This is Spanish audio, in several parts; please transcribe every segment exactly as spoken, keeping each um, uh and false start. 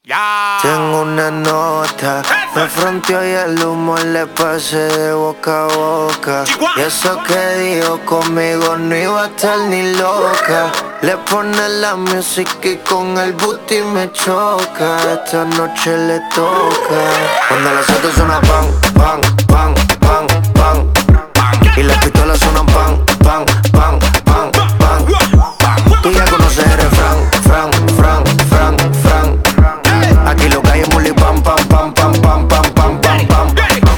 Ya. Tengo una nota, me fronteó y el humo le pasé de boca a boca. Y eso que dijo conmigo no iba a estar ni loca. Le pone la música y con el booty me choca. Esta noche le toca. Cuando las autos suenan pan, pan, pan, pan, pan, y las pistolas suenan pan, pan, pan, pan, pan. Tú ya conoces el refrán, fran, fran, fran, fran. Aquí lo que hay es muli pam, pam, pam, pam, pam, pam, pam, pam, pam.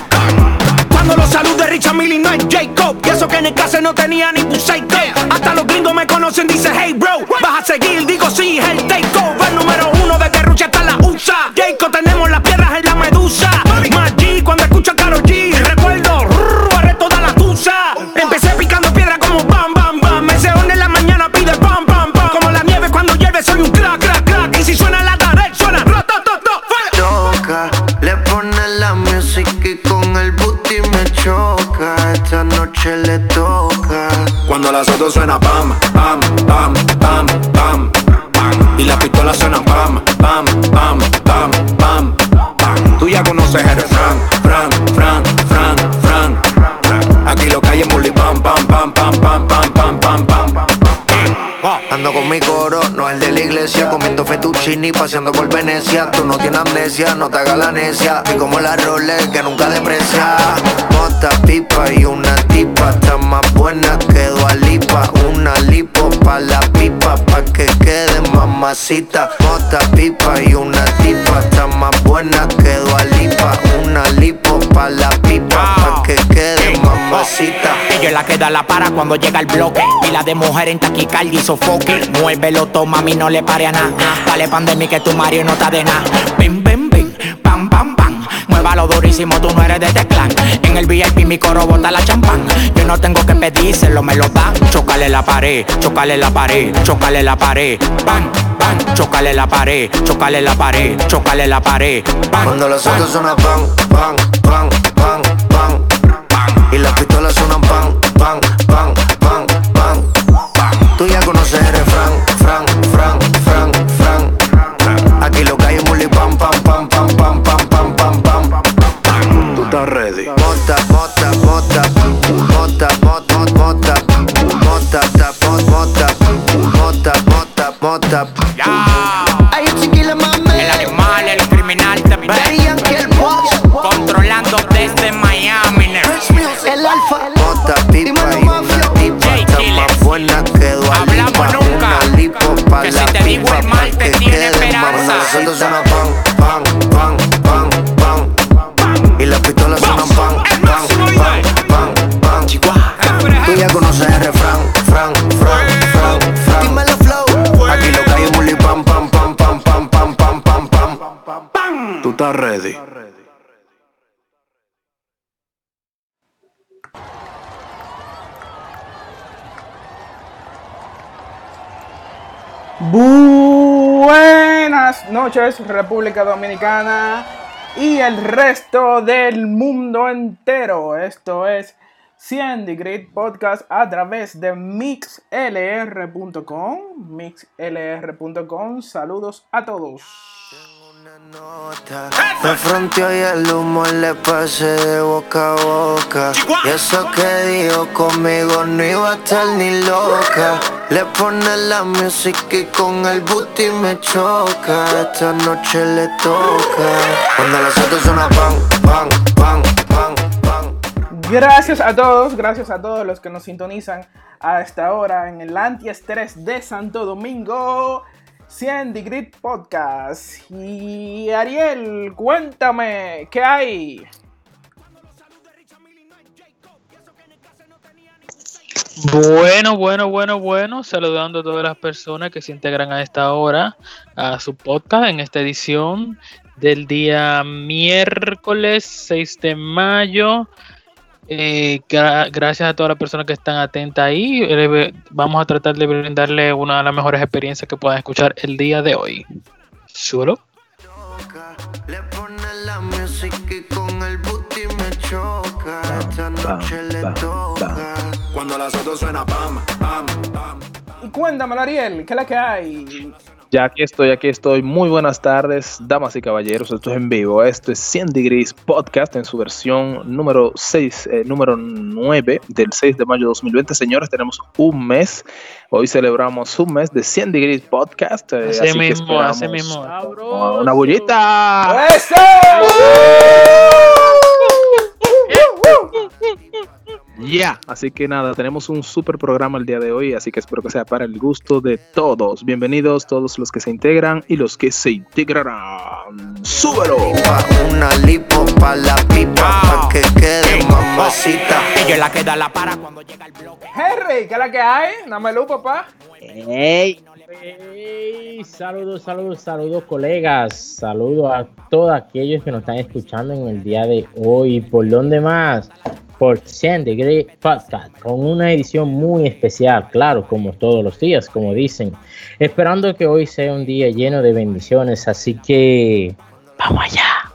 Cuando los salude Richard Mille no es Jacob. Y eso que en el caso no tenía ni Puseico. Hasta los gringos me conocen, dice hey bro. Vas a seguir, digo sí, es el takeover. Número uno de Rusia hasta la U S A. Jacob, tenemos las piedras en la medusa. Más G cuando escucho a Karol G. Recuerdo, rrr, barré toda la tusa. Empecé picando piedra como bam, bam, bam. Me se en la mañana pide pam, pam, pam. Como la nieve cuando llueve soy un crack, crack, crack. Y si suena la tarek, suena ro, to, to, to, Toca, le pone la música y con el booty me choca. Esta noche le toca. Cuando las autos suena pam, pam, pam, pam, pam, pam. Y las pistolas suenan pam, pam, pam, pam, pam, pam. Tú ya conoces el refrán, fran, fran, fran, fran, fran. Aquí lo que hay es muli pam, pam, pam, pam, pam, pam, pam, pam, pam, pam. Ando con mi coro, no el de la iglesia. Comiendo fettuccini, paseando por Venecia. Tú no tienes amnesia, no te hagas la necia. Y como la Rolex que nunca deprecia. Mota, pipa y una tipa. Está más buena que Dua Lipa. Una lipo pa' la pipa, pa' que quede mamacita. Mota, pipa y una tipa. Está más buena que Dua Lipa. Una lipo pa' la pipa, pa' que quede mamacita. Ella es la que da la para cuando llega el bloque. Pila de mujer en taquicardia y sofoque. Muévelo, toma, mami, no le pare a nada. Dale pandemia que tu Mario no está de nada. Bim, bim, bim, pam, pam, pam. Muévalo durísimo, tú no eres de este clan. En el V I P mi coro bota la champán. Yo no tengo que pedírselo, me lo dan. Chócale la pared, chócale la pared, chócale la pared. Bam, bam, chócale la pared, chócale la pared, chócale la pared. Bam, cuando los autos suenan pan, pan, pan, pan, pan. Y las pistolas suenan pan, pan, pan, pan, pan. Tú ya conoces el refrán, fran, fran, fran, fran. Aquí lo que hay es muli pam, pam, pam, pam, pam, pam, pam, pam, pam. Tú estás ready. Mota, mota, mota, mota, mota, mota, mota, mota, mota, mota, mota. ya. Hay un chiquila mami. El animal, el criminal también. Verían que el boss. Controlando desde Miami. El alfa. Mota, pipa y una tipa. Está más buena que Dua Lipa. Hablamos nunca. Una lipo pa' Que la si te digo pipa, el mal, pa' te que tiene quede esperanza. Cuando los autos suenan pan, pan, pan, pan, pan. Y las pistolas suenan pan, pan, pan, pan, pan. Tú ya conoces el refrán, fran, fran, fran, fran. Dímelo flow. Aquí lo que hay es muli pam, pam, pam, pam, pam, pam, pam, pam, pam, pam. Tú estás ready. Buenas noches, República Dominicana y el resto del mundo entero. Esto es cien Degree Podcast a través de mix l r punto com. mix l r punto com. Saludos a todos. Me fronteó y el humo le pasé de boca a boca. Y eso que dijo conmigo no iba a estar ni loca. Le pone la música y con el booty me choca. Esta noche le toca. Cuando las autos suenan pan, pan, pan, pan, pan. Gracias a todos, gracias a todos los que nos sintonizan a esta hora en el antiestrés de Santo Domingo. cien Degree Podcast. Y Ariel, cuéntame, ¿qué hay? Bueno, bueno, bueno, bueno, saludando a todas las personas que se integran a esta hora a su podcast en esta edición del día miércoles seis de mayo. Eh, gra- gracias a todas las personas que están atentas ahí. Eh, vamos a tratar de brindarle una de las mejores experiencias que puedan escuchar el día de hoy. ¿Solo? Le pone la música y con el booty me choca. Esta noche le toca. Cuando las autos suenan pam, pam, pam. Y cuéntame, Ariel, ¿qué es la que hay? Ya aquí estoy, aquí estoy. Muy buenas tardes, damas y caballeros. Esto es en vivo. Esto es cien Degrees Podcast en su versión número seis, eh, número nueve del seis de mayo de dos mil veinte. Señores, tenemos un mes. Hoy celebramos un mes de cien Degrees Podcast. Eh, Así así mismo, que así mismo. Uh, una bullita. ¡Eso! Ya, yeah. Así que nada, tenemos un super programa el día de hoy, así que espero que sea para el gusto de todos. Bienvenidos todos los que se integran y los que se integrarán. ¡Súbelo! Una lipo pa' la pipa, pa' que quede mamacita. Ella es la que da la para cuando llega el bloque. Henry, ¿qué es la que hay? Dámelo, papá. Hey, hey, saludos, saludos, saludos, colegas. Saludos a todos aquellos que nos están escuchando en el día de hoy. ¿Por dónde más? Por cien Degrees Podcast, con una edición muy especial, claro, como todos los días, como dicen. Esperando que hoy sea un día lleno de bendiciones, así que ¡vamos allá!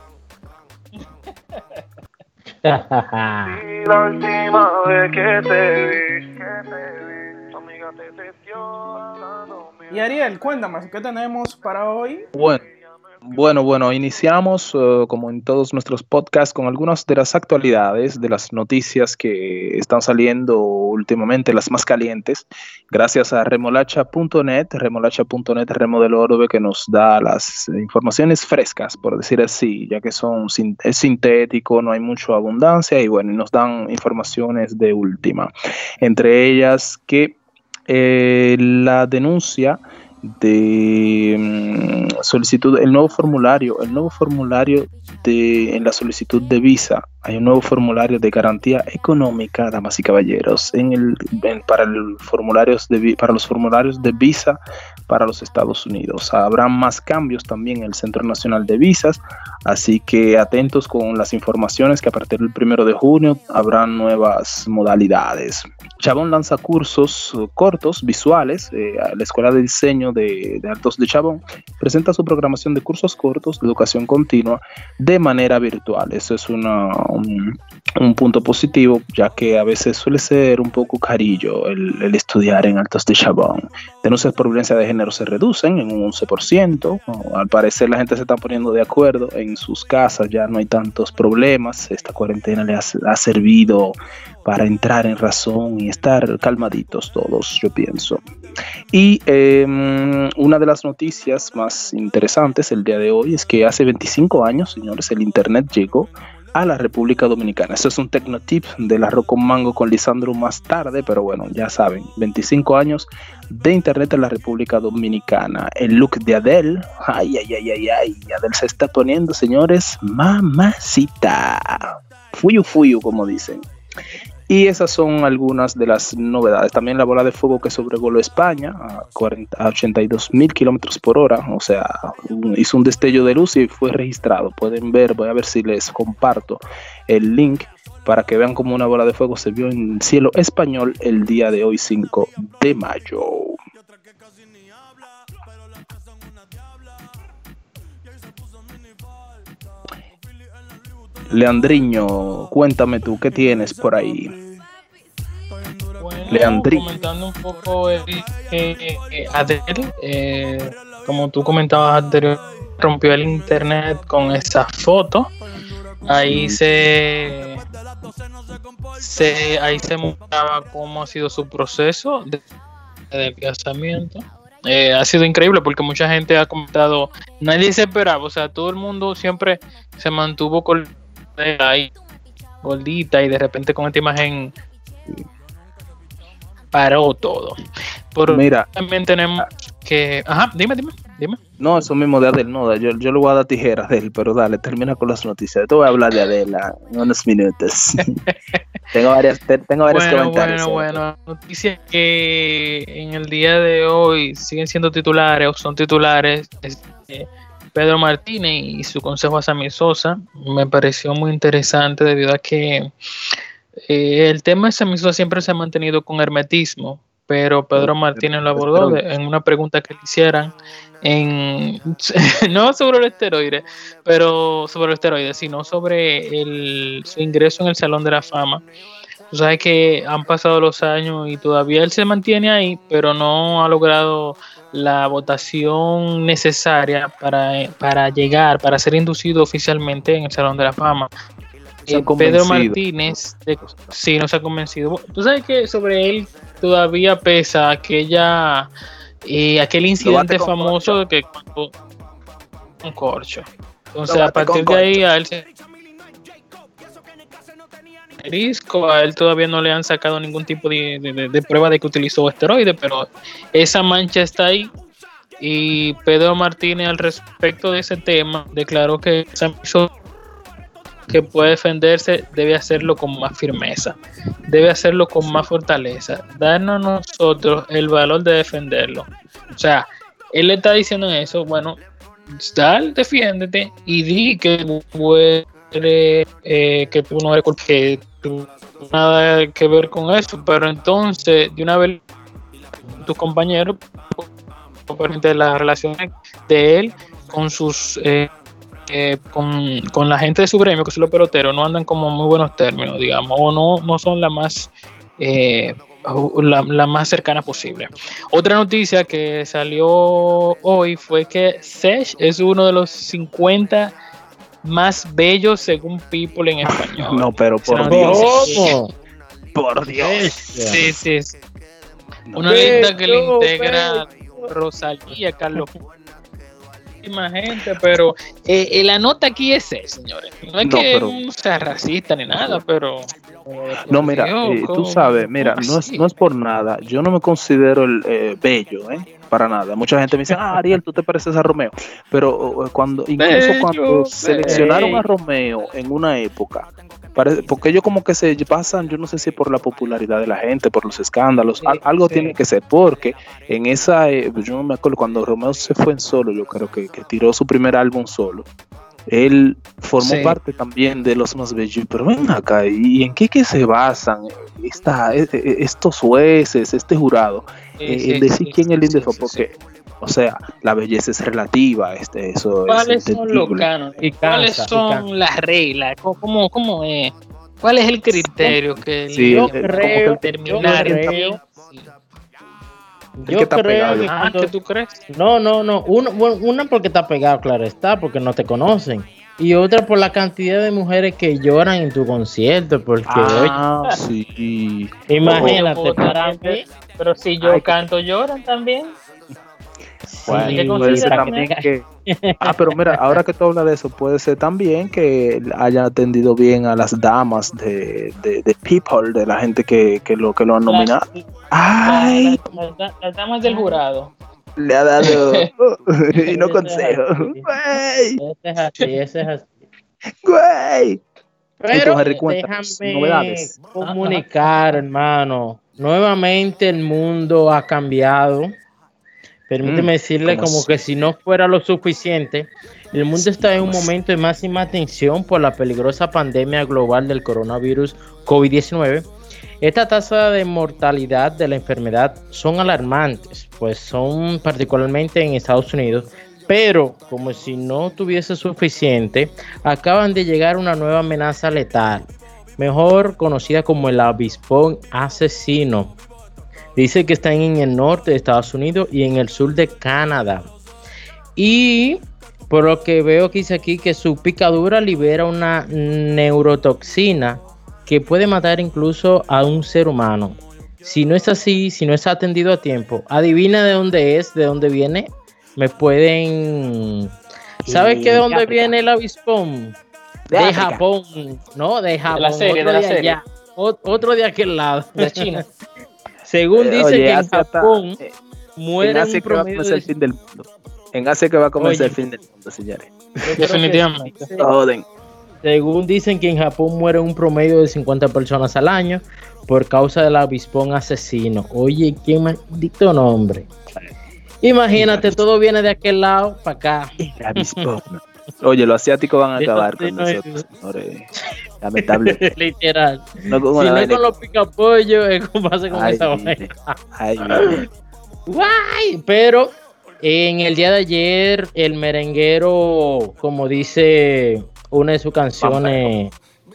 La última vez que te vi, tu amiga te testió hablando. Y Ariel, cuéntame, ¿qué tenemos para hoy? Bueno. Bueno, bueno, iniciamos uh, como en todos nuestros podcasts con algunas de las actualidades, de las noticias que están saliendo últimamente, las más calientes, gracias a remolacha punto net, remolacha punto net, Remo del Orbe, que nos da las informaciones frescas, por decir así, ya que son es sintético, no hay mucha abundancia y bueno, nos dan informaciones de última. Entre ellas que eh, la denuncia de um, solicitud, el nuevo formulario, el nuevo formulario de en la solicitud de visa, hay un nuevo formulario de garantía económica, damas y caballeros, en el en, para el formularios de para los formularios de visa para los Estados Unidos. Habrá más cambios también en el Centro Nacional de Visas, así que atentos con las informaciones que a partir del primero de junio habrá nuevas modalidades. Chabón lanza cursos cortos, visuales. Eh, la Escuela de Diseño de, de Altos de Chabón presenta su programación de cursos cortos de educación continua de manera virtual. Eso es una, un, un punto positivo, ya que a veces suele ser un poco carillo el, el estudiar en Altos de Chabón. Denuncias por violencia de género se reducen en un once por ciento. Al parecer la gente se está poniendo de acuerdo en sus casas, ya no hay tantos problemas. Esta cuarentena le ha, ha servido para entrar en razón y estar calmaditos todos, yo pienso. Y eh, una de las noticias más interesantes el día de hoy es que hace veinticinco años, señores, el internet llegó a la República Dominicana. Eso es un tecnotip del arroz con mango con Lisandro más tarde, pero bueno, ya saben, veinticinco años de internet en la República Dominicana. El look de Adele, ay, ay, ay, ay, ay, Adele se está poniendo, señores, mamacita. Fuyu, fuyu, como dicen. Y esas son algunas de las novedades. También la bola de fuego que sobrevoló España a, cuarenta, a ochenta y dos mil kilómetros por hora. O sea, un, hizo un destello de luz y fue registrado. Pueden ver, voy a ver si les comparto el link para que vean cómo una bola de fuego se vio en el cielo español el día de hoy, cinco de mayo. Leandriño, cuéntame tú, ¿qué tienes por ahí? Bueno, Leandri. Comentando un poco el, eh, eh, Adele, eh, como tú comentabas anterior, rompió el internet con esa foto. Ahí se, se ahí se mostraba cómo ha sido su proceso de, de casamiento. Eh, ha sido increíble porque mucha gente ha comentado, nadie se esperaba, o sea, todo el mundo siempre se mantuvo con ahí gordita y de repente con esta imagen paró todo. Pero mira, también tenemos que, ajá, dime, dime, dime. No, eso mismo de Adele, no, yo, yo le voy a dar tijera a Adele, pero dale, termina con las noticias. Te voy a hablar de Adele en unos minutos. tengo varias, te, tengo varios bueno, comentarios. Bueno, bueno, noticias que en el día de hoy siguen siendo titulares o son titulares. Este, Pedro Martínez y su consejo a Sammy Sosa me pareció muy interesante debido a que eh, el tema de Sammy Sosa siempre se ha mantenido con hermetismo, pero Pedro Martínez lo abordó de, en una pregunta que le hicieran en no sobre el esteroide, pero sobre el esteroide, sino sobre el, su ingreso en el Salón de la Fama. Tú sabes que han pasado los años y todavía él se mantiene ahí, pero no ha logrado la votación necesaria para, para llegar, para ser inducido oficialmente en el Salón de la Fama. Eh, Pedro Martínez, de, sí, no se ha convencido. Tú sabes que sobre él todavía pesa aquella, eh, aquel incidente famoso de que cuando un corcho. Entonces, a partir de ahí, a él se a él todavía no le han sacado ningún tipo de, de, de prueba de que utilizó esteroides, pero esa mancha está ahí. Y Pedro Martínez, al respecto de ese tema, declaró que que puede defenderse debe hacerlo con más firmeza, debe hacerlo con más fortaleza, darnos a nosotros el valor de defenderlo. O sea, él le está diciendo eso, bueno, dale, defiéndete y di que puede, eh, que tú no eres que tú nada que ver con eso, pero entonces de una vez tus compañeros de las relaciones de él con sus eh, eh, con, con la gente de su gremio, que son los peloteros, no andan como muy buenos términos, digamos, o no, no son la más eh, la, la más cercana posible. Otra noticia que salió hoy fue que Sech es uno de los cincuenta más bellos según People en español. No, pero por Dios. ¿Cómo? Por Dios. Sí, sí, sí. Una lista que le integra Rosalía, Carlos, muchísima gente, pero eh, eh, la nota aquí es esa, señores. No es no, que pero... no sea racista ni nada, pero no, mira, eh, tú sabes, mira, no es, no es por nada. Yo no me considero el eh, bello, ¿eh? Para nada. Mucha gente me dice, ah, Ariel, tú te pareces a Romeo. Pero cuando, incluso bello, cuando bello. seleccionaron a Romeo en una época, porque ellos como que se pasan, yo no sé si por la popularidad de la gente, por los escándalos, sí, algo sí. tiene que ser, porque en esa, eh, yo no me acuerdo, cuando Romeo se fue en solo, yo creo que, que tiró su primer álbum solo, él formó sí. parte también de los más bellos, pero ven acá, ¿y en qué que se basan esta, estos jueces, este jurado, sí, eh, sí, en decir sí, quién sí, es el lindo? Sí, porque, sí. o sea, la belleza es relativa, este, eso ¿Cuáles es son los cánones? ¿Y cuáles son las reglas? ¿Cómo, cómo es? ¿Cuál es el criterio que sí, yo el, creo terminar yo creo, sí. Yo Yo creo creo que ah, cuando... ¿qué tú crees? No, no, no. Uno, bueno, una porque está pegado, claro está, porque no te conocen. Y otra por la cantidad de mujeres que lloran en tu concierto, porque ah, oye, sí. Imagínate, pero, para mí. Pero si yo Ay, canto, lloran también. Bueno, sí, puede ser también que... Ah, pero mira, ahora que tú hablas de eso, puede ser también que haya atendido bien a las damas de, de, de People, de la gente que, que, lo, que lo han nominado. Las, Ay, las, las, las damas del jurado. Le ha dado y no consejo. Ese es así, ese es así. Güey. Pero déjame novedades. comunicar, hermano. Nuevamente el mundo ha cambiado. Permíteme mm, decirle como es? que si no fuera lo suficiente, el mundo está en un momento de máxima tensión por la peligrosa pandemia global del coronavirus COVID diecinueve. Esta tasa de mortalidad de la enfermedad son alarmantes, pues son particularmente en Estados Unidos, pero como si no tuviese suficiente, acaban de llegar una nueva amenaza letal, mejor conocida como el avispón asesino. Dice que están en el norte de Estados Unidos y en el sur de Canadá. Y por lo que veo que dice aquí que su picadura libera una neurotoxina que puede matar incluso a un ser humano. Si no es así, si no es atendido a tiempo, adivina de dónde es, de dónde viene. Me pueden... ¿Sabes qué de dónde África. viene el avispón? De, de Japón, ¿no? De Japón. De la serie, otro de la de serie. allá, otro de aquel lado. De China. Según eh, dice oye, que en Asia Japón está, eh, mueren en Asia un promedio que va a comenzar de... el fin del mundo. En Asia que va a comenzar Oye, el fin del mundo, señores. Definitivamente. Sí, Joden. Según dicen que en Japón mueren un promedio de cincuenta personas al año por causa del avispón asesino. Oye, qué maldito nombre. Imagínate, todo viene de aquel lado para acá. El avispón. Oye, los asiáticos van a acabar con nosotros, señores. Lamentable. Literal. No con si no es con los picapollos, es como pasa con Ay, esa mire. vaina. Ay, mire. Guay, pero en el día de ayer, el merenguero, como dice una de sus canciones,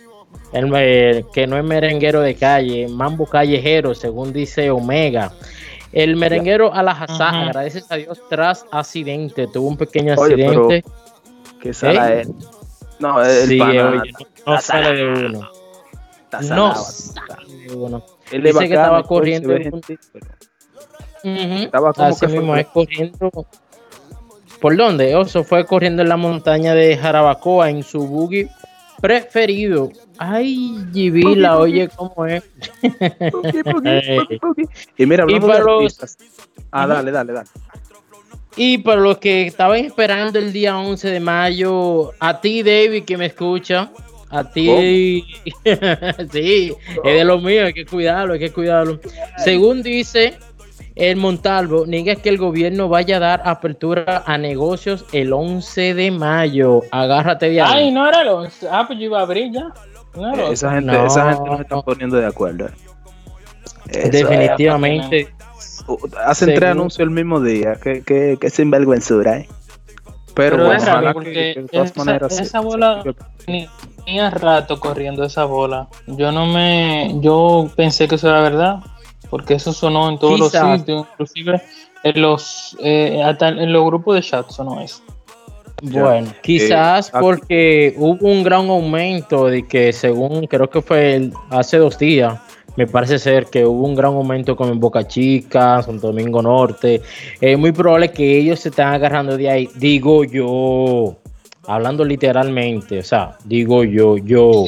el, el que no es merenguero de calle, mambo callejero, según dice Omega. El merenguero Alajazá, uh-huh. agradece a Dios tras accidente, tuvo un pequeño Oye, accidente. ¿Qué sala es? No, el sí, pana, oye, no, no sale de uno. No sale de uno. Él dice bacán, que estaba corriendo. Gente, pero... uh-huh. Estaba como Así que mismo fue... es corriendo. ¿Por dónde? Oso fue corriendo en la montaña de Jarabacoa en su buggy preferido. Ay, Gibila, oye, ¿cómo es? Buggy, buggy, buggy. Y mira, y para los... artistas. Ah, dale, dale, dale. Y para los que estaban esperando el día once de mayo, a ti, David, que me escucha, a ti, sí, oh. es de lo mío, hay que cuidarlo, hay que cuidarlo. Según dice el Montalvo, niega que el gobierno vaya a dar apertura a negocios el once de mayo. Agárrate de ahí. Ay, no era el once. Ah, pues yo iba a abrir ya. No, eh, esa, gente, no. esa gente no se está poniendo de acuerdo. Eso definitivamente. Es, hacen tres anuncios el mismo día. Que, que, que sinvergüenzura, ¿eh? Pero, Pero bueno, es raro porque que, que de todas esa, maneras, esa bola tenía rato corriendo esa bola. Yo no me. Yo pensé que eso era verdad. Porque eso sonó en todos Quizás. los sitios, inclusive en los eh, hasta en los grupos de chat sonó eso. Bueno, ya. quizás eh, porque hubo un gran aumento de que según creo que fue el, hace dos días, me parece ser que hubo un gran aumento como en Boca Chica, Santo Domingo Norte. Es eh, muy probable que ellos se están agarrando de ahí, digo yo, hablando literalmente, o sea, digo yo, yo.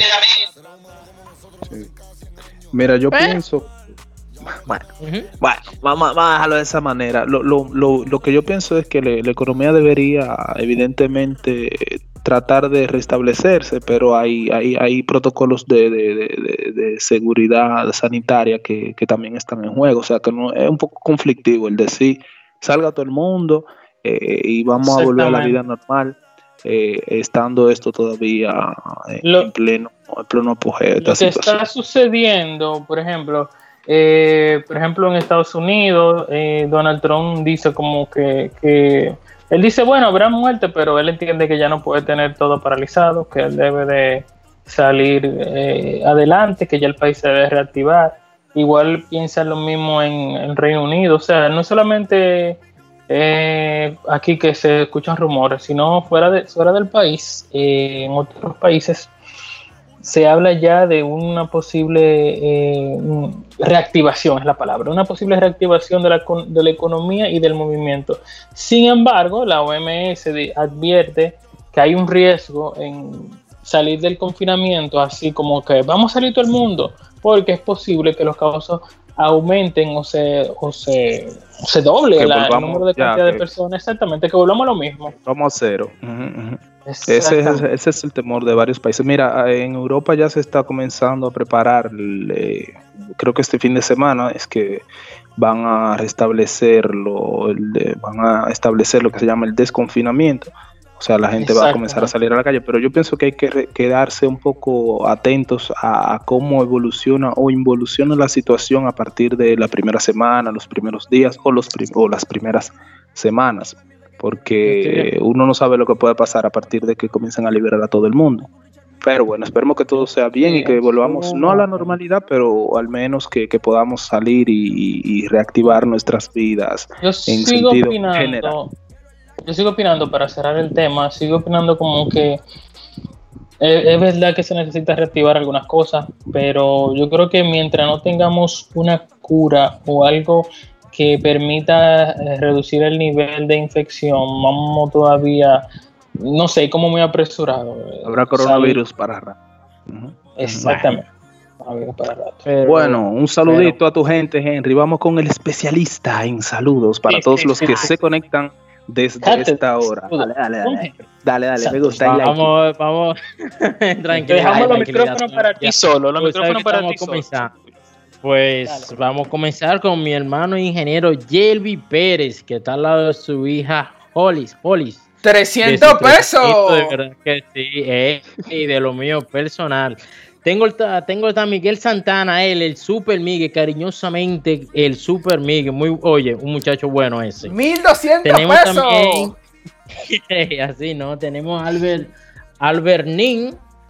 Sí. Mira, yo ¿Eh? pienso Bueno, uh-huh. bueno vamos, vamos a dejarlo de esa manera. Lo, lo, lo, lo que yo pienso es que le, la economía debería, evidentemente, tratar de restablecerse, pero hay, hay, hay protocolos de, de, de, de seguridad sanitaria que, que también están en juego. O sea, que no, es un poco conflictivo el decir, salga todo el mundo eh, y vamos a volver a la vida normal, eh, estando esto todavía en, lo, en pleno, en pleno apogeo. Lo que situación. Está sucediendo, por ejemplo... Eh, por ejemplo, en Estados Unidos, eh, Donald Trump dice como que, que él dice, bueno, habrá muerte, pero él entiende que ya no puede tener todo paralizado, que él debe de salir eh, adelante, que ya el país se debe reactivar. Igual piensa lo mismo en el Reino Unido, o sea, no solamente eh, aquí que se escuchan rumores, sino fuera, de, fuera del país, eh, en otros países. Se habla ya de una posible eh, reactivación, es la palabra, una posible reactivación de la, de la economía y del movimiento. Sin embargo, la O M S advierte que hay un riesgo en salir del confinamiento, así como que vamos a salir todo el mundo, porque es posible que los casos aumenten o se, o se, o se doble la, el número de cantidad ya, de personas, exactamente, que volvamos a lo mismo. Vamos a cero. Uh-huh, uh-huh. Ese es, ese es el temor de varios países. Mira, en Europa ya se está comenzando a preparar, eh, creo que este fin de semana es que van a restablecerlo, el de, van a establecer lo que se llama el desconfinamiento. O sea, la gente va a comenzar a salir a la calle, pero yo pienso que hay que re- quedarse un poco atentos a, a cómo evoluciona o involuciona la situación a partir de la primera semana, los primeros días o, los prim- o las primeras semanas, porque okay. uno no sabe lo que puede pasar a partir de que comiencen a liberar a todo el mundo. Pero bueno, esperemos que todo sea bien sí, y que volvamos no a la normalidad, pero al menos que, que podamos salir y, y reactivar nuestras vidas yo en sigo sentido opinando, general. Yo sigo opinando, para cerrar el tema, sigo opinando como que es, es verdad que se necesita reactivar algunas cosas, pero yo creo que mientras no tengamos una cura o algo que permita eh, reducir el nivel de infección, vamos todavía, no sé, como muy apresurado. Habrá coronavirus ¿sabes? Para rato. Uh-huh. Exactamente. Bueno. Para rato. Pero, bueno, un saludito pero, a tu gente, Henry. Vamos con el especialista en saludos para sí, todos sí, los sí, que sí. se conectan desde Cállate. Esta hora. Dale, dale, dale. Dale, dale, me gusta. Vamos, like. vamos. Tranquilo. Dejamos los micrófonos para ti solo. Los micrófonos para ti solo. Pues dale. Vamos a comenzar con mi hermano ingeniero Yelvi Pérez, que está al lado de su hija Hollis. Hollis. ¡trescientos pesos! De verdad que sí, eh, y de lo mío personal. Tengo el, tengo el Miguel Santana, él, el Super Miguel, cariñosamente el Super Miguel, muy, oye, un muchacho bueno ese. ¡mil doscientos Tenemos pesos! También, así, ¿no? Tenemos Albert, Albert Nin,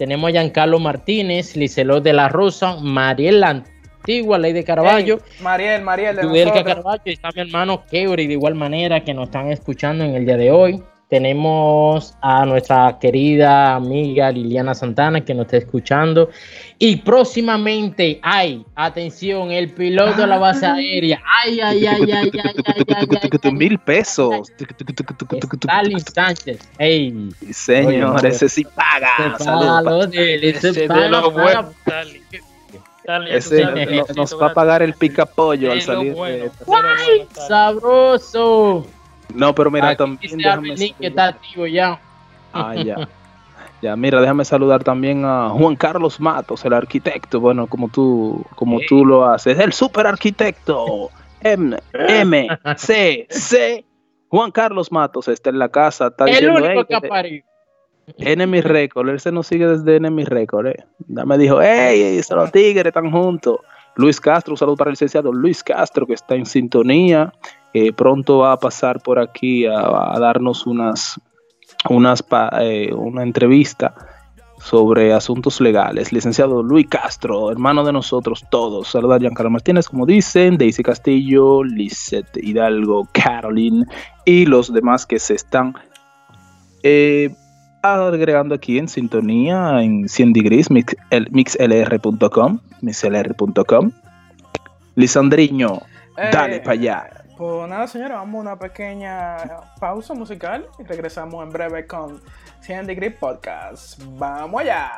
tenemos a Giancarlo Martínez, Licelot de la Rosa, Mariel la Antigua, Ley de Carballo, Hey, Mariel, Mariel de Yudelka nosotros. Carballo, y está mi hermano Keuri de igual manera que nos están escuchando en el día de hoy. Tenemos a nuestra querida amiga Liliana Santana que nos está escuchando. Y próximamente, ay, atención, el piloto de la base aérea. Ay, ay, ay, ay, ay, ay, ay, ay, ay. Mil pesos. Stalin Sánchez. Ey, Sí, señor, ese sí paga. se Saludos, paga pa- lo de él, ese Ese paga, de lo paga. bueno, Dale. Dale, ya tú Ese sabes, no- necesito nos va a ganar. pagar el picapollo al De lo salir. bueno, de- de lo bueno, dale. Sabroso. No, pero mira, Aquí también dice déjame Armin que saludar- está activo ya. Ah, ya. Ya, mira, déjame saludar también a Juan Carlos Matos, el arquitecto. Bueno, como tú, como Hey. tú lo haces, el super arquitecto. M, M, C, C. Juan Carlos Matos está en la casa, está El diciendo, único "Ey, que ha que- parido. Enemy Record", él se nos sigue desde Enemy Record, eh. Ya me dijo, hey, esos los tigres están juntos. Luis Castro, un saludo para el licenciado Luis Castro, que está en sintonía. Eh, pronto va a pasar por aquí a, a darnos unas, unas pa- eh, una entrevista sobre asuntos legales. Licenciado Luis Castro, hermano de nosotros todos. Saludos a Giancarlo Martínez, como dicen, Daisy Castillo, Lisette Hidalgo, Caroline y los demás que se están eh, agregando aquí en sintonía en cien degrees, mix, el, mixlr punto com, mixlr punto com. Lisandriño, Eh, dale para allá. Pues nada, señores, vamos a una pequeña pausa musical y regresamos en breve con cien Degree Podcast. ¡Vamos allá!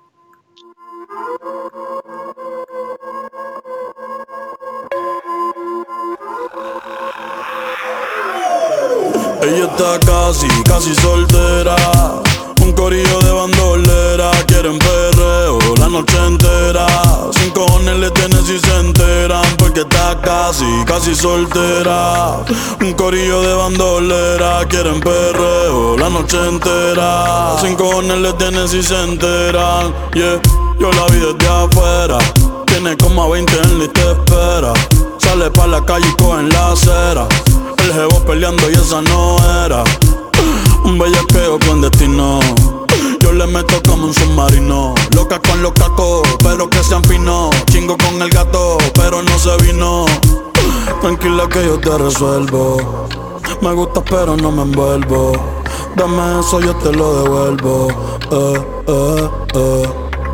Ella está casi, casi soltera. Un corillo de bandolera. Quieren perreo la noche entera. Sin cojones le tienen si se enteran. Porque está casi, casi soltera. Un corillo de bandolera. Quieren perreo la noche entera. Sin cojones le tienen si se enteran. Yeah, yo la vi desde afuera. Tiene como a veinte en la y te espera. Sale pa' la calle y coge en la acera. El jevo peleando y esa no era. Un bellaqueo con destino. Yo le meto como un submarino. Loca con los cacos, pero que sean finos. Chingo con el gato, pero no se vino. Tranquila que yo te resuelvo. Me gusta pero no me envuelvo. Dame eso, yo te lo devuelvo. Eh, eh, eh.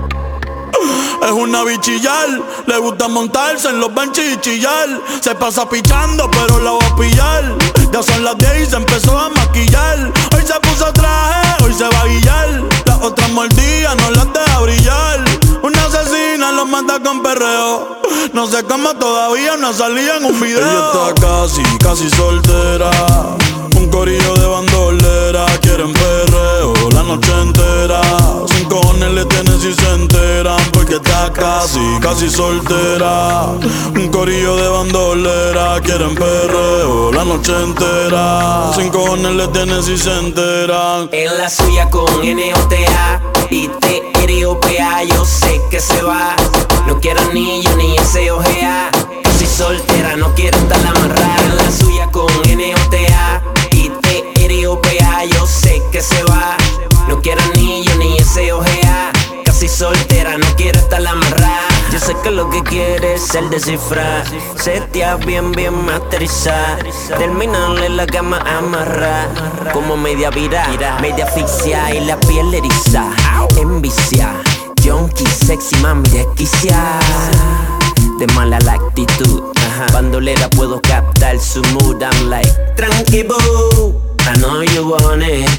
Es una bichillar, le gusta montarse en los benches y chillar. Se pasa pichando, pero la va a pillar. Ya son las diez y se empezó a maquillar. Hoy se puso traje, hoy se va a guillar. Las otras mordidas no las deja brillar. Una asesina los mata con perreo. No sé cómo todavía no salía en un video. Ella está casi, casi soltera. Un corillo de bandolera. Quieren perreo la noche entera. Sin cojones le tienen si se enteran. Porque está casi, casi soltera. Un corillo de bandolera. Quieren perreo la noche entera. Sin cojones le tienen si se enteran. En la suya con N O T A y T R O P A, yo sé que se va. No quiero anillo ni S O G A. Casi soltera, no quiero estar amarrada. En la suya con N O T A y T R O P A, yo sé que se va. No quiero anillo ni S O G A. Casi soltera, no quiero estar amarrada. Yo sé que lo que quieres es el descifrar. Setea bien, bien masterizar. Terminarle la cama amarrar. Como media vira, media asfixia y la piel eriza. Envicia, junkie, sexy, mami desquicia. De mala la actitud, bandolera puedo captar su mood. I'm like, tranqui boo, I know you want it.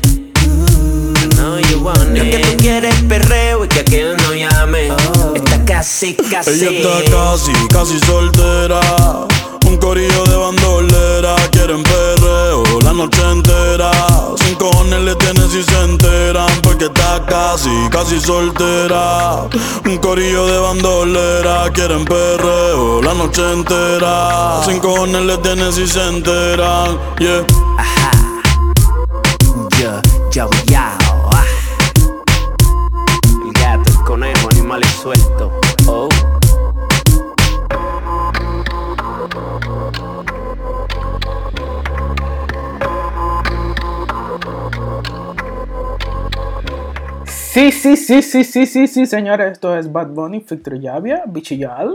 No, you want it. Lo que tú quieres es perreo y que aquel no llame. Oh. Está casi, casi. Ella está casi, casi soltera. Un corillo de bandolera. Quieren perreo la noche entera. Sin cojones le tienen si se enteran. Porque está casi, casi soltera. Un corillo de bandolera. Quieren perreo la noche entera. Sin cojones le tienen si se enteran. Yeah. Ajá. Yo, yo, yo. El gato, el conejo, animales sueltos. Oh. Sí, sí, sí, sí, sí, sí, sí, señores. Esto es Bad Bunny, Victory Llavia, Bichillal.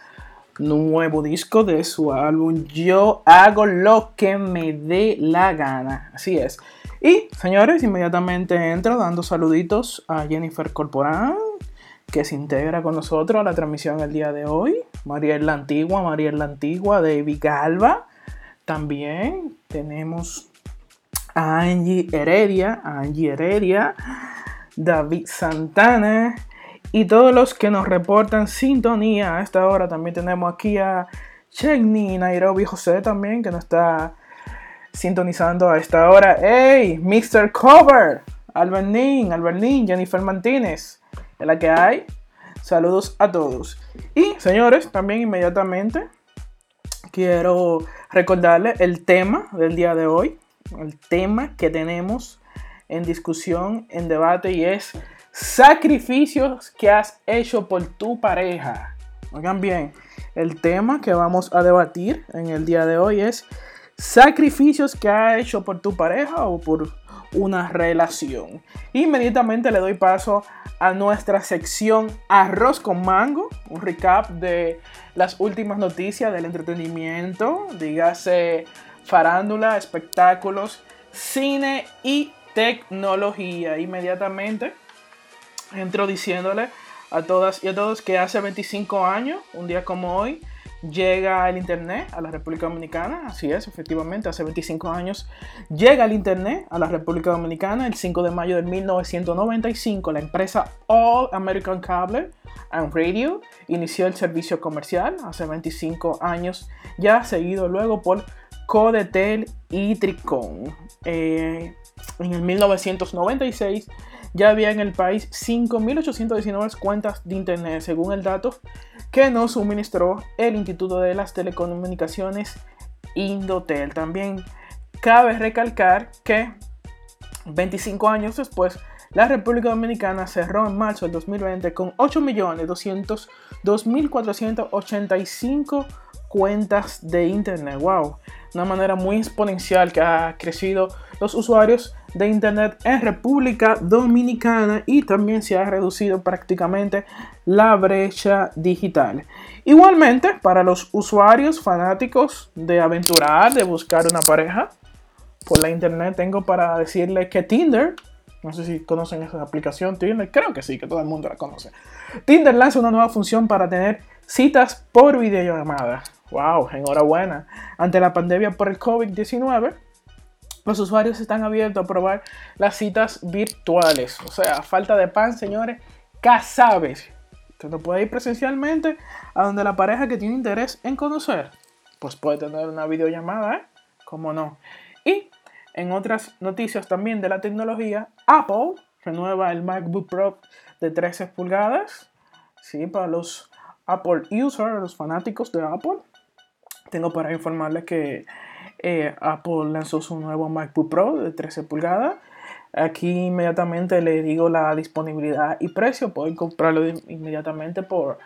Nuevo disco de su álbum Yo Hago Lo Que Me Dé La Gana. Así es. Y, señores, inmediatamente entro dando saluditos a Jennifer Corporán, que se integra con nosotros a la transmisión el día de hoy. Mariel La Antigua, Mariel La Antigua, David Galva. También tenemos a Angie Heredia, a Angie Heredia, David Santana y todos los que nos reportan sintonía a esta hora. También tenemos aquí a Chegni, Nairobi José también, que nos está sintonizando a esta hora. ¡Hey! mister Cover, Albernín, Albernín, Jennifer Martínez, es la que hay. Saludos a todos. Y señores, también inmediatamente quiero recordarles el tema del día de hoy. El tema que tenemos en discusión, en debate, y es sacrificios que has hecho por tu pareja. Oigan bien, el tema que vamos a debatir en el día de hoy es sacrificios que has hecho por tu pareja o por una relación. Inmediatamente le doy paso a nuestra sección Arroz con Mango, un recap de las últimas noticias del entretenimiento, dígase farándula, espectáculos, cine y tecnología. Inmediatamente entro diciéndole a todas y a todos que hace veinticinco años, un día como hoy, llega el internet a la República Dominicana. Así es, efectivamente, hace veinticinco años llega el internet a la República Dominicana. El cinco de mayo de mil novecientos noventa y cinco, la empresa All American Cable and Radio inició el servicio comercial. Hace veinticinco años ya, seguido luego por Codetel y Tricón. Eh, en el mil novecientos noventa y seis ya había en el país cinco mil ochocientas diecinueve cuentas de internet, según el dato que nos suministró el Instituto de las Telecomunicaciones Indotel. También cabe recalcar que veinticinco años después, la República Dominicana cerró en marzo del dos mil veinte con ocho millones doscientos dos mil cuatrocientos ochenta y cinco cuentas de internet. Wow, una manera muy exponencial que ha crecido los usuarios de internet en República Dominicana, y también se ha reducido prácticamente la brecha digital. Igualmente, para los usuarios fanáticos de aventurar, de buscar una pareja por la internet, tengo para decirles que Tinder, no sé si conocen esa aplicación Tinder, creo que sí, que todo el mundo la conoce. Tinder lanza una nueva función para tener citas por videollamada. Wow, enhorabuena. Ante la pandemia por el COVID diecinueve, los usuarios están abiertos a probar las citas virtuales. O sea, falta de pan, señores, casabes. Usted no puede ir presencialmente a donde la pareja que tiene interés en conocer, pues puede tener una videollamada, ¿eh? ¿Cómo no? Y en otras noticias también de la tecnología, Apple renueva el MacBook Pro de trece pulgadas. Sí, para los Apple users, los fanáticos de Apple. Tengo para informarles que eh, Apple lanzó su nuevo MacBook Pro de trece pulgadas. Aquí inmediatamente le digo la disponibilidad y precio. Pueden comprarlo inmediatamente por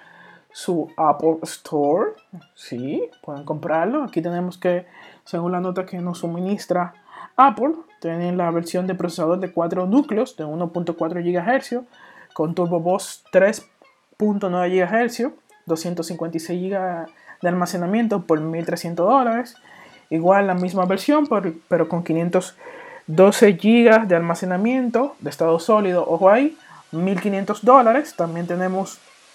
su Apple Store. Sí, pueden comprarlo. Aquí tenemos que, según la nota que nos suministra Apple, tienen la versión de procesador de cuatro núcleos de uno punto cuatro gigahercios con Turbo Boost tres punto nueve gigahercios, doscientos cincuenta y seis gigas de almacenamiento por mil trescientos dólares. Igual la misma versión, por, pero con quinientos doce gigas de almacenamiento de estado sólido, ojo ahí, mil quinientos dólares. También tenemos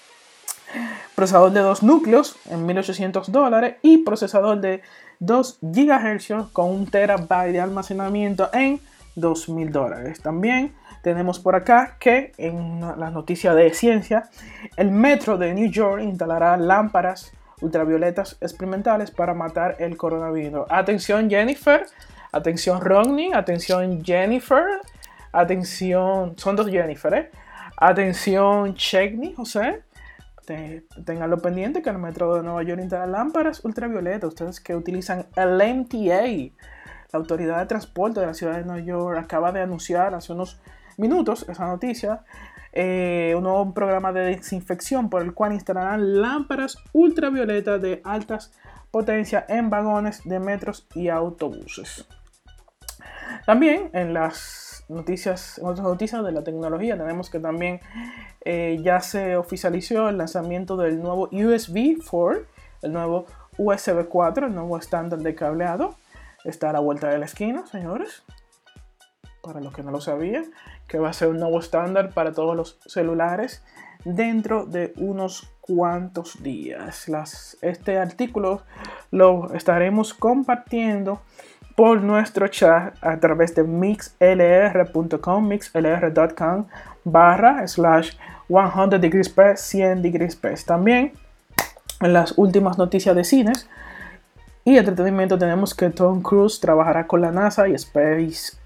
procesador de dos núcleos en mil ochocientos dólares y procesador de dos gigahercios con un terabyte de almacenamiento en dos mil dólares. También tenemos por acá que en la noticia de ciencia, el metro de New York instalará lámparas ultravioletas experimentales para matar el coronavirus. Atención Jennifer, atención Rodney, atención Jennifer, atención, son dos Jennifer, ¿eh? Atención Chegni, José, ténganlo pendiente que el metro de Nueva York instala lámparas ultravioletas. Ustedes que utilizan el M T A, la autoridad de transporte de la ciudad de Nueva York, acaba de anunciar hace unos minutos esa noticia, eh, un nuevo programa de desinfección por el cual instalarán lámparas ultravioletas de altas potencias en vagones de metros y autobuses. También en las noticias, en otras noticias de la tecnología, tenemos que también eh, ya se oficializó el lanzamiento del nuevo U S B cuatro, el nuevo U S B cuatro, el nuevo estándar de cableado. Está a la vuelta de la esquina, señores. Para los que no lo sabían, que va a ser un nuevo estándar para todos los celulares dentro de unos cuantos días. Las, este artículo lo estaremos compartiendo por nuestro chat a través de mixlr punto com, mixlr punto com barra slash cien degrees press, cien degrees press. También en las últimas noticias de cines y entretenimiento tenemos que Tom Cruise trabajará con la NASA y SpaceX,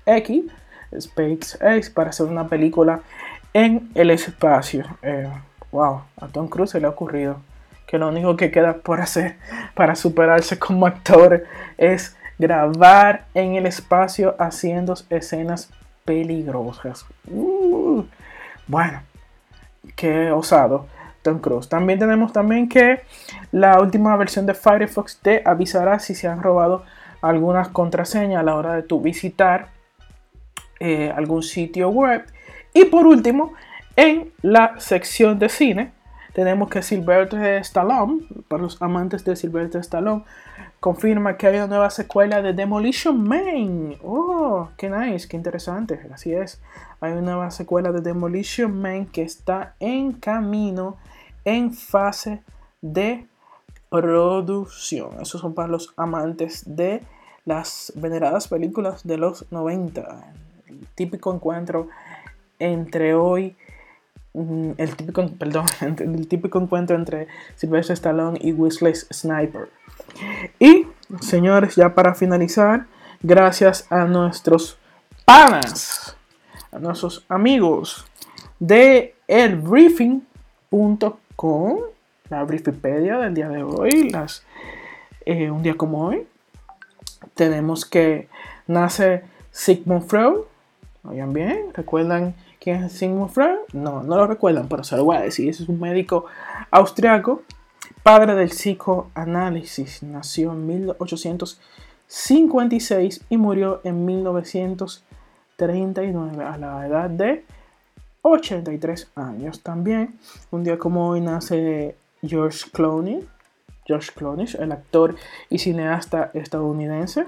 SpaceX para hacer una película en el espacio. Eh, wow, a Tom Cruise se le ha ocurrido que lo único que queda por hacer para superarse como actor es grabar en el espacio haciendo escenas peligrosas. Uh, bueno, qué osado Tom Cruise. También tenemos también que la última versión de Firefox te avisará si se han robado algunas contraseñas a la hora de tu visitar eh, algún sitio web. Y por último, en la sección de cine, tenemos que Sylvester Stallone, para los amantes de Sylvester Stallone, confirma que hay una nueva secuela de Demolition Man. Oh, qué nice, qué interesante. Así es, hay una nueva secuela de Demolition Man que está en camino, en fase de producción. Esos son para los amantes de las veneradas películas de los noventa. El típico encuentro entre hoy, el típico, perdón, el típico encuentro entre Sylvester Stallone y Wesley Snipes. Y, señores, ya para finalizar, gracias a nuestros panas, a nuestros amigos de el briefing punto com, la Briefipedia del día de hoy, las, eh, un día como hoy, tenemos que nace Sigmund Freud. Oigan bien, ¿recuerdan quién es Sigmund Freud? No, no lo recuerdan, pero se lo voy a decir. Es un médico austriaco, padre del psicoanálisis. Nació en mil ochocientos cincuenta y seis y murió en mil novecientos treinta y nueve a la edad de ochenta y tres años. También, un día como hoy, nace George Clooney. George Clooney, el actor y cineasta estadounidense,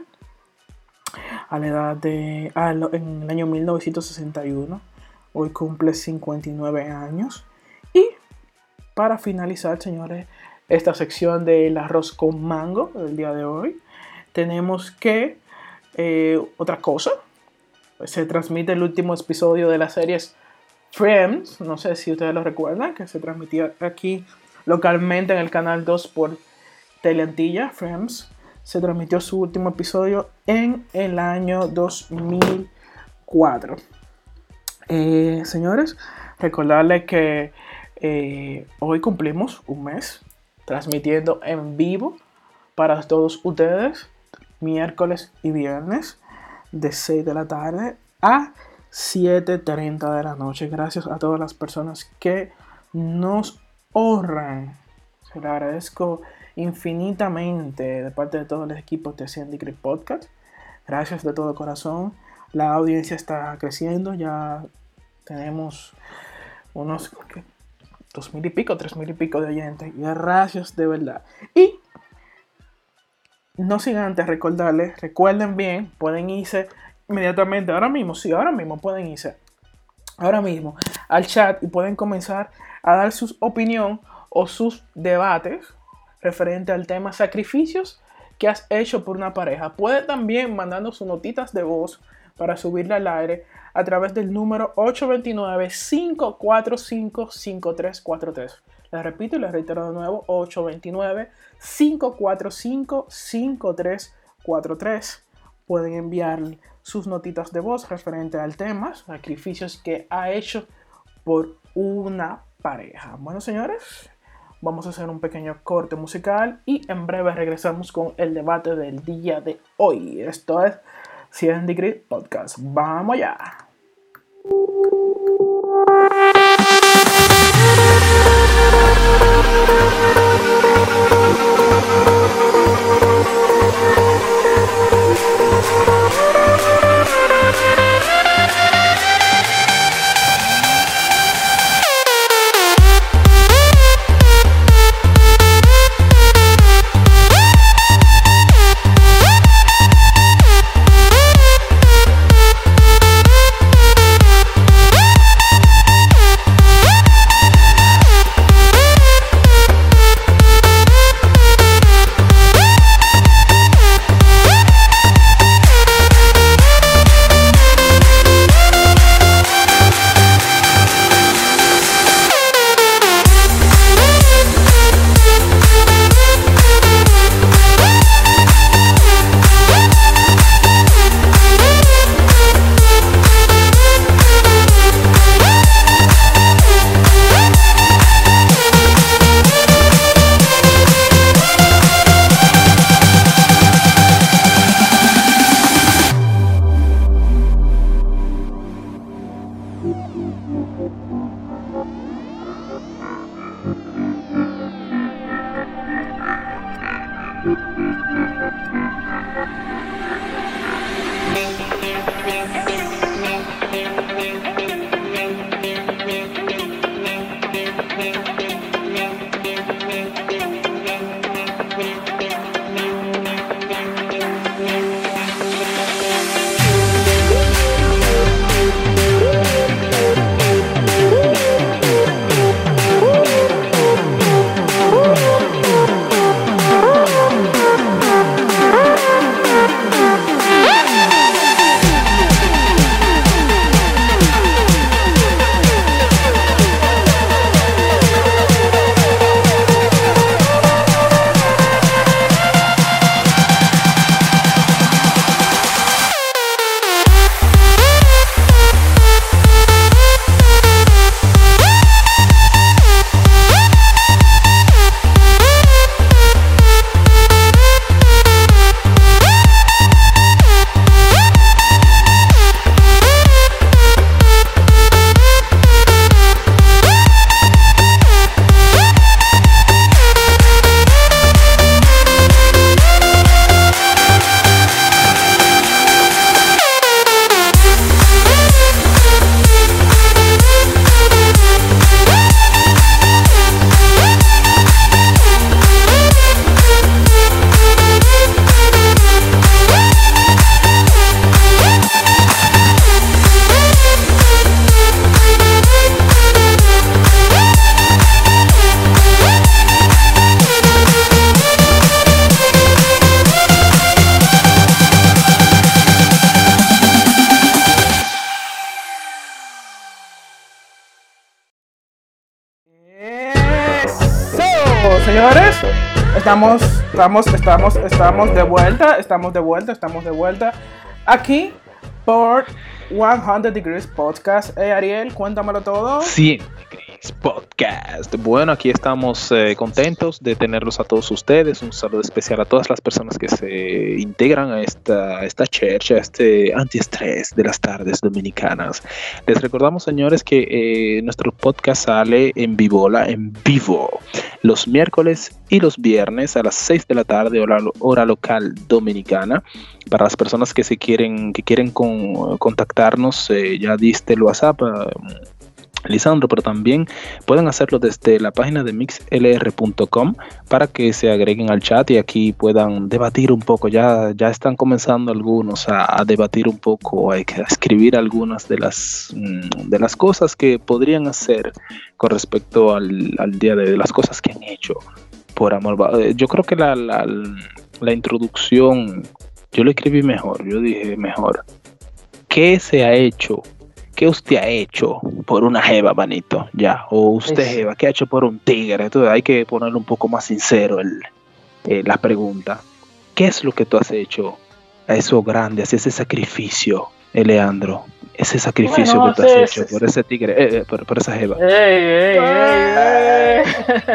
a la edad de a, en el año mil novecientos sesenta y uno. Hoy cumple cincuenta y nueve años. Y para finalizar, señores, esta sección del arroz con mango del día de hoy, tenemos que eh, otra cosa, pues se transmite el último episodio de la serie Friends. No sé si ustedes lo recuerdan, que se transmitía aquí localmente en el canal dos por Teleantilla. Friends se transmitió su último episodio en el año dos mil cuatro. Eh, señores, recordarles que eh, hoy cumplimos un mes transmitiendo en vivo para todos ustedes, miércoles y viernes de seis de la tarde a siete treinta de la noche. Gracias a todas las personas que nos honran. Se lo agradezco infinitamente de parte de todos los equipos de cien Degrees Podcast. Gracias de todo corazón. La audiencia está creciendo. Ya tenemos unos dos mil y pico, tres mil y pico de oyentes. Y gracias de verdad. Y no sin antes recordarles, recuerden bien, pueden irse inmediatamente, ahora mismo, sí, ahora mismo pueden irse ahora mismo al chat y pueden comenzar a dar su opinión o sus debates referente al tema sacrificios que has hecho por una pareja. Puede también mandarnos sus notitas de voz para subirla al aire a través del número ocho dos nueve, cinco cuatro cinco, cinco tres cuatro tres. Les repito y les reitero de nuevo, ocho dos nueve, cinco cuatro cinco, cinco tres cuatro tres. Pueden enviar sus notitas de voz referente al tema, sacrificios que ha hecho por una pareja. Bueno, señores, vamos a hacer un pequeño corte musical y en breve regresamos con el debate del día de hoy. Esto es cien Degrees Podcast. ¡Vamos allá! Señores, estamos, estamos, estamos, estamos de vuelta, estamos de vuelta, estamos de vuelta aquí por cien Degrees Podcast. Hey Ariel, cuéntamelo todo. cien Degrees Podcast. Bueno, aquí estamos eh, contentos de tenerlos a todos ustedes. Un saludo especial a todas las personas que se integran a esta, a esta church, a este antiestrés de las tardes dominicanas. Les recordamos, señores, que eh, nuestro podcast sale en Vivola, en vivo, los miércoles y los viernes a las seis de la tarde, hora, hora local dominicana. Para las personas que se quieren, que quieren con, contactarnos, eh, ya diste el WhatsApp, eh, Lisandro, pero también pueden hacerlo desde la página de mix l r punto com para que se agreguen al chat y aquí puedan debatir un poco. Ya, ya están comenzando algunos a, a debatir un poco, a escribir algunas de las, de las cosas que podrían hacer con respecto al, al día de, de las cosas que han hecho por amor. Yo creo que la, la, la introducción yo lo escribí mejor, yo dije mejor. ¿Qué se ha hecho? ¿Qué usted ha hecho por una jeva, manito? Ya, o usted, sí. Jeva, ¿qué ha hecho por un tigre? Entonces hay que ponerle un poco más sincero el, eh, la pregunta. ¿Qué es lo que tú has hecho a eso grande, hacia ese sacrificio, eh, Leandro? Ese sacrificio bueno, que tú has sí, hecho sí, por ese tigre, eh, eh, por, por esa jeva. Ey, ey, ey,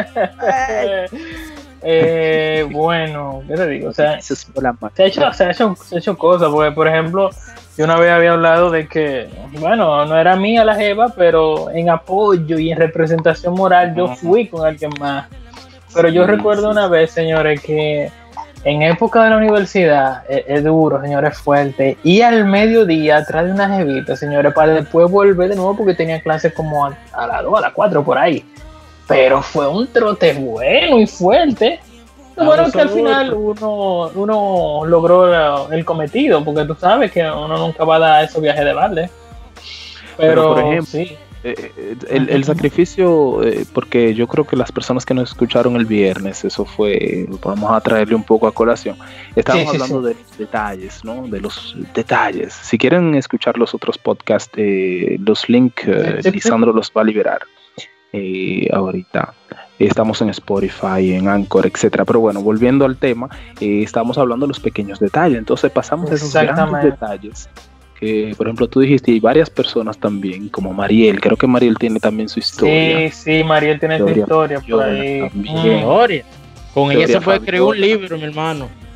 ey. eh, bueno, ¿qué te digo? O sea, se ha hecho, se ha hecho, se ha hecho cosas, porque por ejemplo, yo una vez había hablado de que, bueno, no era mía la jeva, pero en apoyo y en representación moral yo fui con alguien más. Pero yo sí, recuerdo sí. una vez, señores, que en época de la universidad es, es duro, señores, es fuerte. Y al mediodía atrás de una jevita, señores, para después volver de nuevo porque tenía clases como a, a las dos, a las cuatro, por ahí. Pero fue un trote bueno y fuerte. Bueno, que al final uno, uno logró el cometido, porque tú sabes que uno nunca va a dar esos viajes de balde. Pero, Pero por ejemplo, sí. eh, el, el sacrificio, eh, porque yo creo que las personas que nos escucharon el viernes, eso fue, vamos a traerle un poco a colación. Estábamos sí, sí, hablando sí. de los detalles, ¿no? De los detalles. Si quieren escuchar los otros podcasts, eh, los links, eh, sí, Lisandro sí. los va a liberar eh, ahorita. Estamos en Spotify, en Anchor, etcétera. Pero bueno, volviendo al tema, eh, estamos hablando de los pequeños detalles. Entonces pasamos de esos grandes detalles que, por ejemplo, tú dijiste, y varias personas también, como Mariel. Creo que Mariel tiene también su historia. Sí, sí, Mariel tiene su historia por ahí. También. Historia. Con ella se puede escribir un libro, mi hermano.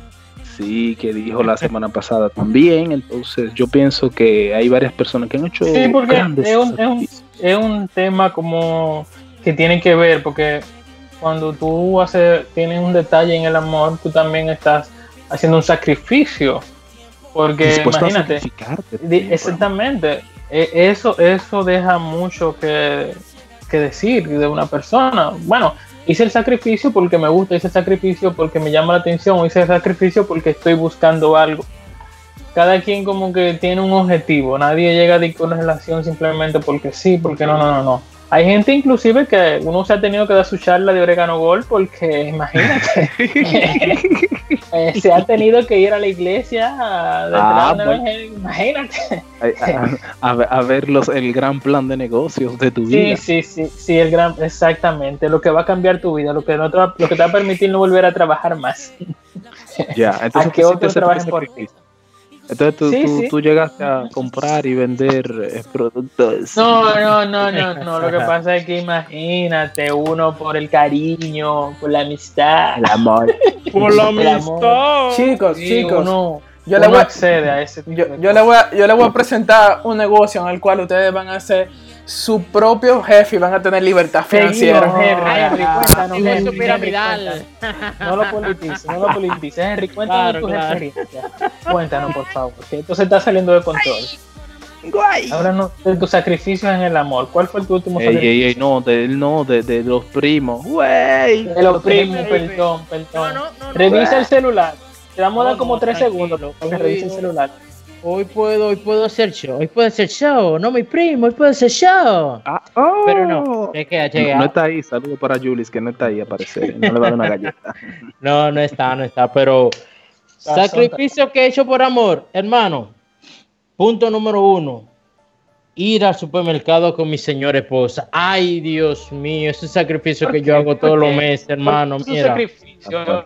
sí, que dijo la semana pasada también. Entonces yo pienso que hay varias personas que han hecho Sí, porque grandes es un, es, un, sacrificios. es un tema como que tiene que ver, porque cuando tú haces, tienes un detalle en el amor, tú también estás haciendo un sacrificio. Porque Dispuesto a imagínate, sacrificarte di- también, exactamente, e- eso, eso deja mucho que, que decir de una persona. Bueno, hice el sacrificio porque me gusta, hice el sacrificio porque me llama la atención, o hice el sacrificio porque estoy buscando algo. Cada quien como que tiene un objetivo, nadie llega a una relación simplemente porque sí, porque no, no, no, no. Hay gente inclusive que uno se ha tenido que dar su charla de orégano gol porque imagínate, eh, se ha tenido que ir a la iglesia a, Ah, una bueno. evangelio, imagínate. A, a- a ver los, el gran plan de negocios de tu Sí, vida. sí, sí, sí, el gran, exactamente, lo que va a cambiar tu vida, lo que, no te va, lo que te va a permitir no volver a trabajar más. Ya, entonces A que tú otros hiciste trabajen ese por ti. sacrificio. Entonces tú, Sí, tú, sí. tú llegaste a comprar y vender eh, productos. No, no, no, no, no, lo que pasa es que imagínate, uno por el cariño, por la amistad. El amor. Por la El amor. Chicos, Sí, chicos, uno, yo uno le voy a- accede a ese tipo Yo, de yo, le voy a, yo le voy a presentar un negocio en el cual ustedes van a ser su propio jefe y van a tener libertad financiera. Seguimos, Henry, Ay, Henry, ah, cuéntanos, negocio Henry, piramidal. Henry, cuéntanos. No lo politices, no lo politices. Henry, cuéntanos Claro, tu claro. experiencia. Cuéntanos, por favor, que esto se está saliendo de control. Háblanos de tus sacrificios en el amor. ¿Cuál fue tu último Ey, sacrificio? ey, ey, no, de él no, de, de los primos. Güey. De los primos, perdón, perdón. No, no, no, no. Revisa el celular. Te vamos a dar No, como no, tres tranquilo. segundos para que Hoy revise el no. celular. Hoy puedo, hoy puedo hacer show, hoy puedo hacer show, no mi primo, hoy puedo hacer show. Ah, oh. Pero no, chequea, No, chequea. no está ahí, saludo para Julis, que no está ahí a aparecer. No le va a dar una galleta. No, no está, no está, pero sacrificio que he hecho por amor, hermano. Punto número uno. Ir al supermercado con mi señora esposa. Ay, Dios mío, ese sacrificio que yo hago todos los meses, hermano. Es un Mira. sacrificio.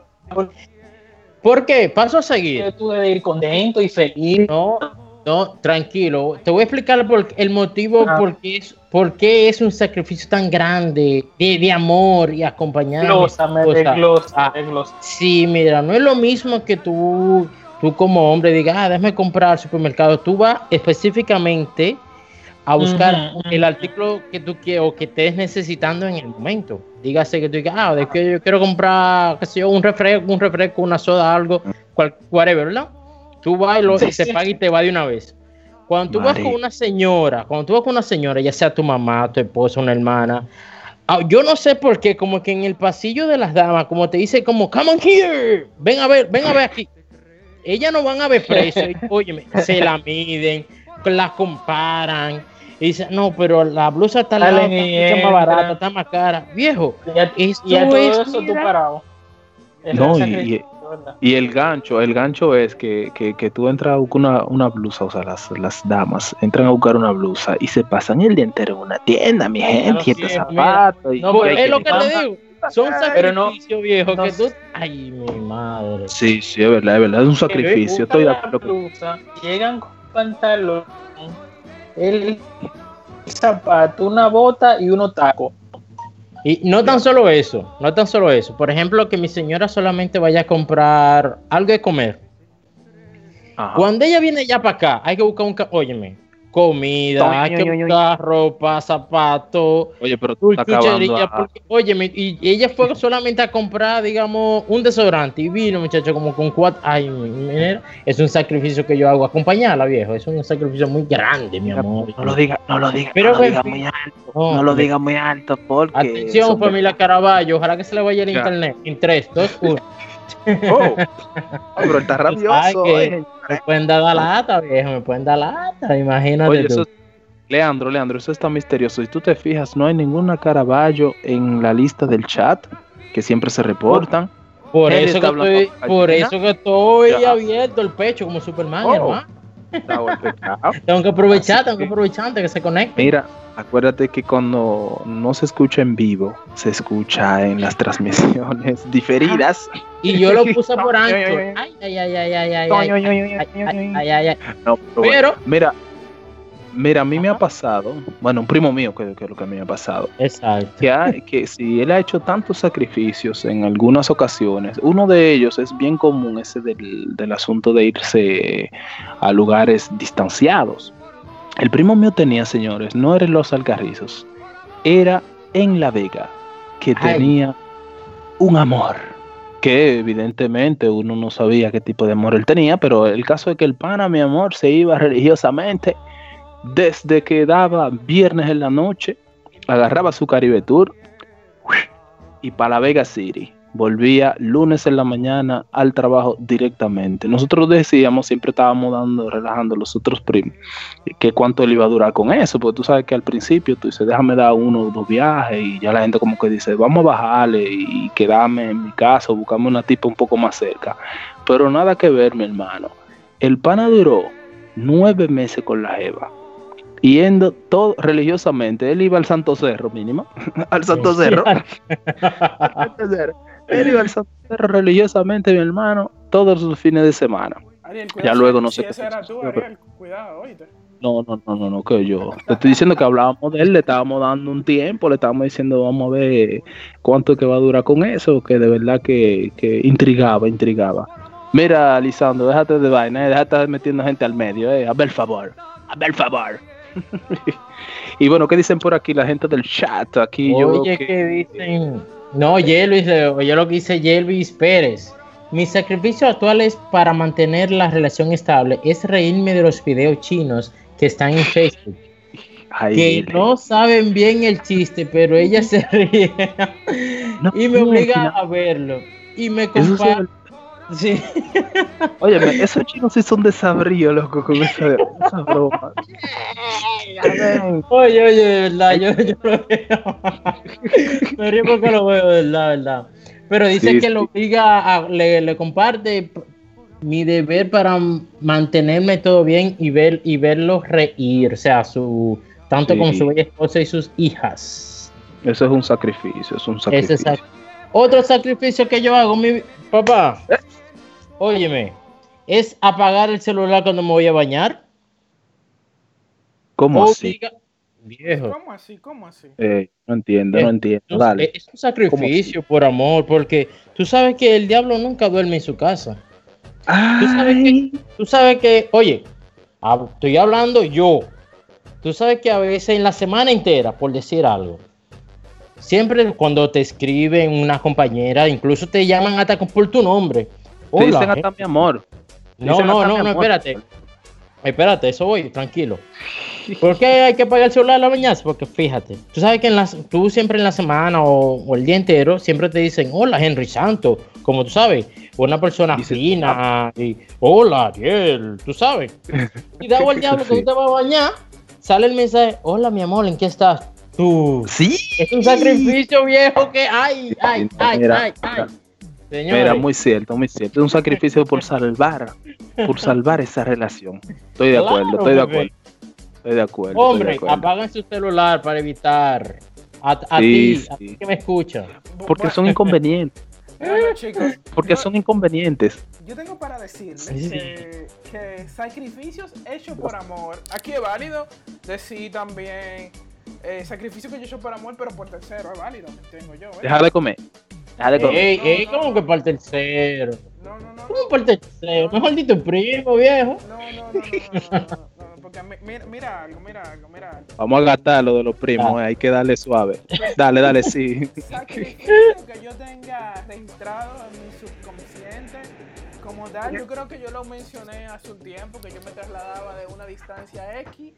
¿Por qué? Paso a seguir. Que tú debes ir contento y feliz. No, no, tranquilo. Te voy a explicar por, el motivo Ah. por qué es, por qué es un sacrificio tan grande de, de amor y acompañar. a mi Glósame, esposa. desglosa, Ah, desglosa. sí, mira, no es lo mismo que tú, tú como hombre digas, ah, déjame comprar al supermercado. Tú vas específicamente a buscar Ujú, el ujú. artículo que tú quieres o que estés necesitando en el momento. Dígase que tú digas, ah, de que yo quiero comprar, qué sé yo, un refresco, un refresco, una soda, algo, cual, whatever, ¿verdad? Tú vas y lo, Sí, se sí. paga y te va de una vez. Cuando tú vas Mari. con una señora, cuando tú vas con una señora, ya sea tu mamá, tu esposa, una hermana, ah, yo no sé por qué, como que en el pasillo de las damas, como te dice, como, come on here, ven a ver, ven a ver aquí. Ellas no van a ver precio, y, óyeme, se la miden, la comparan, y dicen, no, pero la blusa está al lado, Salen está y mucho más entran. barata, está más cara. Viejo, Y a, esto y a todo es, eso tú mira, parado. Es No, un y- sacrificio, ¿verdad? Y el gancho, el gancho es que, que, que tú entras a buscar una, una blusa, o sea, las, las damas entran a buscar una blusa y se pasan el día entero en una tienda, mi Ay, gente, y claro, estos sí, zapatos. Y No, y pues, hay es que- lo que te mamá, digo, son pero no- sacrificios, viejo, no que sé. tú, ay, mi madre. Sí, sí, es verdad, es verdad, es un Que sacrificio. buscan Estoy de la acuerdo con- blusa, llegan con pantalón, el zapato, una bota y unos tacos. Y no tan solo eso, no tan solo eso. Por ejemplo, que mi señora solamente vaya a comprar algo de comer. Ajá. Cuando ella viene ya para acá, hay que buscar un... ca- Óyeme, comida, hay que buscar ropa, zapatos, Oye, pero tú estás acabando. chuchería, a- porque, óyeme, y ella fue solamente a comprar, digamos, un desodorante y vino, muchacho, como con cuatro... Ay, mira, es un sacrificio que yo hago, acompañarla, viejo, es un sacrificio muy grande, mi amor. No lo diga, no lo diga, Pero, no lo diga en fin, muy alto, no, no lo me- diga muy alto, porque... Atención, son- familia Caraballo, ojalá que se le vaya el Ya. internet. En tres, dos, uno. Oh, pero él está Ay, rabioso. que eh. me pueden dar la lata, viejo, me pueden dar lata, imagínate Oye, tú. eso es- Leandro, Leandro, eso está misterioso. Si tú te fijas, no hay ninguna Caraballo en la lista del chat que siempre se reportan. Por Henry eso, está que hablando estoy, con por Gallina. eso que estoy Ya. abierto el pecho como Superman, Oh. hermano. Está golpeado. Tengo que aprovechar, Así tengo que que- aprovechar antes que se conecte. Mira, acuérdate que cuando no se escucha en vivo, se escucha en las transmisiones diferidas. Y yo lo puse por Ay, ancho. ay, Ay, ay, ay, ay, ay, ay, ay, ay, ay, ay, ay, ay, ay. No, pero, bueno, Pero- mira, Mira, a mí me ha pasado, bueno, un primo mío que, que es lo que a mí me ha pasado. Exacto. Que, hay, que si él ha hecho tantos sacrificios en algunas ocasiones, uno de ellos es bien común, ese del, del asunto de irse a lugares distanciados. El primo mío tenía, señores, no era en Los Alcarrizos, era en La Vega, que tenía Ay. un amor, que evidentemente uno no sabía qué tipo de amor él tenía, pero el caso es que el pana, mi amor, se iba religiosamente. Desde que daba viernes en la noche, agarraba su Caribe Tour y para La Vega City. Volvía lunes en la mañana al trabajo directamente. Nosotros decíamos, siempre estábamos dando, relajando los otros primos, que cuánto él iba a durar con eso, porque tú sabes que al principio tú dices, déjame dar uno o dos viajes, y ya la gente como que dice, vamos a bajarle y quedarme en mi casa o buscarme una tipa un poco más cerca. Pero nada que ver, mi hermano. El pana duró nueve meses con la jeva. Yendo todo religiosamente, él iba al Santo Cerro, mínimo, al Santo Cerro. Él iba al Santo Cerro religiosamente, mi hermano, todos los fines de semana. Ariel, ya luego no sé si qué. Ese era tú, Ariel, cuidado, oíste. No, no, no, no, no, que yo. Te estoy diciendo que hablábamos de él, le estábamos dando un tiempo, le estábamos diciendo, vamos a ver cuánto es que va a durar con eso, que de verdad que, que intrigaba, intrigaba. Mira, Lisandro, déjate de vaina, eh, déjate de estar metiendo gente al medio, eh, a ver el favor, a ver el favor. Y bueno, ¿qué dicen por aquí la gente del chat? Aquí Oye, yo que... ¿qué dicen? No, Yelvis, oye lo que dice Yelvis Pérez. Mi sacrificio actual es para mantener la relación estable, es reírme de los videos chinos que están en Facebook. Ay, que dile. No saben bien el chiste, pero ella se ríe no, y me obliga no, a verlo. Y me comparte. Sí. Oye, esos chinos sí son desabríos, loco, con esa, esa broma. Oye, oye, de verdad, yo, yo lo veo. Me río porque lo veo, de verdad, verdad. Pero dice sí, que sí. lo obliga a, le, le comparte mi deber para mantenerme todo bien y ver y verlos reír, o sea, su tanto sí. con su bella esposa y sus hijas. Eso es un sacrificio, es un sacrificio. Ese sac- Otro sacrificio que yo hago, mi papá. ¿Eh? Óyeme, es apagar el celular cuando me voy a bañar. ¿Cómo así? Viejo. ¿Cómo así? ¿Cómo así? Eh, no entiendo, eh, no entiendo. No, Dale. Es un sacrificio por amor, porque tú sabes que el diablo nunca duerme en su casa. Tú sabes que, tú sabes que, oye, estoy hablando yo. Tú sabes que a veces en la semana entera, por decir algo, siempre cuando te escriben una compañera, incluso te llaman hasta por tu nombre. Hola, te dicen hasta eh. mi amor. No, no, no, no, espérate. Espérate, eso voy, tranquilo. ¿Por qué hay que apagar el celular a la mañana? Porque fíjate, tú sabes que en las, tú siempre en la semana o, o el día entero siempre te dicen, hola Henry Santos, como tú sabes, una persona Dice, fina, y hola Ariel, tú sabes. Y da el diablo que sí. tú te vas a bañar, sale el mensaje, hola mi amor, ¿en qué estás? Tú. Sí. Es un sacrificio viejo que ay, ay, ay, mira, ay, ay. Señores. Mira, muy cierto, muy cierto. Es un sacrificio por salvar, por salvar esa relación. Estoy de acuerdo, claro, estoy de acuerdo. Estoy de acuerdo. Hombre, estoy de acuerdo. Apaguen su celular para evitar a, a sí, ti, sí. a ti que me escuchan. Porque son inconvenientes. Bueno, chicos, porque yo, son inconvenientes. Yo tengo para decirles sí. que, que sacrificios hechos por amor. Aquí es válido decir también eh, sacrificio que yo he hecho por amor, pero por tercero es válido, tengo yo. ¿eh? Dejar de comer. Dejar de comer. Ey, ey, ¿cómo que para el tercero? No, no, no. ¿Cómo para el tercero? Mejor di tu primo, viejo. No, no, no, no, no, no, no. Porque mira, mira algo, mira algo, mira algo. Vamos a gastar lo de los primos, ah. eh, hay que darle suave. Dale, dale, sí. Sacrificio que yo tenga registrado en mi subconsciente como tal, yo creo que yo lo mencioné hace un tiempo, que yo me trasladaba de una distancia X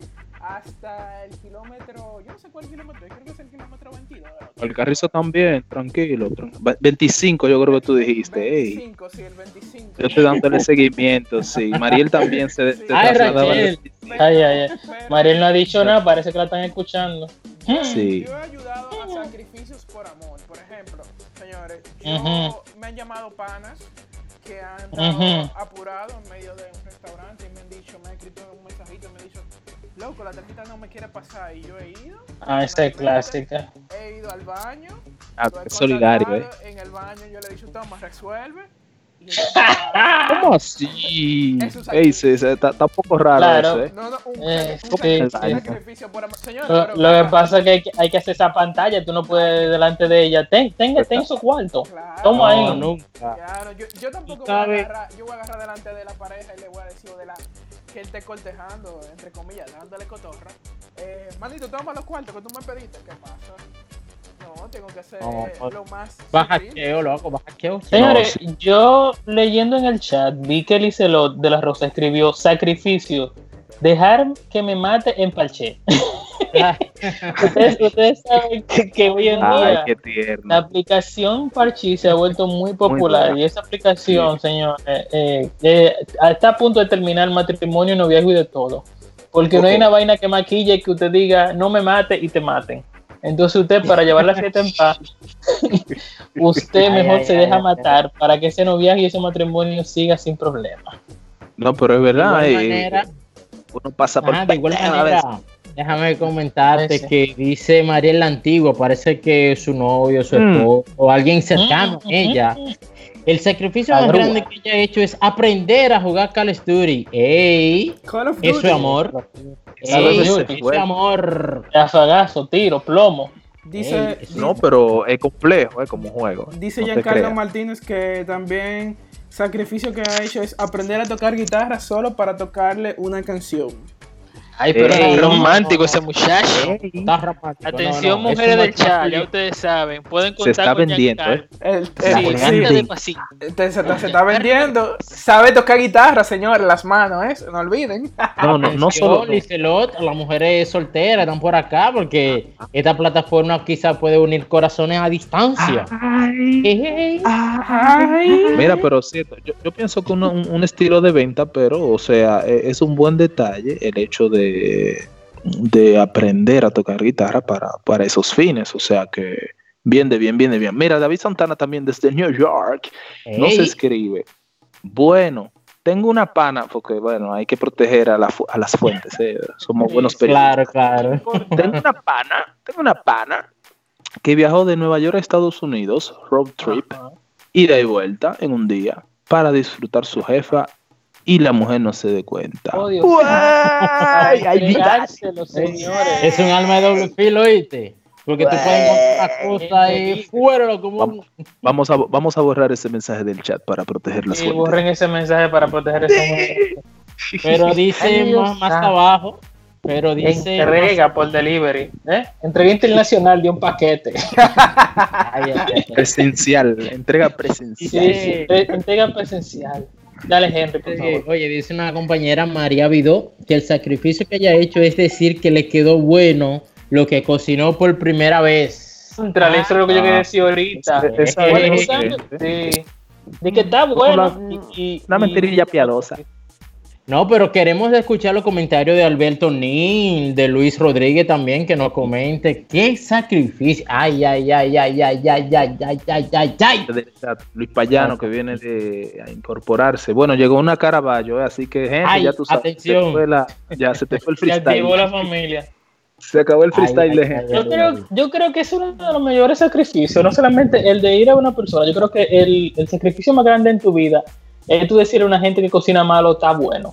hasta el kilómetro, yo no sé cuál kilómetro, creo que es el kilómetro veintidós. El Carrizo también, tranquilo. Tran- veinticinco yo creo que tú dijiste. veinticinco, ey. Sí, el veinticinco. Yo estoy dándole seguimiento, sí. Mariel también se, se ay, trasladaba. Raquel. Ay, ay, ay. Mariel no ha dicho nada, parece que la están escuchando. Sí. Yo he ayudado a sacrificios por amor, por ejemplo, señores, yo Uh-huh. me han llamado panas que han estado Uh-huh. apurados en medio de un restaurante y me han dicho, me han escrito un mensajito y me han dicho, loco, la tarjeta no me quiere pasar, y yo he ido. Ah, esa es clásica. He ido al baño. Ah, es solidario, eh. En el baño yo le he dicho, toma, resuelve. ¿Cómo así? Eso es Ey, sí, sí, está, está un poco raro Claro. eso, ¿eh? No, no, un, Eh, un sí, sac- sí. un sacrificio por amor. Señores, Lo, pero- lo que pasa es que hay, que hay que hacer esa pantalla, tú no puedes delante de ella. Ten, tenga, ten su cuarto. Claro. Toma No, ahí. nunca. Claro, yo, yo tampoco voy ¿Tú a sabes? agarrar, yo voy a agarrar delante de la pareja y le voy a decir o de la que él esté cortejando, entre comillas, dándole cotorra. Eh, manito, toma los cuartos que tú me pediste, ¿qué pasa? No, tengo que ser No, pues, lo más Baja sutil. cheo, loco, baja cheo. Señores, yo leyendo en el chat vi que Licelot de la Rosa escribió sacrificio, dejar que me mate en Palché. ustedes, ustedes saben que, que hoy en Ay, día qué la tierno. aplicación Parchi se ha vuelto muy popular buena. y esa aplicación, señores, eh, eh, está a punto de terminar el matrimonio, noviazgo y de todo. Porque no hay una vaina que maquille que usted diga no me mate y te maten. Entonces usted para llevar la fiesta en paz, usted Ay, mejor ay, se ay, deja ay, matar para que ese noviazgo y ese matrimonio siga sin problema. No, pero es De verdad, igual eh, manera, uno pasa por ajá, de igual pendejo a veces. manera, déjame comentarte Ese. que dice Mariel la Antigua, parece que su novio, su Mm. esposo o alguien cercano Mm, a ella. mm, El sacrificio La más grúa. grande que ella ha hecho es aprender a jugar Call of Duty. ¡Ey! Call of Eso Duty. es amor. Call ¡Ey! of Eso Duty. es amor. Afagazo, tiro, plomo. Dice, Ey, di- No, pero es complejo, es como juego. dice no te Giancarlo creas. Martínez que también sacrificio que ha hecho es aprender a tocar guitarra solo para tocarle una canción. Ay, pero Ey, es no, romántico no, ese muchacho. Está romántico. Atención, No, no, mujeres eso del no chat, está ya ustedes saben, pueden Se contar está con vendiendo, Giancarlo. ¿eh? El, Sí, el- La venga gente. despacito. Te- se, se está vendiendo. Sabe tocar guitarra, señores, las manos, ¿eh? No olviden. No, no, no solo. no. Licelot, las mujeres solteras están por acá porque esta plataforma quizá puede unir corazones a distancia. Ey, Ay. Mira, pero cierto, yo, yo pienso que uno- un, un estilo de venta, pero, o sea, e- es un buen detalle el hecho de, de aprender a tocar guitarra para, para esos fines, o sea que bien de bien, bien de bien. Mira, David Santana también desde New York nos ey. escribe, bueno, tengo una pana, porque bueno, hay que proteger a, la fu- a las fuentes, ¿eh? Somos buenos periodistas. Claro, claro. Tengo una pana, tengo una pana que viajó de Nueva York a Estados Unidos, road trip, ida y vuelta en un día, para disfrutar su jefa y la mujer no se dé cuenta. Oh, Dios. ¡Guay! Ay, ¡Ay, vida! entregárselo, señores. Es un alma de doble filo, ¿oíste? Porque tú puedes encontrar una cosa ahí fuera de lo común. Vamos a, vamos a borrar ese mensaje del chat para proteger las Y fuentes. borren ese mensaje para proteger ese Pero dice Ay, Dios más, más santo. abajo. Pero dice. entrega por delivery. ¿eh? Entrega internacional de un paquete. Ay, ay, ay. Presencial, entrega Sí, presencial. sí, pre- entrega presencial. Dale, Henry, por Oye, favor. oye, dice una compañera María Vidó que el sacrificio que ella ha hecho es decir que le quedó bueno lo que cocinó por primera vez. Contra, eso es lo que yo quería decir ahorita. Esa- esa Bueno, es tú sabes, excelente. sí. De que está bueno. Una- y- y- una y- mentirilla piadosa. No, pero queremos escuchar los comentarios de Alberto Nin, de Luis Rodríguez también, que nos comente qué sacrificio. Ay, ay, ay, ay, ay, ay, ay, ay, ay, ay, ay. Del chat, Luis Payano, que viene de, a incorporarse. Bueno, llegó una Caraballo, ¿eh? Así que, gente, Ay, ya tú sabes. atención. Se fue la- ya se te fue el Se activó freestyle. la familia. Se acabó el Ay, freestyle ay, de ay, gente. ay, Yo ay, creo, ay. yo creo que es uno de los mayores sacrificios, no solamente el de ir a una persona, yo creo que el, el sacrificio más grande en tu vida es tú decirle a una gente que cocina malo está bueno.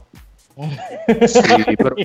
Sí, pero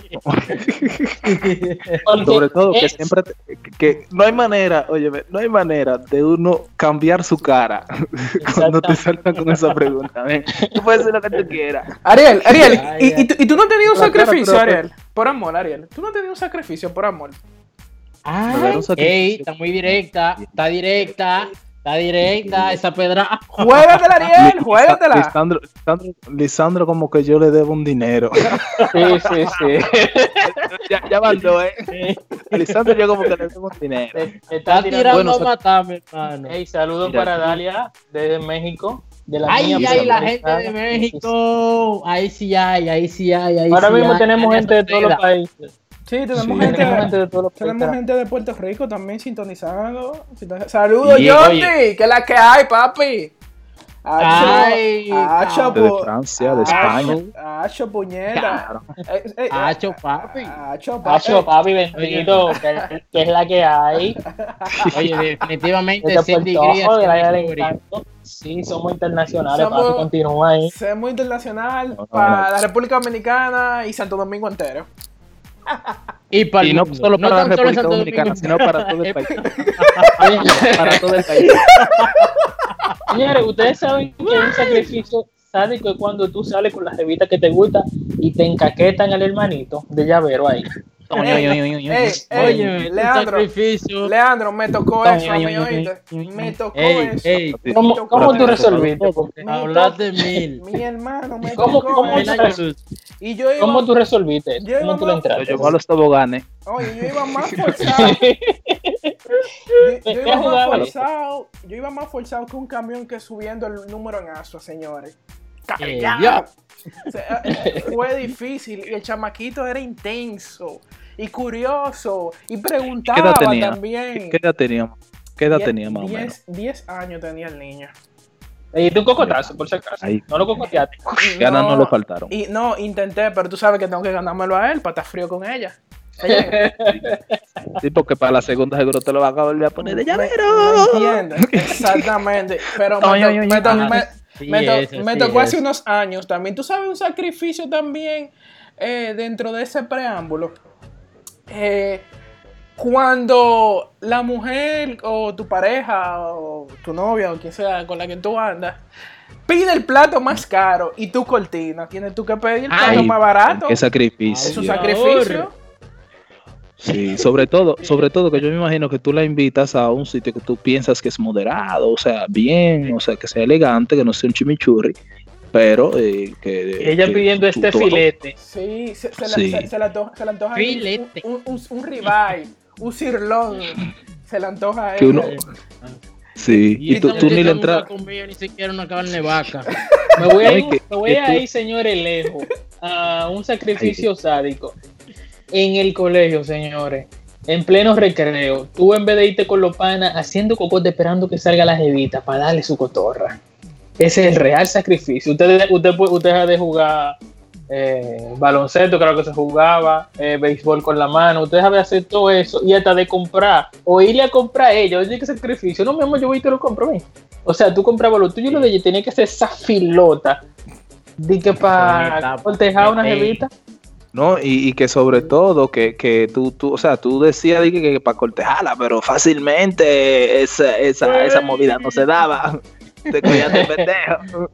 Porque sobre todo que es- siempre te- que, que no hay manera, oye, no hay manera de uno cambiar su cara cuando te salgan con esa pregunta. ¿Ven? Tú puedes decir lo que tú quieras. Ariel, Ariel, Ay, ¿y, y, tú, y tú no has tenido un Pero, claro, sacrificio, pero- Ariel? Por amor, Ariel. ¿Tú no has tenido un sacrificio por amor? Ay, un sacrificio. ey, está muy directa, está directa, está directa esa pedra. Juégatela, Ariel, juégatela. Lisandro, Lisandro, Lisandro como que yo le debo un dinero. Sí, sí, sí. ya, ya mandó, ¿eh? A Lisandro yo como que le debo un dinero. Te- te Está está tirando tirando. Bueno, a sa- matarme, hermano. Hey, saludos Mira, para sí. Dalia desde México. De la Ay, niña ay, la americana. gente de México. Ahí sí hay, ahí sí hay, ahí Ahora sí mismo hay. tenemos Ay, gente de todos los espera. países. Sí, tenemos, Sí. gente, Tenemos gente de todos los tenemos países. gente de Puerto Rico también sintonizando. Sintoniz- Saludos, Y, Jordi, oye. que es la que hay, papi. Ay, Acho, De Francia, de España. Acho, puñeta. Claro. Eh, eh, Acho, papi. Acho, Pacho, papi. papi, bendito, que, que es la que hay. Oye, definitivamente Este Cindy Puerto Gría Ojo, de la haciendo del historia. encanto. Sí, somos internacionales, Somos- papi, continúa ahí. Somos internacional No, no, para no. la República Dominicana y Santo Domingo entero. Y, para Y el no mundo. solo para la tan solo República Santo Dominicana, Domingo. sino para todo el país. Para todo el país. Señores, ustedes saben que un sacrificio sádico es cuando tú sales con la revista que te gusta y te encaquetan al hermanito de llavero ahí. Ey, ey, ey, Oye, un Leandro, sacrificio. Leandro, me tocó Ay, eso a ay, mí, ay, oíste. ay, Me tocó Ey, eso. ey, ¿Cómo, tocó cómo tú eso. resolviste? Porque- Me hablar tocó- de mil. Mi hermano me ¿Cómo- tocó cómo eso. tú- Y yo iba, ¿Cómo tú resolviste eso? Yo iba ¿Cómo tú más- le Lo entraste? llevó a los toboganes. oye, yo iba más forzado. Yo, yo ¿Qué iba más jugaba? forzado. Yo iba más forzado que un camión que subiendo el número en Asua, señores. Eh, Ya. ya. O sea, fue difícil y el chamaquito era intenso y curioso y ¿Qué preguntaba edad tenía? también. ¿Qué edad teníamos? ¿Qué edad Die- tenía más o menos? diez, diez años tenía el niño. Y tú cocotazo, por si acaso. Ahí. No lo cocoteaste. Ganas no le faltaron. Y no, intenté, pero tú sabes que tengo que ganármelo a él para estar frío con ella. Ella- Sí, porque para la segunda seguro te lo vas a volver a poner de ¿Me, llavero. me entiendes? Exactamente. Pero me, Ay, to- ay, ay, me to- ay. me- Sí me to- es, me sí tocó es. hace unos años también. Tú sabes un sacrificio también eh, dentro de ese preámbulo. Eh, cuando la mujer o tu pareja o tu novia o quien sea con la que tú andas pide el plato más caro y tu cortina, tienes tú que pedir el plato Ay, más barato. Qué Es sacrificio. un Ay, sacrificio. Sí, sobre todo, sobre todo que yo me imagino que tú la invitas a un sitio que tú piensas que es moderado, o sea, bien, o sea, que sea elegante, que no sea un chimichurri, pero eh, que... Ella que pidiendo tú- este tú- filete. Sí, se, se, Sí. La, se, se le antoja, se le antoja ahí Filete. un, un, un, un ribeye, un sirlón. Se le antoja a Que ella. uno- Sí, y, tú, tú ni le entras... Ni siquiera una carne de vaca. Me voy a No, y ir, que- me voy que a tú- ir, señores, lejos. A un sacrificio sádico. En el colegio, señores. En pleno recreo. Tú en vez de irte con los panas haciendo cocote esperando que salga la jevita para darle su cotorra. Ese es el real sacrificio. Usted, usted, puede- usted deja de jugar eh, baloncesto, creo que se jugaba, eh, béisbol con la mano. Usted deja de hacer todo eso y hasta de comprar. O irle a comprar a ella. Oye, qué sacrificio. No, mi amor, yo voy y te lo compro. Ven. O sea, tú comprabas lo tuyo y lo de ella. Tenía que ser esa filota. De que para cortejar a una Ey. jevita. No, y, y que sobre todo que, que tú, tú, o sea, tú decías di que, que para cortejarla, pero fácilmente esa, esa, esa movida no se daba. Te cogías de pendejo.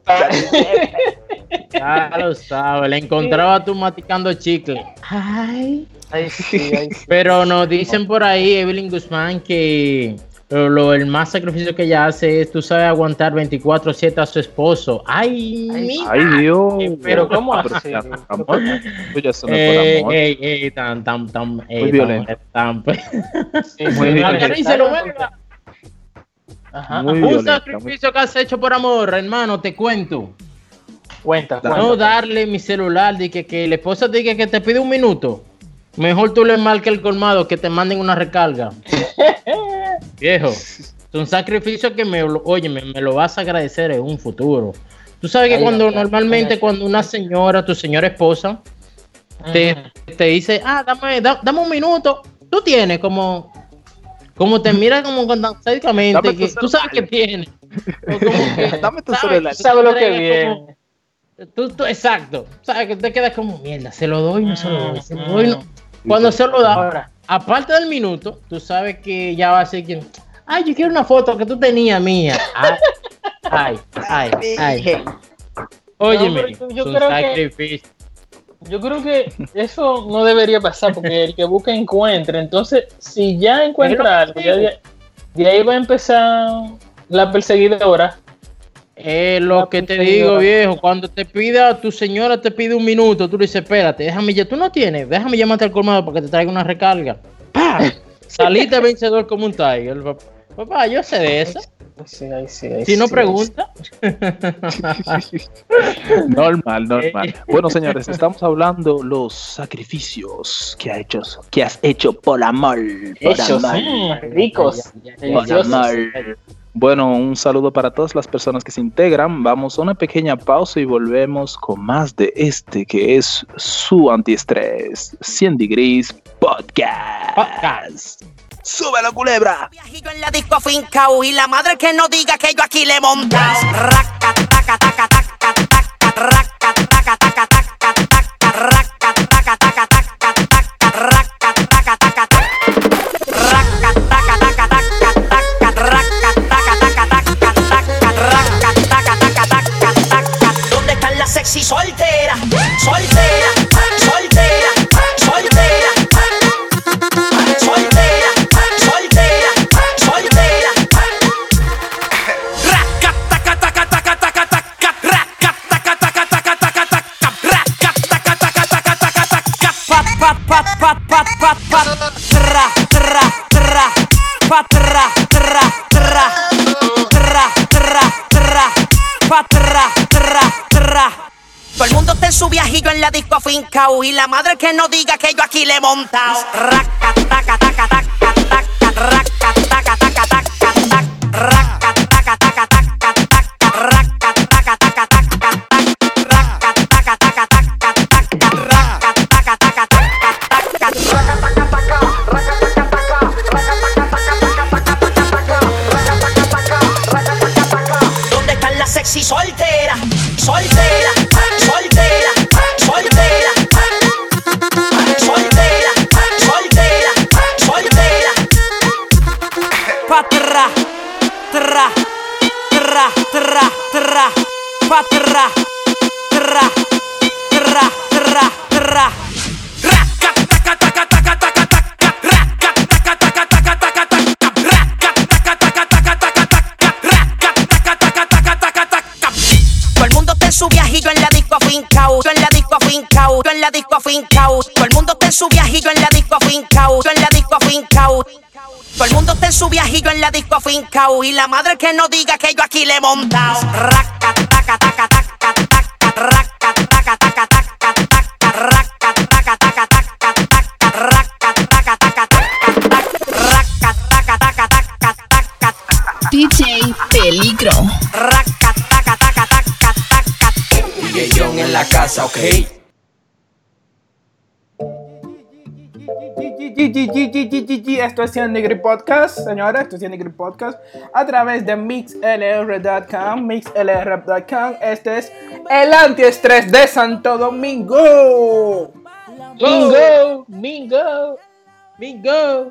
Ya lo sabes, le encontraba tú maticando chicle. Ay. Ay, sí, ay, sí. Pero nos dicen por ahí, Evelyn Guzmán, que lo, lo- el más sacrificio que ella hace es, tú sabes, aguantar veinticuatro siete a su esposo. Ay, mira. Ay, Dios. Pero ¿cómo Ah, pero así? ya, amor, tú ya eso no es Ey, por amor. ey, ey, tan, tan, tan, ey, tan- violento. tan- Sí, Muy sí, bien. vale, Díselo, está- venga. Ajá, Muy ajá. Un violenta, sacrificio que has hecho por amor, hermano, te cuento. Cuenta, Dale. No cuenta. darle mi celular, de que, que la esposa diga que te pide un minuto. Mejor tú le marques el colmado que te manden una recarga. Viejo, es un sacrificio que me, lo- oye, me, me lo vas a agradecer en un futuro. Tú sabes que Ay, cuando ay, ay, normalmente ay, cuando una señora, tu señora esposa, te, te dice, ah, dame, da- dame un minuto, tú tienes como, como te mira como con tan sádicamente, Dame tu que tú sabes que celular. tiene. O como que, Dame tu ¿sabes? celular. Tú Sabe lo que entregas viene. como- Tú, tú- exacto, sabes que te quedas como mierda, se lo doy, no se lo doy, se lo doy, no. Cuando se lo da, ahora, aparte del minuto, tú sabes que ya va a ser quien, ay, yo quiero una foto que tú tenías mía. Ay, ay, ay, ay. Óyeme, No, pero yo es un creo que- sacrificio. Yo creo que eso no debería pasar porque el que busca encuentra. Entonces, si ya encuentra algo, ya de, de ahí va a empezar la perseguidora. Es lo La que te señora. digo, viejo. Cuando te pida, tu señora te pide un minuto, tú le dices, espérate, déjame ya, tú no tienes, déjame llamarte al colmado para que te traiga una recarga. ¡Pah! Saliste vencedor como un tiger. Papá, Papá, yo sé de eso. Sí, ay, sí, ay, Si no sí, pregunta. Normal, normal. Bueno, señores, estamos hablando los sacrificios que, ha hecho, que has hecho por amor. Por Hechos, amor. mm, ricos, Por deliciosos. amor. Bueno, un saludo para todas las personas que se integran. Vamos a una pequeña pausa y volvemos con más de este que es su antiestrés, cien Degrees Podcast. Podcast. ¡Súbelo, culebra! Viajillo en la disco fincao y la madre que no diga que yo aquí le he montado. Raca, taca, taca, taca, taca, raca, taca, taca, taca, taca, raca, taca, taca, taca, taca, raca, taca, taca, taca, raca, taca, taca, taca, taca, raca, taca, taca, taca, taca, raca, taca, taca, taca, taca. ¿Dónde están las sexy solteras? Soltera, soltera, soltera. Soltera, soltera, soltera. Raca, taca, taca, taca, taca, taca, raca, taca, taca, taca, taca, taca, raca, taca, taca, taca, taca, taca. Pa, pa, pa, pa, pa, pa, pa, tra, tra, tra, pa, tra, tra, tra, tra, tra, tra, pa, tra, tra, tra. Todo el mundo está en su viajillo en la disco fincao y la madre que no diga que yo aquí le he montado. Raca, taca, taca, taca, taca, raca, taca, taca, taca, taca, raca, taca, taca, taca, taca, raca, taca, taca, taca, taca, raca, taca, taca, taca, taca, raca, taca, taca, taca. ¿Dónde están las sexy solteras? Soltera, soltera, soltera, soltera, soltera, soltera. Pa tra, tra, tra, tra, tra, pa tra, tra, tra, tra, tra. Raca, taca, taca, taca, taca, taca, raca, taca, taca, taca, taca, taca, raca, taca, taca, taca, taca, taca, raca, taca, taca, taca, taca, taca. Todo el mundo está en su viajillo en la disco fincao, yo en la disco fincao, yo en la disco fincao. Todo el mundo está en su viajillo en la disco fincao, yo en la disco fincao. Todo el mundo está en su viajillo en la disco fincao y la madre que no diga que yo aquí le he montado. Raca, taca, taca, taca, taca, raca, taca, taca, taca, taca, raca, taca, taca, taca, taca, raca, taca, taca, taca, taca, raca, taca, taca, taca, taca. D J Peligro. Raca, taca, taca, taca, taca. D J John en la casa, ok. Esto es Cien Degree Podcast, señores, esto es Cien Degree Podcast a través de mix l r punto com, mix l r punto com. Este es el antiestrés de Santo Domingo. Mingo, Mingo, Mingo.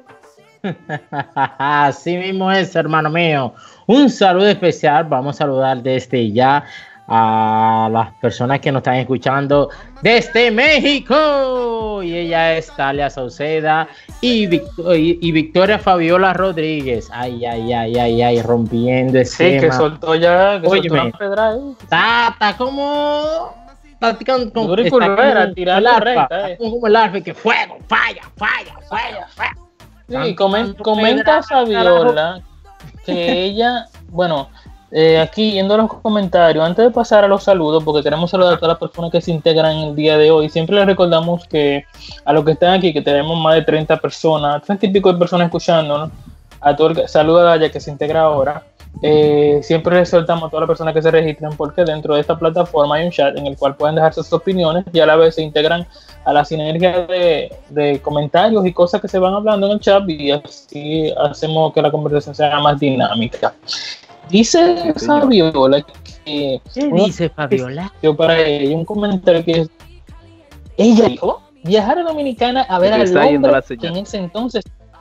Así mismo es, hermano mío. Un saludo especial. Vamos a saludar desde ya a las personas que nos están escuchando desde México. Y ella es Talia Sauceda y, Victor- y, y Victoria Fabiola Rodríguez. Ay, ay, ay, ay, ay, rompiendo ese. Sí, que soltó ya, que Óyeme, soltó una pedra ahí. Está, está como. Está con, con, Duro y está pulvera, como tirar el arpa, correcta, eh. está como el arpa que fuego, falla, falla, falla, falla. Sí, comen, comenta Fabiola que ella, bueno, eh, aquí yendo a los comentarios, antes de pasar a los saludos, porque queremos saludar a todas las personas que se integran el día de hoy, siempre les recordamos que a los que están aquí, que tenemos más de treinta personas, treinta y pico de personas escuchándonos, a todo el que, saluda a Daya que se integra ahora. Eh, siempre les soltamos a todas las personas que se registran porque dentro de esta plataforma hay un chat en el cual pueden dejar sus opiniones y a la vez se integran a la sinergia de, de comentarios y cosas que se van hablando en el chat y así hacemos que la conversación sea más dinámica. Dice sí, Fabiola que... ¿Qué dice Fabiola? Yo para ella un comentario que es, ella dijo viajar a Dominicana a ver al hombre que en ese entonces...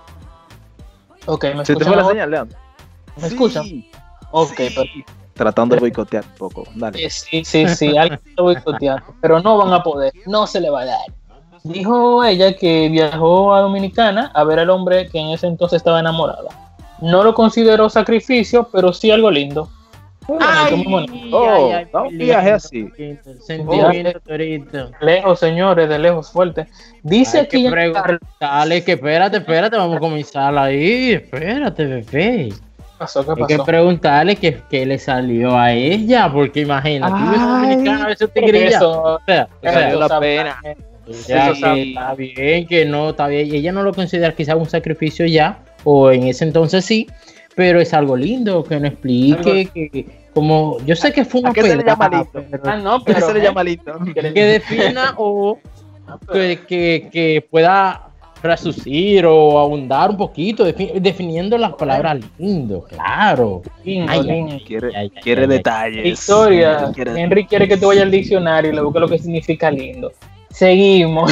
Ok, ¿me ¿Se te fue la señal, León? ¿Me sí. escuchan? Ok, pero... Tratando de boicotear un poco, dale. Sí, sí, sí, algo de boicotear, pero no van a poder, no se le va a dar. Dijo ella que viajó a Dominicana a ver al hombre que en ese entonces estaba enamorada. No lo consideró sacrificio, pero sí algo lindo. Muy bonito, muy bonito. Oh, ay, ay, un viaje así. Sentimiento, oh, lejos, señores, de lejos, fuerte. Dice hay aquí... Que preguntarle que espérate, espérate, vamos a comenzar ahí. Espérate, bebé. Pasó, ¿qué pasó? Hay que preguntarle qué, qué le salió a ella, porque imagínate, vives en Dominicana, a veces te grilla. Eso, o sea, o sea, valió la pena. Ya, eso que está bien, que no, está bien. Ella no lo considera quizás un sacrificio ya, o en ese entonces sí, pero es algo lindo que nos explique, que como, yo sé que fue una ¿A qué se le llama lindo? Pero, ah, no, pero, ¿qué se le llama lindo? Que defina o que, que, que pueda resucir o abundar un poquito, defi- definiendo las palabras lindo, claro. Lindo, Ay, lindo. ay, Quiere, ay, ay, quiere ay, ay. detalles. Historia. Quiere- Henry quiere que te vaya al diccionario y le busque lo que significa lindo. Seguimos.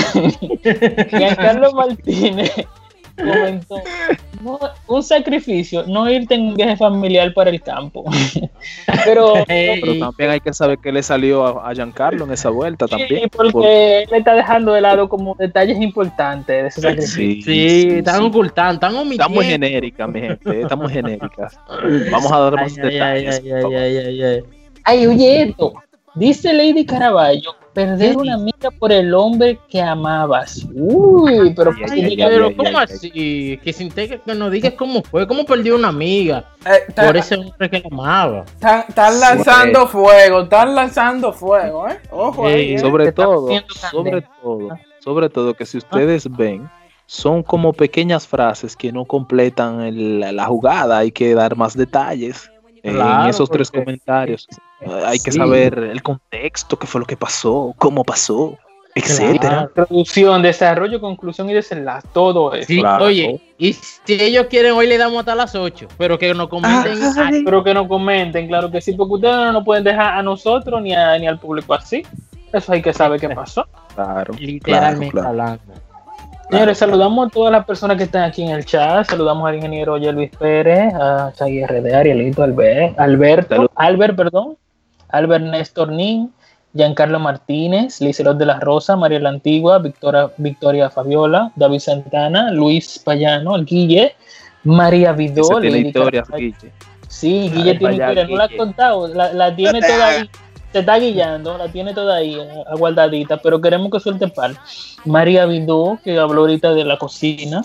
Giancarlo Martínez comentó: no, un sacrificio, no irte en un viaje familiar para el campo. Pero, Pero también hay que saber que le salió a, a Giancarlo en esa vuelta sí, también. porque Por- él está dejando de lado como detalles importantes de ese sacrificio. Sí, Sí, sí, están sí. ocultando, están Está omitiendo. muy genérica, mi gente. Está muy genéricas. Vamos a dar más Ay, ay, detalles. ay, por ay, favor. ay, ay, ay. Ay, oye esto. Dice Lady Caraballo: perder una amiga por el hombre que amabas. Uy, pero Ay, Ay, ay, pero ay, ¿cómo ay, ay. así? Que se integre, que nos digas cómo fue, cómo perdió una amiga Eh, ta- por ese hombre que la amaba. Están están lanzando fuego, están lanzando fuego, ¿eh? Ojo ahí, ¿eh? Sobre Te está todo, poniendo sobre candela. todo, sobre todo que si ustedes ven, son como pequeñas frases que no completan el- la jugada. Hay que dar más detalles eh, en Claro, esos tres porque- comentarios. Eh, Hay que Sí. saber el contexto, qué fue lo que pasó, cómo pasó, etcétera. Claro. Introducción, desarrollo, conclusión y desenlace. Todo eso. Sí, Claro. oye, y si ellos quieren, hoy le damos hasta las ocho, pero que nos comenten. Ay. Pero que nos comenten, claro que sí, porque ustedes no nos pueden dejar a nosotros ni, a- ni al público así. Eso hay que saber qué pasó. Claro, literalmente claro, claro. hablando. Señores, saludamos a todas las personas que están aquí en el chat. Saludamos al ingeniero Oye Luis Pérez, a Chagui R D, Arielito, Albert, Alberto, Salud. Albert, perdón, Albert Néstor Nin, Giancarlo Martínez, Lizelot de la Rosa, María la Antigua, Victoria, Victoria Fabiola, David Santana, Luis Payano, el Guille, María Vidó, Ese tiene Lady historias, Caraballo. Guille. Sí, Guille Ay, tiene vaya, historia, no la ha Guille. contado, la, la tiene toda ahí, se está guillando, la tiene toda ahí eh, aguardadita, pero queremos que suelte par. María Vidó, que habló ahorita de la cocina,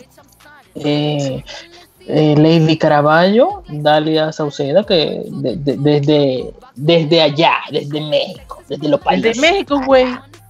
eh, eh, Lady Caraballo, Dalia Sauceda, que de- de- desde, desde allá, desde México, desde los países. Desde México, güey.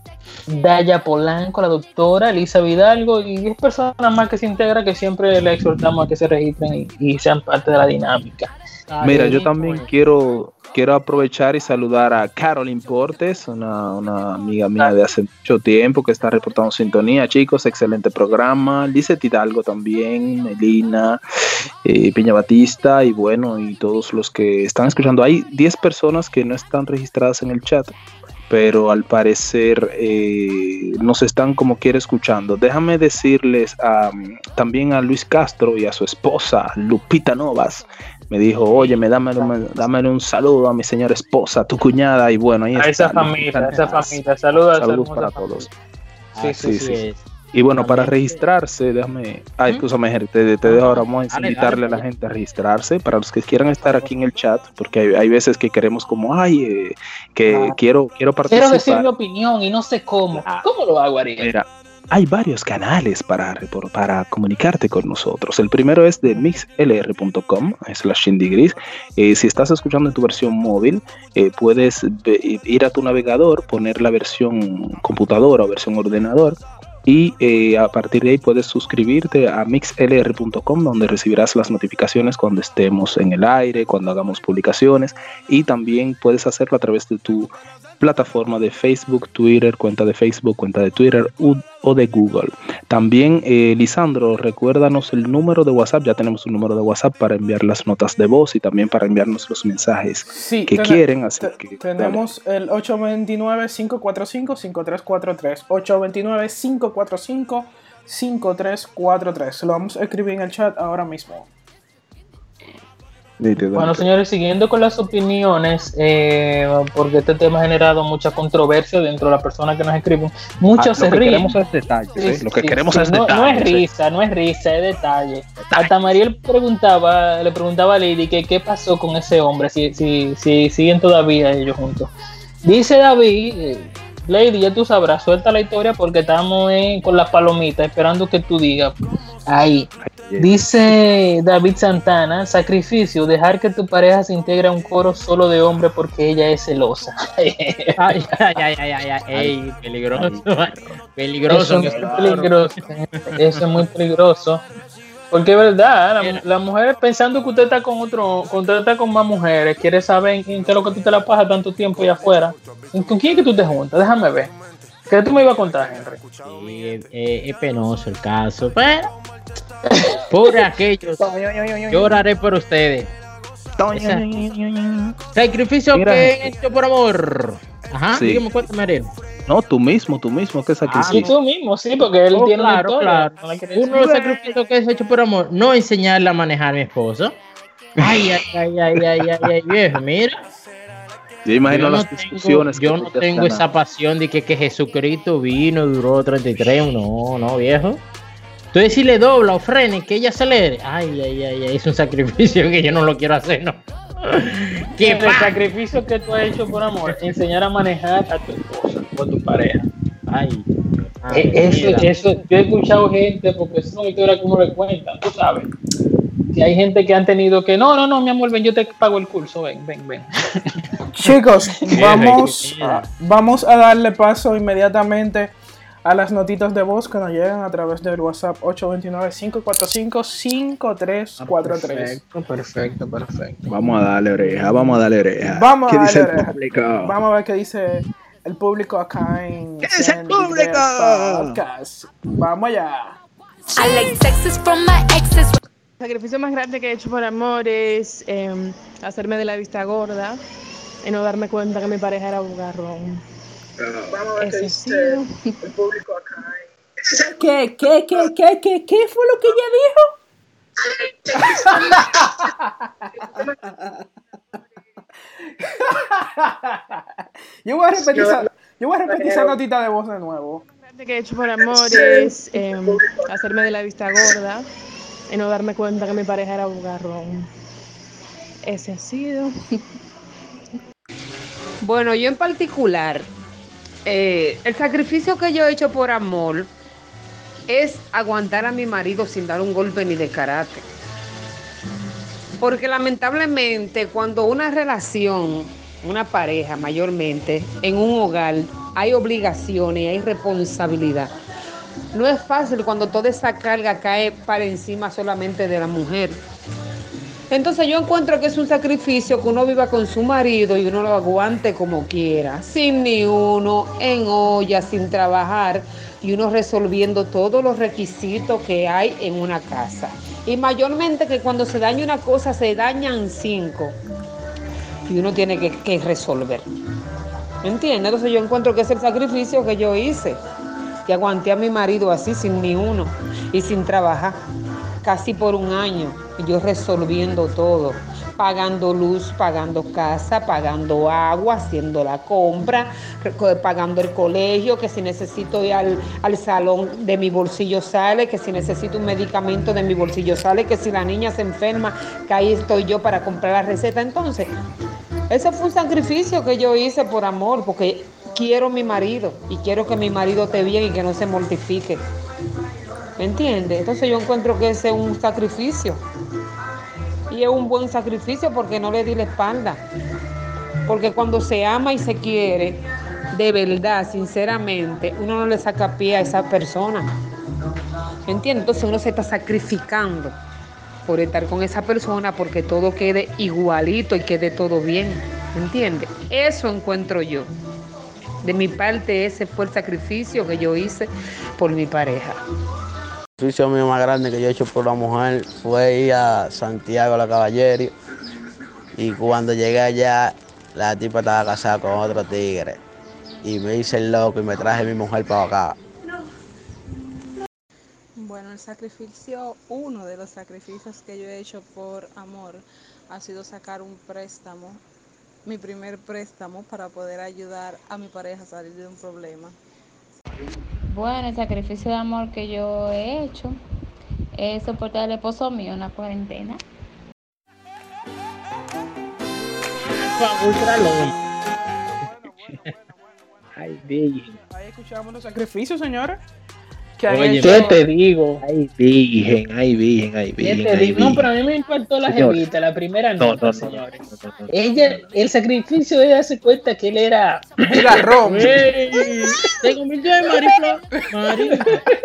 Daya Polanco, la doctora Elisa Vidalgo y diez personas más que se integran, que siempre le exhortamos a que se registren y, y sean parte de la dinámica. Mira, Ay, yo también güey. quiero, quiero aprovechar y saludar a Carolyn Portes, una, una amiga mía de hace mucho tiempo que está reportando sintonía. Chicos, excelente programa. Lizeth Hidalgo también, Melina, eh, Piña Batista y bueno, y todos los que están escuchando. Hay diez personas que no están registradas en el chat, pero al parecer eh, nos están como quiera escuchando. Déjame decirles a, también a Luis Castro y a su esposa Lupita Novas. Me dijo, oye, me dame, dame un saludo a mi señora esposa, tu cuñada, y bueno, ahí A está. esa familia, Lupita a esa Novas. familia. Saludos, a esa Saludos hermosa para familia. todos. Sí, Así sí, sí. es. Y bueno, para También. registrarse, déjame. Ay, ¿Mm? escúchame, Jerry, te, te dejo ahora. Vamos a Dale, invitarle dale, a la gente a registrarse. Para los que quieran estar aquí en el chat, porque hay, hay veces que queremos, como, ay, eh, que Ah. quiero, quiero participar. Quiero decir mi opinión y no sé cómo. Ah. ¿Cómo lo hago, Ariel? Mira, hay varios canales para, repor- para comunicarte con nosotros. El primero es de mixlr punto com, slash indigris. Eh, si estás escuchando en tu versión móvil, eh, puedes ve- ir a tu navegador, poner la versión computadora o versión ordenador, y eh, a partir de ahí puedes suscribirte a mixlr punto com, donde recibirás las notificaciones cuando estemos en el aire, cuando hagamos publicaciones, y también puedes hacerlo a través de tu plataforma de Facebook, Twitter, cuenta de Facebook, cuenta de Twitter u- o de Google. También, eh, Lisandro, recuérdanos el número de WhatsApp. Ya tenemos un número de WhatsApp para enviar las notas de voz y también para enviarnos los mensajes Sí, que tene- quieren. Así te- que, tenemos el ocho dos nueve, cinco cuatro cinco, cinco tres cuatro tres. ocho dos nueve, cinco cuatro cinco, cinco tres cuatro tres. Lo vamos a escribir en el chat ahora mismo. dale. Dale, Bueno, dale. señores, siguiendo con las opiniones, eh, porque este tema ha generado mucha controversia dentro de las personas que nos escriben. Muchos Ah, se lo que ríen. queremos es detalles, Sí, ¿eh? Lo que sí, queremos sí, es no, detalles. no es ¿eh? risa, no es risa, es detalle. Hasta Mariel preguntaba, le preguntaba a Lady que qué pasó con ese hombre, si, si, si siguen todavía ellos juntos. Dice David, eh, Lady, ya tú sabrás, suelta la historia porque estamos eh, con las palomitas esperando que tú digas. Ahí. Dice David Santana, sacrificio, dejar que tu pareja se integre a un coro solo de hombre porque ella es celosa. Ay, ay, ay, ay, ay, ay, ey, peligroso. Peligroso. Eso es muy peligroso. Eso es muy peligroso. Porque es verdad, la, la mujer pensando que usted está con otro, que usted está con más mujeres, quiere saber en qué es lo que tú te la pasas tanto tiempo allá afuera. ¿Con quién es que tú te juntas? Déjame ver. ¿Qué tú me ibas a contar, Henry? Sí, eh, eh, es penoso el caso, pero por aquellos, yo oraré por ustedes. Esa, sacrificio Mira. que he hecho por amor. Ajá, Sí. dígame, cuéntame, Ariel. No, tú mismo, tú mismo, ¿qué Y sacrificio? tú mismo, sí, porque él Oh, tiene una claro, historia. claro. No la quiere Uno de los decir. sacrificios que he hecho por amor, no enseñarle a manejar a mi esposo. Ay, ay, ay, ay, ay, ay, ay, viejo, mira. Yo imagino Yo no las tengo, discusiones. yo que no tú te has tengo ganado. esa pasión de que, que Jesucristo vino, duró treinta y tres, no, no, viejo. Entonces si le dobla o frene, que ella acelere. Ay, ay, ay, ay, es un sacrificio que yo no lo quiero hacer, no. ¿Qué ¿Qué el sacrificio que tú has hecho por amor? Enseñar a manejar a tu esposa o a tu pareja. Ay, Eh, eso, eso, yo he escuchado gente, porque es una historia que uno le cuenta, tú sabes. Que hay gente que han tenido que, no, no, no, mi amor, ven, yo te pago el curso, ven, ven, ven. Chicos, vamos a, vamos a darle paso inmediatamente a las notitas de voz que nos llegan a través del WhatsApp ocho dos nueve, cinco cuatro cinco, cinco tres cuatro tres. Perfecto, perfecto, perfecto. Vamos a darle oreja, vamos a darle oreja. Vamos ¿Qué a dice darle el oreja. público? Vamos a ver qué dice el público acá en ¿Qué dice el Sandy Grey público? Podcast. Vamos allá. I like sexes from my exes. El sacrificio más grande que he hecho por amor es eh, hacerme de la vista gorda y no darme cuenta que mi pareja era un garrón. Vamos a ver qué Ese dice sí. el público acá en... ¿Qué, qué, qué, qué, qué, qué fue lo que ella dijo? Yo voy a repetir esa, yo voy a repetir esa notita de voz de nuevo. Lo más grande que he hecho por amor es eh, hacerme de la vista gorda y no darme cuenta que mi pareja era un garrón. Ese ha sido. Bueno, yo en particular, eh, el sacrificio que yo he hecho por amor es aguantar a mi marido sin dar un golpe ni de karate. Porque lamentablemente cuando una relación, una pareja mayormente, en un hogar, hay obligaciones y hay responsabilidad. No es fácil cuando toda esa carga cae para encima solamente de la mujer. Entonces yo encuentro que es un sacrificio que uno viva con su marido y uno lo aguante como quiera, sin ni uno, en olla, sin trabajar, y uno resolviendo todos los requisitos que hay en una casa. Y mayormente que cuando se daña una cosa, se dañan cinco, y uno tiene que, que resolver. ¿Entiendes? Entonces yo encuentro que es el sacrificio que yo hice, que aguanté a mi marido así, sin ni uno, y sin trabajar, casi por un año. Yo resolviendo todo, pagando luz, pagando casa, pagando agua, haciendo la compra, pagando el colegio, que si necesito ir al, al salón de mi bolsillo sale, que si necesito un medicamento de mi bolsillo sale, que si la niña se enferma, que ahí estoy yo para comprar la receta. Entonces, ese fue un sacrificio que yo hice por amor, porque quiero a mi marido y quiero que mi marido esté bien y que no se mortifique. ¿Me entiendes? Entonces yo encuentro que ese es un sacrificio. Y es un buen sacrificio porque no le di la espalda. Porque cuando se ama y se quiere, de verdad, sinceramente, uno no le saca pie a esa persona. ¿Me entiendes? Entonces uno se está sacrificando por estar con esa persona porque todo quede igualito y quede todo bien. ¿Me entiendes? Eso encuentro yo. De mi parte, ese fue el sacrificio que yo hice por mi pareja. El sacrificio mío más grande que yo he hecho por la mujer fue ir a Santiago a la Caballeria, y cuando llegué allá la tipa estaba casada con otro tigre y me hice el loco y me traje a mi mujer para acá. Bueno, el sacrificio, uno de los sacrificios que yo he hecho por amor ha sido sacar un préstamo, mi primer préstamo, para poder ayudar a mi pareja a salir de un problema. Bueno, el sacrificio de amor que yo he hecho es soportar al esposo mío en la cuarentena. Ay, virgen. Ahí escuchamos los sacrificios, señores. ¿Qué han Oye, hecho? ¿qué te digo? Ay, virgen, ay, virgen, ay, ¿Qué virgen. te ay, digo? No, virgen. pero a mí me impactó la Señor. jevita, la primera No, nota, no, no, señores. no, no, no, no. Ella, el sacrificio de darse cuenta que él era... Garrón. Ey, se convirtió en mariflor. Mariflor.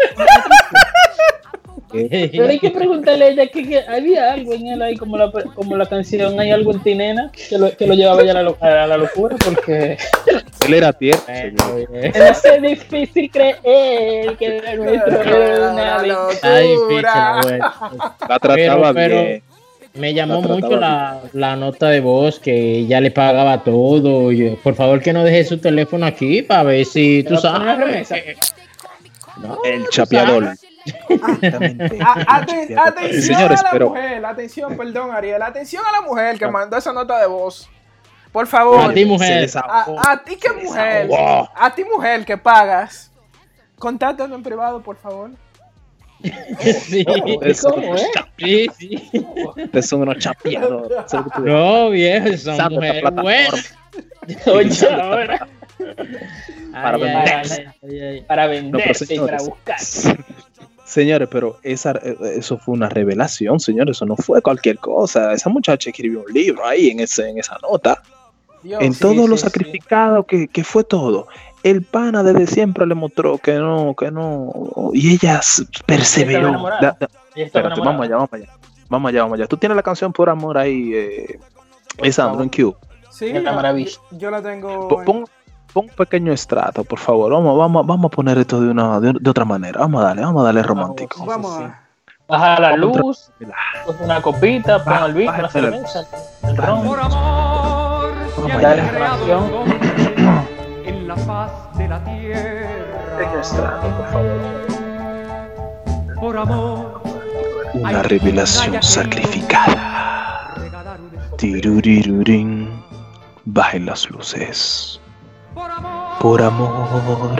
Pero hay que preguntarle a ella que, que había algo en él ahí, como la, como la canción, hay algo en ti, nena, que lo, que lo llevaba ya a la, lo- a la locura, porque Él era tierno. Es difícil creer que de nuestro era una aventura. La trataba pero, bien. Pero me llamó mucho la, la nota de voz que ella le pagaba todo. Y, por favor, que no deje su teléfono aquí para ver si tú sabes. No, el chapeador. Aten- atención Señores, a la pero- mujer, atención, perdón, Ariel, atención a la mujer que mandó esa nota de voz. Por favor. A ti, mujer. A, a ti, que mujer. desahogó. A ti, mujer, que pagas. Contáctanos en privado, por favor. Sí, Ustedes son ¿cómo unos es? chap- Sí, sí. ustedes son unos chapeadores. Eso es lo que tú dices. No, viejo, son Usando esta mujeres plataforma. buenas. Oye, ahora. Para Ay, vender. ay, ay, ay. Para No, pero venderse y para señores, buscar. señores, pero esa, eso fue una revelación, señores. Eso no fue cualquier cosa. Esa muchacha escribió un libro ahí en, ese, en esa nota. Dios, En sí, todo sí, lo sí. sacrificado que, que fue todo. El pana desde siempre le mostró que no, que no. Y ella s- perseveró. enamorada. Da- da- Ella estaba espérate, enamorada. vamos allá, vamos allá. Vamos allá, vamos allá. Tú tienes la canción Por Amor ahí, eh, Lisandro, en Q. Sí, Es una yo- maravilla. Yo, yo la tengo. Po- en- Pon, pon un pequeño estrato, por favor. Vamos, vamos, vamos a poner esto de una de, de otra manera. Vamos a darle, vamos a darle romántico. Vamos a. Baja la Vamos a luz, coge una copita, pon el vino, la bájale. cerveza, el ron. Por amor, Vamos se allá. han creado un hombre en la faz de la Pequeño estrato, tierra. por favor. Por amor, Una revelación sacrificada. Tirurirurín. Bajen las luces. Por amor.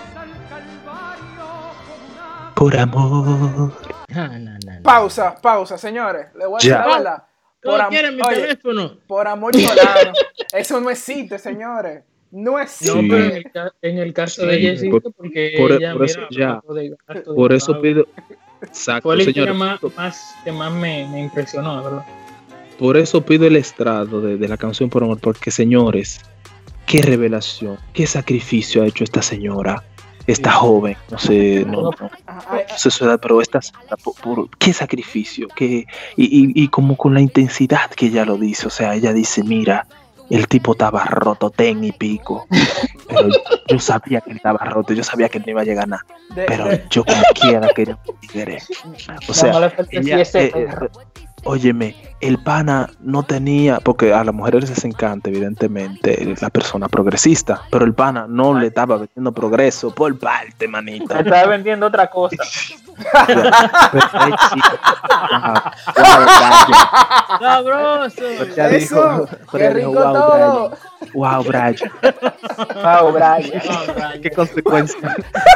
Por amor. No, no, no, no. Pausa, pausa, señores. Le voy a decir Ya. la verdad. ¿Todos am- quieren mi oye, teléfono? por amor solano. Eso no existe, señores. No existe. No, Sí. pero en el, ca- en el caso Sí, de ella sí, por- porque por- ella, por eso mira, ya. acabó de gasto de Por eso pago. pido. Exacto, Fue la historia señores. más, más que más me, me impresionó, la verdad. Por eso pido el estrado de, de la canción Por Amor, porque señores, qué revelación, qué sacrificio ha hecho esta señora, esta joven, no sé, no, no, Ay, no sé su edad, pero esta señora, por- por- qué sacrificio, qué, y, y, y como con la intensidad que ella lo dice, o sea, ella dice, mira, el tipo estaba roto, ten y pico, pero yo sabía que él estaba roto, yo sabía que no iba a llegar nada, de- pero de- yo como quiera quería un tigre. O sea, No le falta ella, si ese eh, eh, óyeme, el pana no tenía, porque a las mujeres les encanta evidentemente la persona progresista, pero el pana no le estaba vendiendo progreso por parte, manita. Me estaba vendiendo otra cosa. Pero, ay, chico, wow, wow, Brian. ¡Sabroso! Pero ya Eso, dijo, pero qué ya dijo, rico wow, todo. Brian. Wow, Brian. Pau, Brian. No, Brian. ¿Qué consecuencias?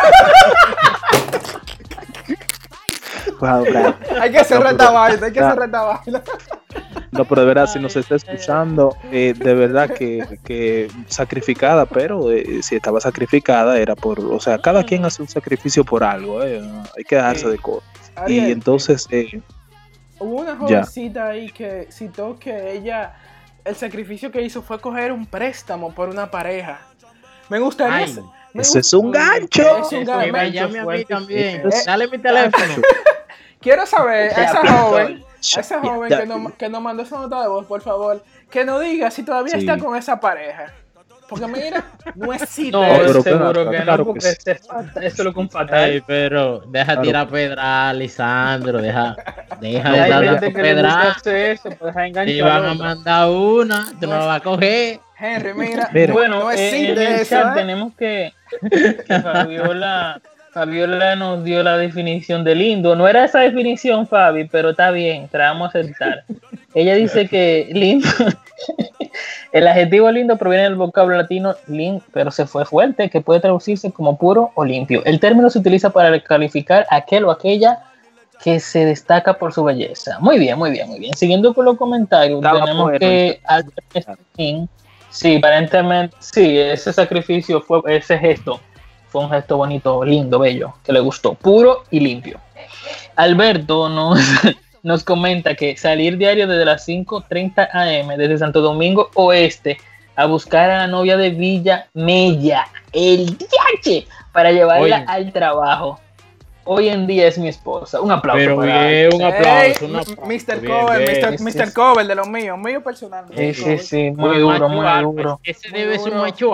Wow, Brian. Hay que cerrar No, esta pero- vaina, hay que ya. cerrar esta vaina. No, pero de verdad, si nos está escuchando, eh, de verdad que, que sacrificada, pero eh, si estaba sacrificada era por, o sea, cada quien hace un sacrificio por algo, eh, hay que dejarse de cosas. Y Ariel, entonces, eh, hubo una ya. jovencita ahí que citó que ella, el sacrificio que hizo fue coger un préstamo por una pareja. Me gustaría. Ay, sa- me eso es un gancho. Es un Eso gancho. Que me Gancho llame a mí fuerte. también. Eh, Dale mi teléfono. Quiero saber a esa joven, a esa Ya, joven ya. que nos, que nos mandó esa nota de voz, por favor, que nos diga si todavía Sí. está con esa pareja. Porque mira, no existe. No, pero eso. seguro claro, que claro no, que porque sí. este es fatal, esto es lo que un fatal. Ey, pero deja Claro. tirar pedra, Lisandro. Deja, deja Hay de estar gente dando que le gusta pedra. hacer eso, pues deja Te enganchar. van a mandar una, tú no la vas a coger. Henry, mira, Mira. no, Bueno, no en- en existe el eso. chat ¿eh? tenemos que, que Fabiola, Fabiola nos dio la definición de lindo. No era esa definición, Fabi, pero está bien, te la vamos a aceptar. Ella dice que lindo, el adjetivo lindo proviene del vocablo latino lin, pero se fue fuerte, que puede traducirse como puro o limpio. El término se utiliza para calificar a aquel o aquella que se destaca por su belleza. Muy bien, muy bien, muy bien. Siguiendo con los comentarios, Estaba tenemos bueno, que sí, aparentemente, sí, ese sacrificio fue, ese gesto fue un gesto bonito, lindo, bello, que le gustó, puro y limpio. Alberto nos, nos comenta que salir diario desde las cinco treinta a eme desde Santo Domingo Oeste a buscar a la novia de Villa Mella, el D H, para llevarla Oye. al trabajo. Hoy en día es mi esposa. Un aplauso Pero para bien, un Ey, aplauso, un aplauso. mister Bien, Cover, bien. mister Sí, sí, mister sí. Cover de los míos, mío personal. Sí, sí, sí, muy Muy duro, macho muy alfa. duro. Ese debe ser un duro. macho alfa.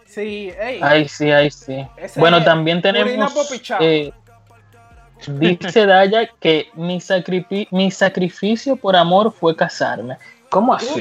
Sí, ey. Ay, sí, ay, sí. Ese Bueno, es también Purina tenemos. Popichao. Eh, dice Daya que mi, sacrifi- mi sacrificio por amor fue casarme. ¿Cómo así?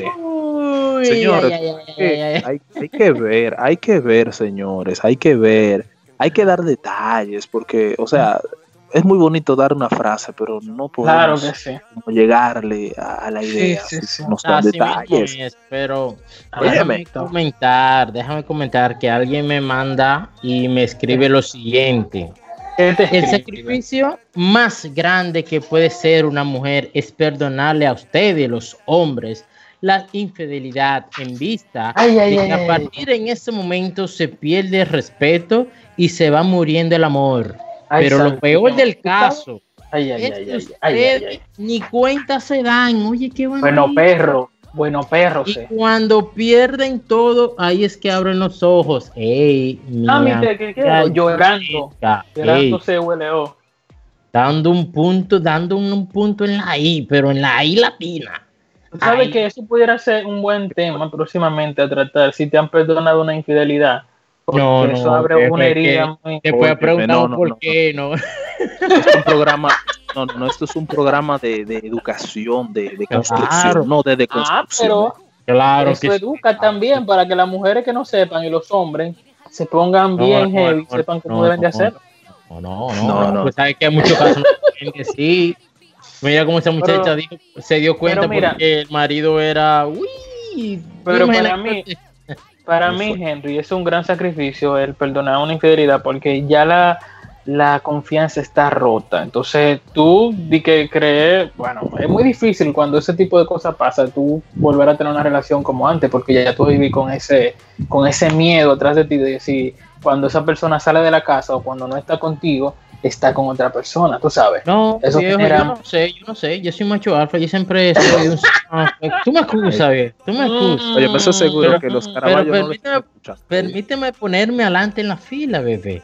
Uy, Señores, ay, ay, ay, eh, ay, ay. hay, hay que ver, hay que ver, señores, hay que ver, hay que dar detalles, porque, o sea, es muy bonito dar una frase, pero no Claro podemos que sí. como llegarle a, a la idea, Sí, sí, si sí. nos dan Así detalles. mismo es, pero Óyeme. déjame comentar, déjame comentar que alguien me manda y me escribe lo siguiente. ¿Qué te El escribe? sacrificio más grande que puede ser una mujer es perdonarle a ustedes, los hombres, la infidelidad en vista Ay, ay, de ay, que a ay. partir en ese momento se pierde el respeto y se va muriendo el amor. Ay, Pero lo santo. peor del ¿Tú sabes? caso Ay, ay, es ay, que ay, ustedes ay, ay, ay. ni cuenta se dan. Oye, qué bonito. Bueno, perro. Bueno, perro, Y sí. cuando pierden todo, ahí es que abren los ojos. Ey, mi Ah, mi te- que- que- amiga llorando. chica, Llorando ey, se huele. Oh. dando un punto, dando un, un punto en la I, pero en la I latina. Tú sabes Ay. que eso pudiera ser un buen tema próximamente a tratar si te han perdonado una infidelidad. Porque No, eso no, abre que- una que- herida muy. Te puede Óyeme, preguntar no, no, por no, qué, ¿no? Esto es un programa, no, no, esto es un programa de, de educación, de, de construcción, Claro. no de Ah, deconstrucción. pero Claro eso que sí. educa también para que las mujeres que no sepan y los hombres se pongan No, bien no, heavy, no, sepan cómo no, deben de no, hacer. No, no, no. No, no, no. Pues sabes que hay muchos casos en que sí. Mira cómo esa muchacha Pero- dijo, se dio cuenta pero mira- porque el marido era. Uy, Pero para imagínate. mí, para mí, Henry, es un gran sacrificio el perdonar una infidelidad porque ya la, la confianza está rota. Entonces, tú di que crees, bueno, es muy difícil cuando ese tipo de cosas pasa, tú volver a tener una relación como antes, porque ya, ya tú viví con ese, con ese miedo atrás de ti de decir, cuando esa persona sale de la casa o cuando no está contigo, está con otra persona, tú sabes. No, Eso viejo, genera- yo no sé, yo no sé, yo soy macho alfa, yo siempre soy un... Tú me excusas, viejo, tú me excusas. Oye, me estoy seguro Pero- que los pero caraballos no lo permíteme, están escuchando. permíteme ponerme adelante en la fila, bebé.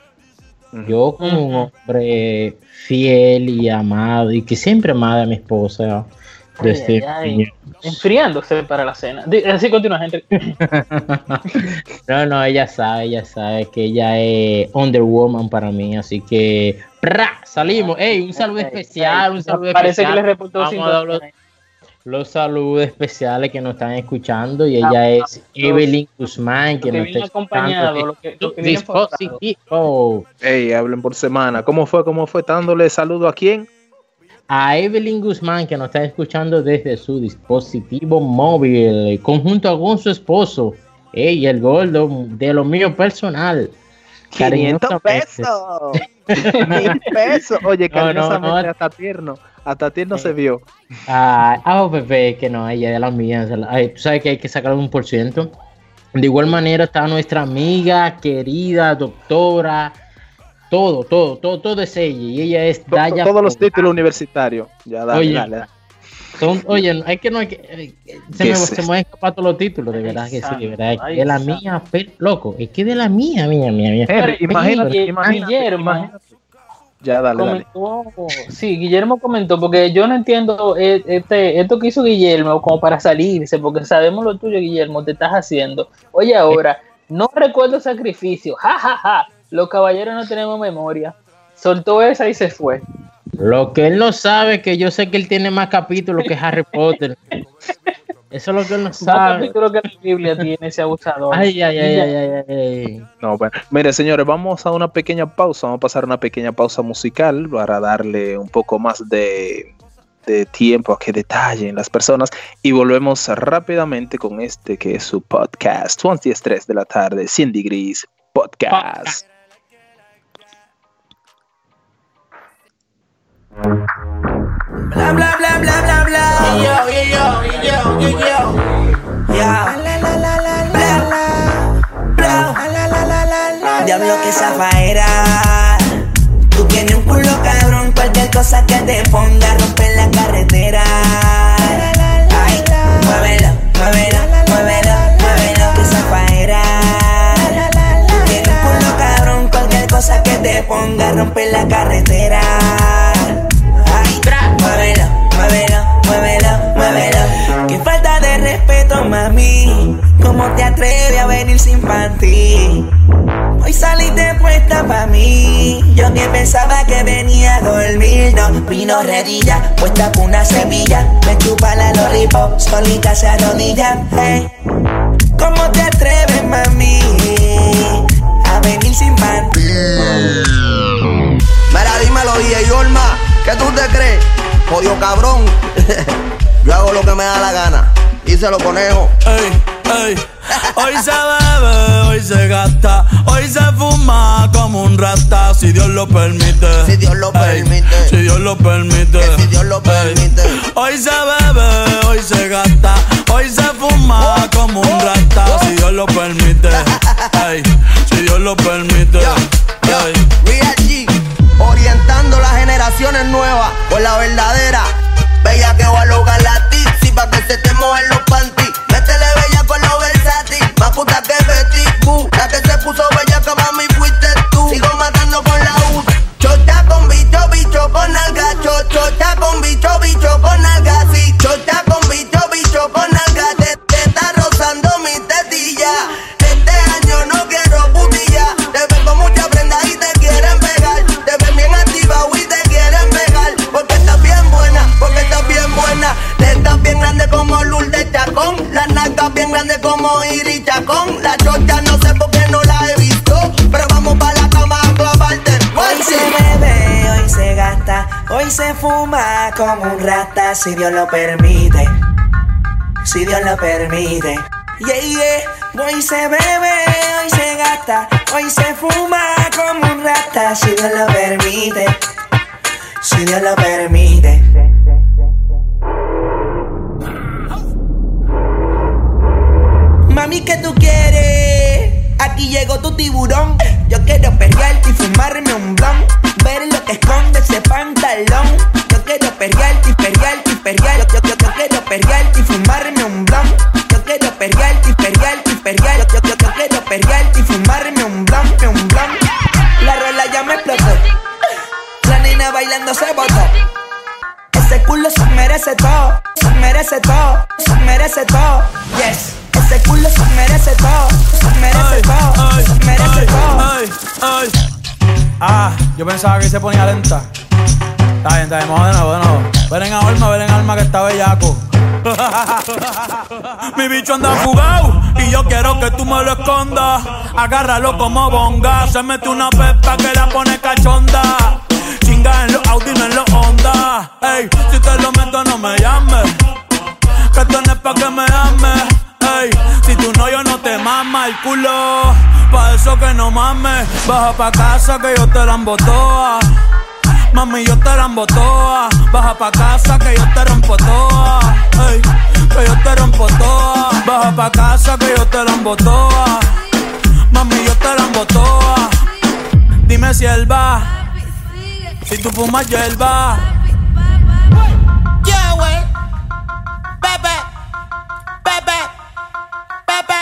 Yo como un hombre fiel y amado y que siempre amaba a mi esposa desde Ay, ay, ay. niño. Enfriándose para la cena. Di- Así continúa, gente. No, no, ella sabe, ella sabe que ella es Wonder Woman para mí, así que ¡pra! Salimos. Ey, un saludo Ey, especial, ey, un saludo parece especial. que le reportó Vamos cinco a dar los, millones. los saludos especiales que nos están escuchando y ella Ah, es los- Evelyn Guzmán, que lo que nos viene está acompañado, escuchando. lo que- lo que viene Dispositivo. Ey, hablen por semana. ¿Cómo fue? ¿Cómo fue? Dándole saludo a quién? A Evelyn Guzmán, que nos está escuchando desde su dispositivo móvil, conjunto con su esposo, ey, el gordo de lo mío personal. quinientos pesos. Mil pesos. Oye, No, no, cariñosamente, no. hasta tierno. Hasta tierno se vio. Ah, ah, bebé, que no, ella de la mía. se la- ay, tú sabes que hay que sacar un por ciento. De igual manera está nuestra amiga, querida, doctora, todo, todo, todo, todo es ella. Y ella es To- Daya. Todos los Fogán. títulos universitarios. Ya, dale, Oye, dale, dale. Son, oye, no, hay que no hay que. eh, Se ¿Qué me, es se me esto? van a escapar todos los títulos, de verdad que sí, de verdad. es que Ay, de la santo. mía, pe- loco, es que de la mía, mía, mía, mía. Henry, imagínate, Guille- imagínate, Guillermo imagínate. Ya, dale, dale. comentó, sí, Guillermo comentó, porque yo no entiendo eh, este, esto que hizo Guillermo como para salirse, porque sabemos lo tuyo, Guillermo, te estás haciendo. Oye, ahora, no recuerdo sacrificio, ja, ja, ja, los caballeros no tenemos memoria. Soltó esa y se fue. Lo que él no sabe es que yo sé que él tiene más capítulos que Harry Potter. Eso es lo que él no Más sabe. capítulo que la Biblia tiene ese abusador. Ay, ay, ay, ay, ay, ay. No, bueno. Mire, señores, vamos a una pequeña pausa. Vamos a pasar una pequeña pausa musical para darle un poco más de, de tiempo a que detallen las personas. Y volvemos rápidamente con este que es su podcast. once y tres de la tarde, cien Degrees Podcast. Bla bla bla bla bla bla. Yo yo yo yo yo yo. Ya. La la la la la la. Bla. La la la la la. Diablo que zafaera. Tú tienes un culo cabrón, cualquier cosa que te ponga romper la carretera. Ay, muévelo, muévelo, muévelo, muévelo que zafaera. Tú tienes un culo cabrón, cualquier cosa que te ponga romper la carretera. Muévelo, muévelo, muévelo, muévelo. Qué falta de respeto, mami, ¿cómo te atreves a venir sin panty? Hoy saliste puesta pa' mí. Yo que pensaba que venía a dormir. No, vino redilla, puesta por una semilla. Me chupa la lollipop, solita se arrodilla. Hey, ¿cómo te atreves, mami, a venir sin panty? Mira, dímelo, D J Olma, ¿qué tú te crees? Jodido cabrón. Yo hago lo que me da la gana. Díselo, conejo. Ey, ey. Hoy se bebe, hoy se gasta, hoy se fuma como un rata, si Dios lo permite. Si Dios lo Ey, permite. Si Dios lo permite. Que si Dios lo permite. Ey. Hoy se bebe, hoy se gasta, hoy se fuma como un rata, si Dios lo permite. Ey, si Dios lo permite. Yo, yo, Ey. Real G, orientando las generaciones nuevas por la verdadera. Bella que va a lograr la tipsy pa' que se te mojen los panties. Métele bella con lo versátil, más puta que Betty Boo. La que se puso bella que mami fuiste tú. Sigo matando con la U. Chocha con bicho, bicho con nalga. Chocha con bicho, bicho con nalga. Sí, chocha con bicho, bicho con nalga. Te, te está rozando mi tetilla. Este año no quiero putilla. Te ven con mucha prenda y te quieren pegar. Te ven bien activa y te quieren pegar. Porque estás bien buena, porque estás bien buena. Te estás bien grande como Lourdes Chacón. Las nalgas bien grandes como Iris Chacón. La chocha no sé por qué no la he visto, pero vamos pa' la cama a clavarte. Hoy se bebe, hoy se gasta, hoy se fuma como un rata, si Dios lo permite. Si Dios lo permite. Yeah, yeah. Hoy se bebe, hoy se gasta, hoy se fuma como un rata, si Dios lo permite. Si Dios lo permite. Mami, ¿qué tú quieres? Aquí llegó tu tiburón. Yo quiero perrearte y fumarme un blunt. Ver lo que esconde ese pantalón. Yo quiero perrearte y perrearte y perrear. Yo, yo, yo quiero perrearte y fumarme un blunt. Yo quiero perrearte y perrearte y perrear. Yo, yo, yo quiero perrearte y fumarme un blunt, un blunt. La rola ya me explotó. La nena bailando se botó. Ese culo se merece todo, se merece todo, se merece todo. Yes. Ese culo se merece todo, se merece todo, se merece todo. Ay, ay. Ah, yo pensaba que se ponía lenta. Está bien, está bien, vamos de nuevo, de nuevo. Ven en alma, ven en alma que está bellaco. Mi bicho anda fugado y yo quiero que tú me lo escondas. Agárralo como bonga. Se mete una pepa que la pone cachonda. Chinga en los Audi, no en los Honda. Ey, si te lo meto no me llames, que esto no es pa' que me ames. Ey, si tu novio no te mama el culo, pa' eso que no mames. Baja pa' casa que yo te la embotoa. Mami, yo te la embotoa. Baja pa' casa que yo te rompo toa. Ey, que yo te rompo toa. Baja pa' casa que yo te la embotoa. Mami, yo te la embotoa. Dime si él va, si tú fumas hierba. Yeah, wey. Bebe, bebe, bebe.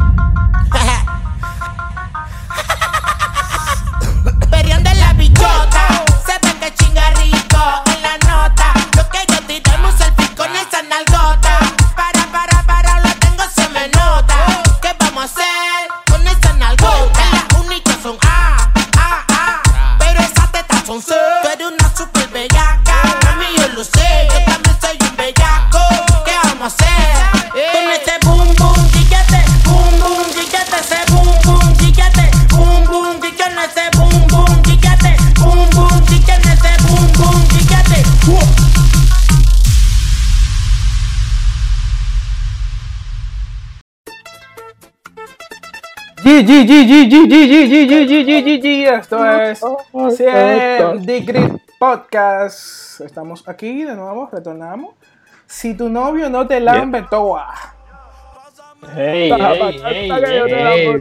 Perreando en la bichota. Se ve que chinga rico en la nota. Lo que yo tiremos selfie con esa nalgota. Para, para, para, lo tengo, se me nota. ¿Qué vamos a hacer con esa nalgota? Las únicas son A, A, A. Pero esas tetas son C. Tú eres una super bellaca. Mami, yo lo sé. Yo también soy un bellaco. ¿Qué vamos a hacer? Con ese boom, boom, chiquete. Boom, boom, chiquete. Ese boom, boom, chiquete. Boom, boom, chiquete. Ese boom, boom, chiquete. Boom, boom, chiquete. Ese boom, boom, chiquete. G, G, G, G, G, G, G, G, G, G, G, G, G. Esto es cien Degree Podcast. Estamos aquí de nuevo, retornamos. Si tu novio no te lambe toa. Hey, hey, hey, hey.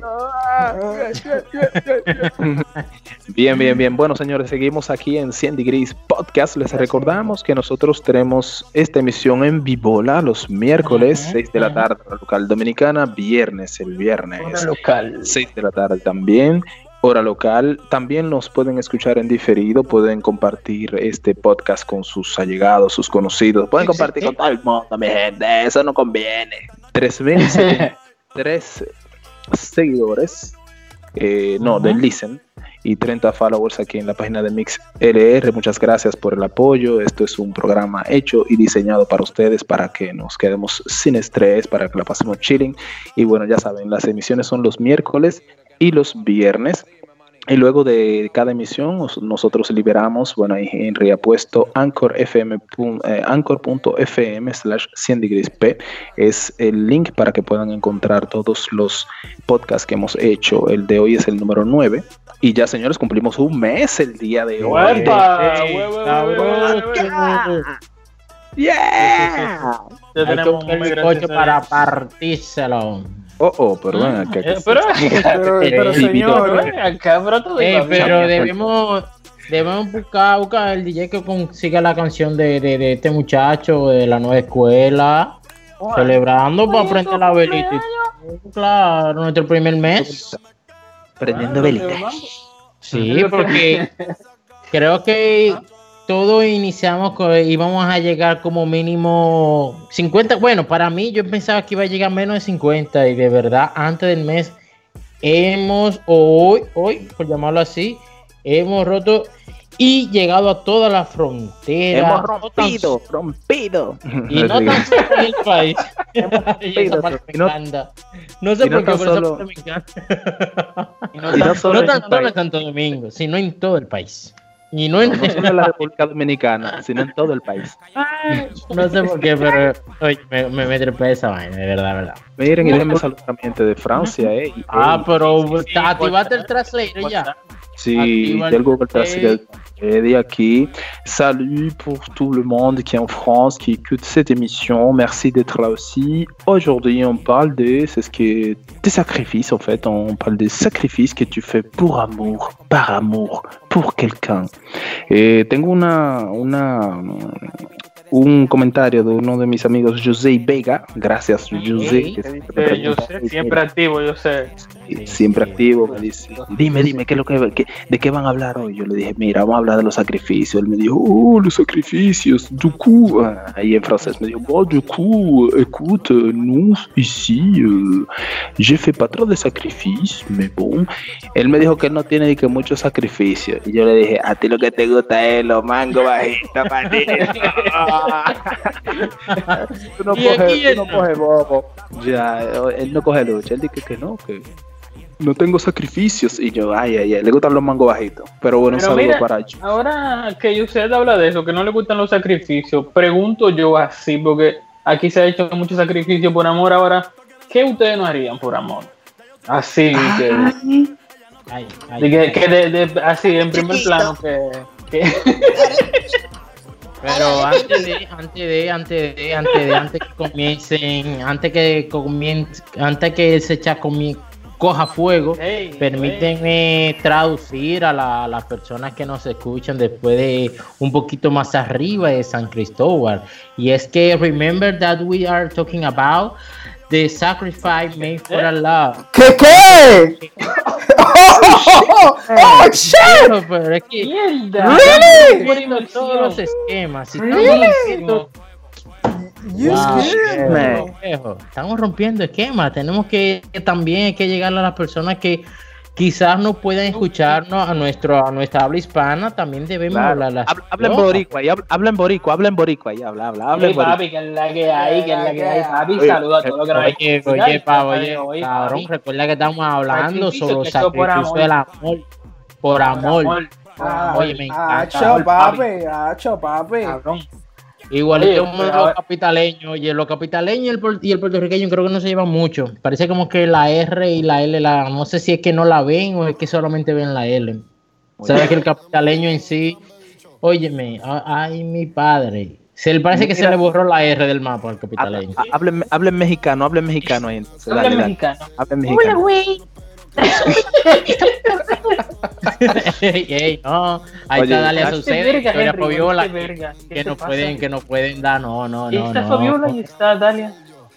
Bien, bien, bien. Bueno, señores, seguimos aquí en cien Degrees Podcast. Les recordamos que nosotros tenemos esta emisión en Vivola los miércoles, seis de la tarde, hora local dominicana, viernes, el viernes, Hora local. seis de la tarde también, hora local. También nos pueden escuchar en diferido, pueden compartir este podcast con sus allegados, sus conocidos. Pueden compartir con todo el mundo, mi gente, eso no conviene. tres mil tres seguidores, eh, no, uh-huh. de Listen, y treinta followers aquí en la página de Mix L R. Muchas gracias por el apoyo. Esto es un programa hecho y diseñado para ustedes, para que nos quedemos sin estrés, para que la pasemos chilling. Y bueno, ya saben, las emisiones son los miércoles y los viernes. Y luego de cada emisión nosotros liberamos, bueno, ahí en reapuesto Anchor F M, eh, anchor punto f m slash cien degrees p es el link para que puedan encontrar todos los podcasts que hemos hecho. El de hoy es el número nueve. Y ya, señores, cumplimos un mes el día de hoy. ¡Yeah! Ya tenemos un bizcocho para partírselo. Oh, oh, pero ven acá. Eh, pero, pero, pero señor, ven acá, pero todo eh, pero debemos, debemos buscar, buscar el D J que consiga la canción de, de, de este muchacho de la nueva escuela, oh, celebrando para prender la velita. Claro, nuestro primer mes. Prendiendo velita. Sí, porque creo que todos iniciamos con, íbamos a llegar como mínimo cincuenta. Bueno, para mí yo pensaba que iba a llegar menos de cincuenta y de verdad antes del mes hemos, o hoy, hoy, por llamarlo así, hemos roto y llegado a toda la frontera. Hemos rompido, no tan, rompido. Y no tan solo en el país. Esa parte me no, encanta. No sé por qué, pero solo, esa parte me encanta. Y no, y tan, no solo, no tan solo en Santo Domingo, sino en todo el país. Y no en, no, no solo en la República Dominicana, sino en todo el país. No sé por qué, pero oye, me, me, me trepé esa vaina, de verdad, de verdad. Miren, y déjenme saludar a mi gente de Francia, eh. Y, ah, eh, pero sí, activaste el translator ya. Sí, del Google Translate de aquí. Salut pour tout le monde qui est en France, qui écoute cette émission. Merci d'être là aussi. Aujourd'hui, on parle de, c'est ce qui est des sacrifices en fait. On parle des sacrifices que tu fais pour amour, par amour, pour quelqu'un. Eh, tengo una, una, un comentario de uno de mis amigos, José Vega. Gracias, José. Sí, eh, yo sé, siempre activo, yo sé. Sí, siempre activo, me dice, dime, dime, ¿qué es lo que, qué, ¿de qué van a hablar hoy? Yo le dije, mira, vamos a hablar de los sacrificios. Él me dijo, oh, los sacrificios, du coup, ahí en francés me dijo, oh, du coup, écoute, nous, ici, euh, j'ai fait pas trop de sacrificios, mais bon. Él me dijo que él no tiene ni que muchos sacrificios. Y yo le dije, a ti lo que te gusta es los mangos bajitos, patito. Tú no coges, tú no coges bobo. Ya, él no coge lucha, él dice que no, que no tengo sacrificios. Y yo, ay, ay, ay, le gustan los mangos bajitos. Pero bueno, Pero un saludo mira, para ellos. Ahora que usted habla de eso, que no le gustan los sacrificios, pregunto yo así, porque aquí se ha hecho mucho sacrificio por amor. Ahora, ¿qué ustedes no harían por amor? Así que, ay, ay, de que, ay. que de, de, así en primer plano que, que... Pero antes de, antes de, antes de, antes de, antes que comiencen, antes que comience, antes que ese chat comie, coja fuego, hey, permítanme hey. traducir a las la personas que nos escuchan después de un poquito más arriba de San Cristóbal. Y es que remember that we are talking about the sacrifice made for a love. ¿Qué qué? Oh, oh shit! Pero, pero es que mierda. Really? Todos los esquemas. Si really? Estamos wow, viejo, estamos rompiendo esquemas. Tenemos que también hay que llegar a las personas que quizás no puedan escucharnos a nuestro a nuestra habla hispana. También debemos claro. hablar las habla en boricua, habla en boricua, habla en boricua, y habla, habla, habla en boricua. Papi, que es la que hay, que es la que hay, papi, saluda a todos los que nos Oye, oye, pa, oye, oye, cabrón, recuerda que estamos hablando sobre el sacrificio del amor, por amor. Oye, me encanta. Acho, papi, acho, papi. Cabrón. Igualito como los capitaleños, oye, los capitaleños y el, y el puertorriqueño creo que no se llevan mucho. Parece como que la R y la L, la, no sé si es que no la ven o es que solamente ven la L. Sabes que el capitaleño en sí, óyeme, ay, mi padre, se le parece que Mira, se le borró la R del mapa al capitaleño. Hablen, hablen mexicano, hablen mexicano ahí. Hablen mexicano. Hablen mexicano. Hola, güey. Ey, ey, no, ahí Oye, está Dalia Saucedo, Victoria Henry, Fabiola, verga, que no pueden, pasa? que no pueden dar, no, no, no. Está no, Fabiola no. y está Dalia.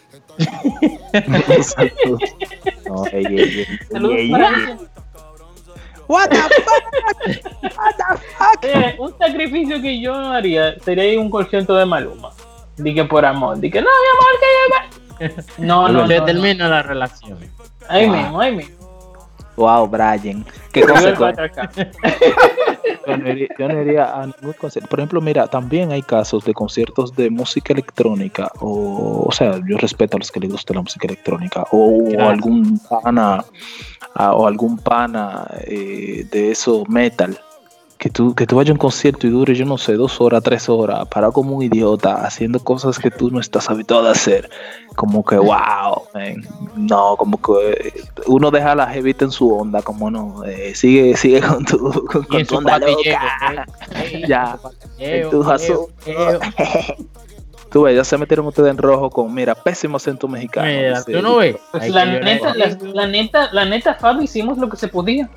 No, ey, ey, ey, What the fuck? What the fuck? Eh, un sacrificio que yo no haría sería un concierto de Maluma. Di que por amor, di que no, mi amor, que yo No, no, Se no, termina no. la relación. Ahí wow. mismo, ahí mismo. Wow, Brian. ¿Qué cosa? Yo no, iría, yo no iría a ningún concierto. Por ejemplo, mira, también hay casos de conciertos de música electrónica, o, o sea, yo respeto a los que les gusta la música electrónica, o, o algún pana, a, o algún pana eh, de eso metal. Que tú, que tú vayas a un concierto y dure, yo no sé, dos horas, tres horas, parado como un idiota, haciendo cosas que tú no estás habituado a hacer. Como que, wow, man. No, como que uno deja a la jevita en su onda, como no, eh, sigue, sigue con tu, con, con tu onda loca. Eh, ya, en tu jazo. Tú ves, ya se metieron ustedes en rojo con, mira, pésimo acento mexicano. Mira, tú no ves. Pues la, neta, la, la neta, la neta, Fabi, hicimos lo que se podía.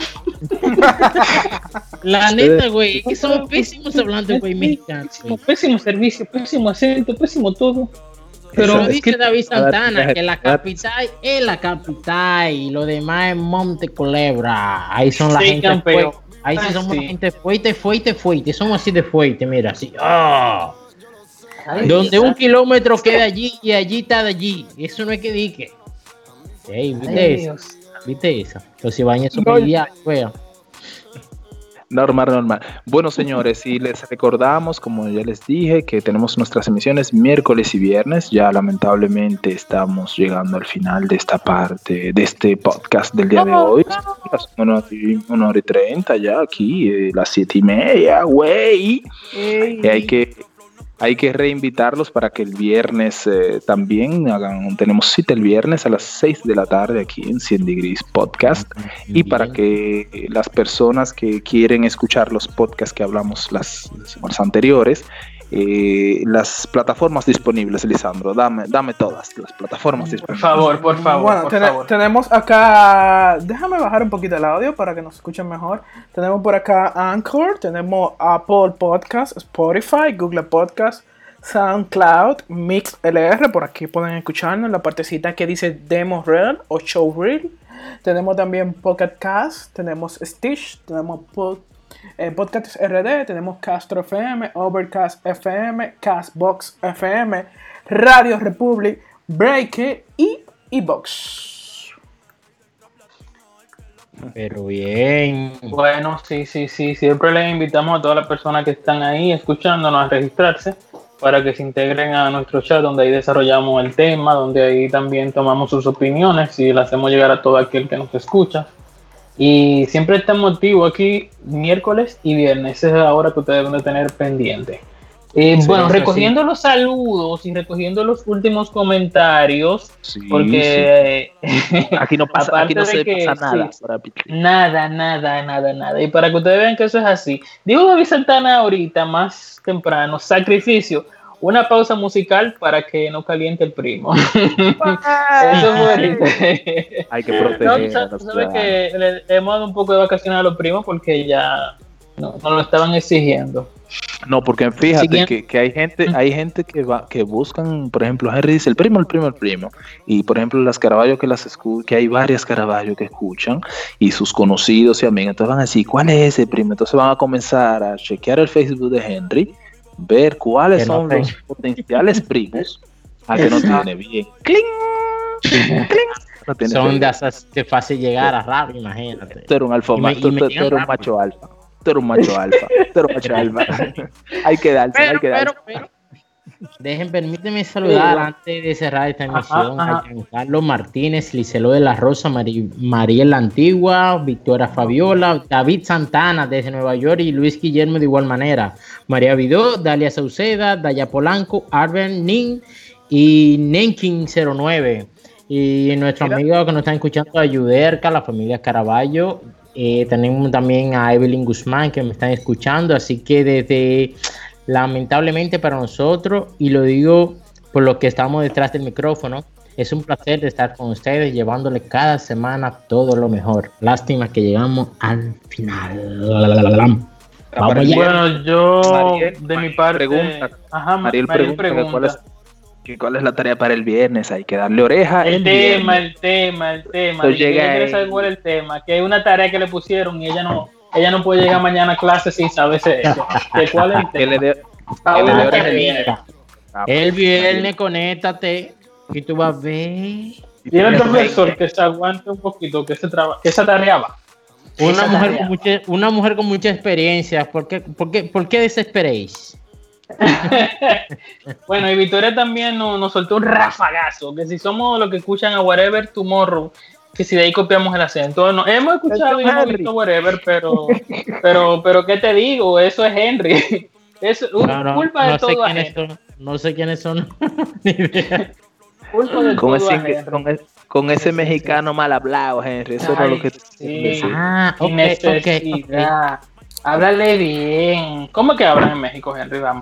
La neta, güey, es que somos pésimos hablando, güey, mexicanos. Pésimo servicio, pésimo acento, pésimo todo. Pero eso dice que David Santana que la capital es la capital y lo demás es Monte Culebra. Ahí son la sí, gente campeón. Fuerte. Ahí sí somos sí. la gente fuerte, fuerte, fuerte. Somos así de fuerte, mira, así. Oh. Ay, donde Dios. Un kilómetro queda allí y allí está de allí. Eso no es que dique. Hey, ¿viste Ay, eso? Dios. ¿Viste eso? Los Ibañez son no, ya, feo. Normal, normal. Bueno, señores, y les recordamos, como ya les dije, que tenemos nuestras emisiones miércoles y viernes. Ya lamentablemente estamos llegando al final de esta parte, de este podcast del día de hoy. Una, una hora y treinta ya aquí, eh, las siete y media, güey. Y hay que... Hay que reinvitarlos para que el viernes eh, también hagan, tenemos cita el viernes a las seis de la tarde aquí en cien Degrees Podcast. Y para que las personas que quieren escuchar los podcasts que hablamos las semanas anteriores, eh, las plataformas disponibles, Lisandro, dame, dame todas las plataformas disponibles. Por favor, por favor. Bueno, por ten- favor. tenemos acá, déjame bajar un poquito el audio para que nos escuchen mejor. Tenemos por acá Anchor, tenemos Apple Podcast, Spotify, Google Podcast, SoundCloud, MixLR, por aquí pueden escucharnos en la partecita que dice Demo Reel o Show Reel. Tenemos también Pocket Cast, tenemos Stitch, tenemos Pod Eh, Podcast R D, tenemos Castro F M, Overcast F M, Castbox F M, Radio Republic, Breaker y eBox. Pero bien. Bueno, sí, sí, sí. Siempre les invitamos a todas las personas que están ahí escuchándonos a registrarse para que se integren a nuestro chat, donde ahí desarrollamos el tema, donde ahí también tomamos sus opiniones y las hacemos llegar a todo aquel que nos escucha. Y siempre estamos activos aquí miércoles y viernes. Esa es la hora que ustedes deben de tener pendiente. Eh, sí, bueno, recogiendo sí. los saludos y recogiendo los últimos comentarios, sí, porque sí. aquí no pasa, aquí no se que, pasa nada. Sí, nada, nada, nada, nada. Y para que ustedes vean que eso es así. Digo David Santana ahorita, más temprano, sacrificio. Una pausa musical para que no caliente el primo. Eso fue. Hay que proteger. No, sabes que le hemos dado un poco de vacaciones a los primos porque ya no, no lo estaban exigiendo. No, porque fíjate que, que hay gente, hay gente que va, que buscan, por ejemplo, Henry dice el primo, el primo, el primo. Y por ejemplo, las Caraballo que las escuchan, que hay varias Caraballo que escuchan, y sus conocidos y amigos, entonces van a decir, ¿cuál es ese primo? Entonces van a comenzar a chequear el Facebook de Henry, ver cuáles son no los potenciales primos a que no tiene bien. ¡Cling! ¡Cling! No tiene son bien. De esas que fácil llegar a rap, imagínate. Tú eres un alfa, me, tú, tú, tú eres un macho alfa. Tú eres un macho alfa. Tú eres un macho alfa. Hay que darse, pero, hay que darse. Pero, pero. Dejen, permíteme saludar sí, antes de cerrar esta emisión ajá, ajá. a Giancarlo Martínez, Licelo de la Rosa, Mari, Mariel Antigua, Victoria Fabiola, David Santana desde Nueva York y Luis Guillermo de igual manera, María Vidó, Dalia Sauceda, Daya Polanco, Arben Nin y Nenkin cero nueve y nuestro Mira. amigo que nos está escuchando a Yuderca, la familia Caraballo. Eh, tenemos también a Evelyn Guzmán que me están escuchando, así que desde lamentablemente para nosotros, y lo digo por lo que estamos detrás del micrófono, es un placer de estar con ustedes llevándole cada semana todo lo mejor. Lástima que llegamos al final. Vamos allá. Bueno, yo Mariel, de mi parte pregunta, ajá, Mariel, Mariel pregunta, pregunta. ¿Cuál, es, que cuál es la tarea para el viernes? Hay que darle oreja el, el tema, viernes. el tema, el tema. Yo quiero saber cuál es el tema, que hay una tarea que le pusieron y ella no Ella no puede llegar mañana a clase sin saber eso. ¿Cuál es el tema? El, de, el, de el viernes, conéctate. Y tú vas a ver. Y el profesor que se aguante un poquito, que se traba, que se tareaba. Una Esa mujer, tarea. con mucha, una mujer con mucha experiencia. ¿Por qué, por qué, por qué desesperéis? Bueno, y Victoria también nos, nos soltó un rafagazo, que si somos los que escuchan a Whatever Tomorrow, que si de ahí copiamos el acento. No, hemos escuchado y hemos visto Whatever, pero, pero, pero ¿qué te digo? Eso es Henry. Es No, no, culpa de no sé todo a quiénes Henry. son. No sé quiénes son. Ni idea. Culpa de Con todo a ese, Henry. con, e- con ese mexicano mal hablado, Henry. Eso era Ay, lo que te sí. decía. Ah, ok, ok, ok. Necesidad. Háblale bien. ¿Cómo que hablan en México, Henry? Vamos.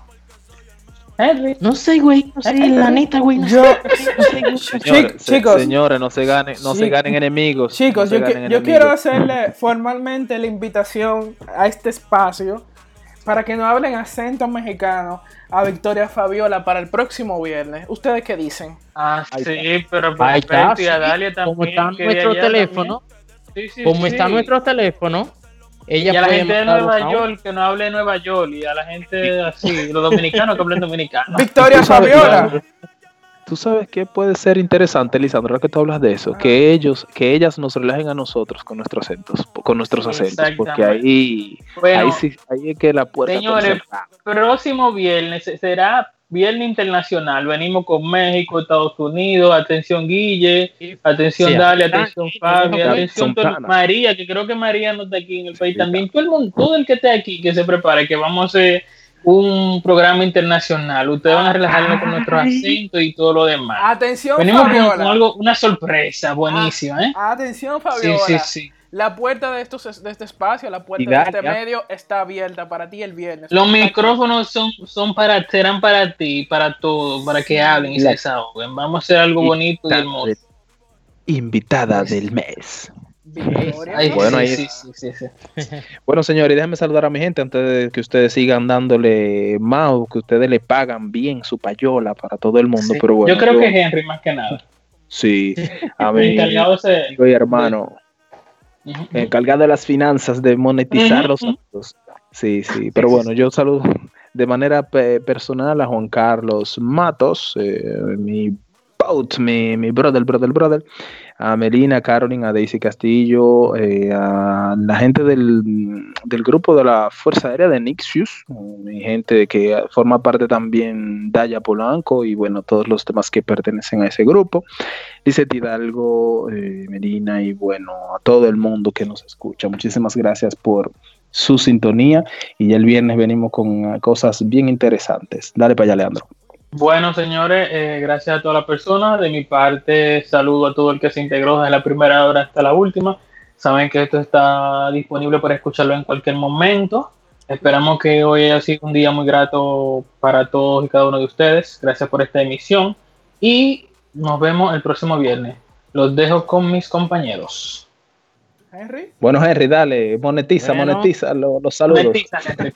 Henry. No sé, güey. No sé, la neta, güey. No Yo, sé. No sé, güey. Señores, se- chicos. señores, no se ganen, no se Sí. ganen enemigos. Chicos, no se yo, ganen qui- yo enemigos. quiero hacerle formalmente la invitación a este espacio para que nos hablen acento mexicano a Victoria Fabiola para el próximo viernes. ¿Ustedes qué dicen? Ah, Ahí sí, pero Ahí está, perfecto. Y a sí. Dalia también. Como está que de nuestro allá teléfono, también. Sí, sí, como sí. está nuestro teléfono, ella y a la puede gente de mandar Nueva un audio. York que no hable de Nueva York y a la gente así, los dominicanos que hablen dominicano. Victoria Tú sabes- Fabiola. Tú sabes que puede ser interesante, Lisandro, ahora que tú hablas de eso, que ellos, que ellas nos relajen a nosotros con nuestros acentos, con nuestros Sí, acentos, porque exactamente. ahí, Bueno, ahí sí, ahí es que la puerta señores, está. próximo viernes será Viernes Internacional. Venimos con México, Estados Unidos. Atención, Guille. Atención, Sí, Dalia. atención, Atención, Fabi. atención, Atención, todo el- Santana. María, que creo que María no está aquí en el país también. Todo el mundo, todo el que esté aquí, que se prepare, que vamos a hacer un programa internacional. Ustedes van a relajarnos con nuestros acentos y todo lo demás. Atención, Venimos con, Fabiola. con algo, una sorpresa buenísima, ¿eh? Atención, Sí, Fabiola. sí, sí. La puerta de, estos, de este espacio, la puerta Y de Dalia. este medio está abierta para ti el viernes. Los micrófonos son, son para, serán para ti, para todos, para que hablen y se desahoguen. Vamos a hacer algo bonito y hermoso. Invitada del mes. Victoria. Ay, Bueno, ahí sí, es- sí, sí, sí, sí. Bueno, señores, déjenme saludar a mi gente antes de que ustedes sigan dándole más o que ustedes le pagan bien su payola para todo el mundo. Sí. Pero bueno, Yo creo que Henry más que nada. sí, a El mí, encargado ese- amigo y hermano, Ujú. encargado de las finanzas, de monetizar Ujú, los ujú. actos. Sí, sí, pero bueno, yo saludo de manera pe- personal a Juan Carlos Matos, eh, mi boat, mi, mi brother, brother, brother, a Melina, Caroline, a Daisy Castillo, eh, a la gente del, del grupo de la Fuerza Aérea de Nixius, mi gente que forma parte también Daya Polanco y bueno, todos los demás que pertenecen a ese grupo. Lizeth Hidalgo, eh, Melina y bueno, a todo el mundo que nos escucha. Muchísimas gracias por su sintonía y ya el viernes venimos con uh, cosas bien interesantes. Dale para allá, Leandro. Bueno, señores, eh, gracias a todas las personas. De mi parte, saludo a todo el que se integró desde la primera hora hasta la última. Saben que esto está disponible para escucharlo en cualquier momento. Esperamos que hoy haya sido un día muy grato para todos y cada uno de ustedes. Gracias por esta emisión y nos vemos el próximo viernes. Los dejo con mis compañeros. Henry. Bueno, Henry, dale, monetiza, Bueno. monetiza lo- los saludos. Monetiza, Henry.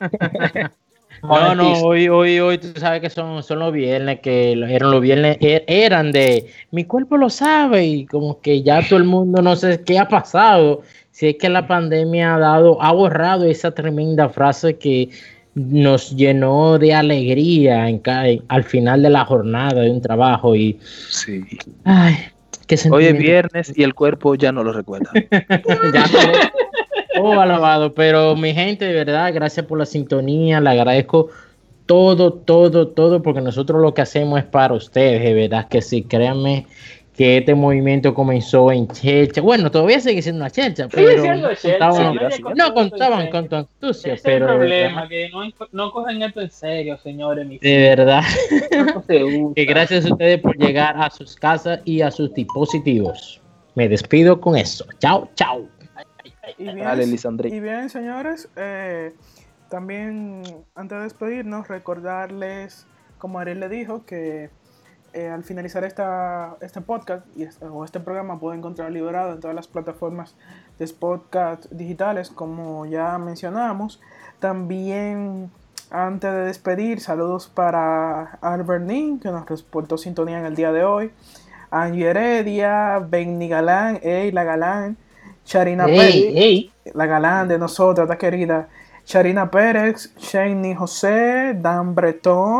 No, no, Monetiza. hoy, hoy, hoy, tú sabes que son, son los viernes, que lo- eran los viernes, er- eran de mi cuerpo lo sabe, y como que ya todo el mundo no sé qué ha pasado. Si es que la pandemia ha dado, ha borrado esa tremenda frase que nos llenó de alegría en ca- en- al final de la jornada de un trabajo. Y Sí. ay, qué Hoy es sentimiento. viernes y el cuerpo ya no lo recuerda. Ya todo, todo alabado, pero mi gente, de verdad, gracias por la sintonía, le agradezco todo, todo, todo, porque nosotros lo que hacemos es para ustedes, de verdad que sí, créanme que este movimiento comenzó en Chelcha, bueno, todavía sigue siendo una Chelcha, pero siendo no Chelcha, contaban, nadie contó no esto contaban en con tu astucia, Ese es pero el de problema, verdad, que no, no cogen esto en serio, señores. Mi de verdad, no se usa. que gracias a ustedes por llegar a sus casas y a sus dispositivos. Me despido con eso. Chao, chao. Y bien, Dale, Lisandri. y bien, señores, eh, también antes de despedirnos, recordarles, como Ariel le dijo, que eh, al finalizar esta, este podcast y este, o este programa puede encontrar liberado en todas las plataformas de podcast digitales, como ya mencionamos. También, antes de despedir, saludos para Albert Nin, que nos reportó sintonía en el día de hoy. Angie Heredia, Benny Galán, ey, la Galán, Charina Ey, Pérez, ey. la Galán de nosotras, esta querida, Charina Pérez, Shani José, Dan Bretón,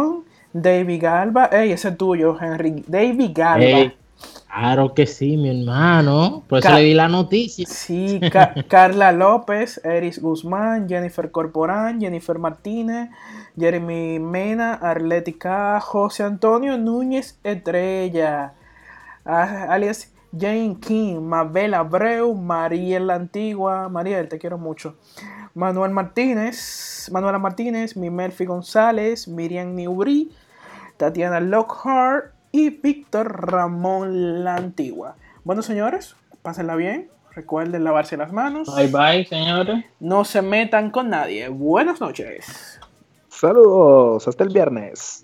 David Galva, ey, ese es tuyo, Henry. David Galva. Ey, claro que sí, mi hermano. Por eso Ca- le di la noticia. Sí, Ca- Carla López, Eris Guzmán, Jennifer Corporán, Jennifer Martínez, Jeremy Mena, Arlética, José Antonio Núñez Estrella, a- alias Jane King, Mabel Abreu, Mariel la Antigua, Mariel, te quiero mucho, Manuel Martínez, Manuela Martínez, Mimelfi González, Miriam Niubri, Tatiana Lockhart y Víctor Ramón la Antigua. Bueno, señores, pásenla bien. Recuerden lavarse las manos. Bye bye, señores. No se metan con nadie. Buenas noches. Saludos, hasta el viernes.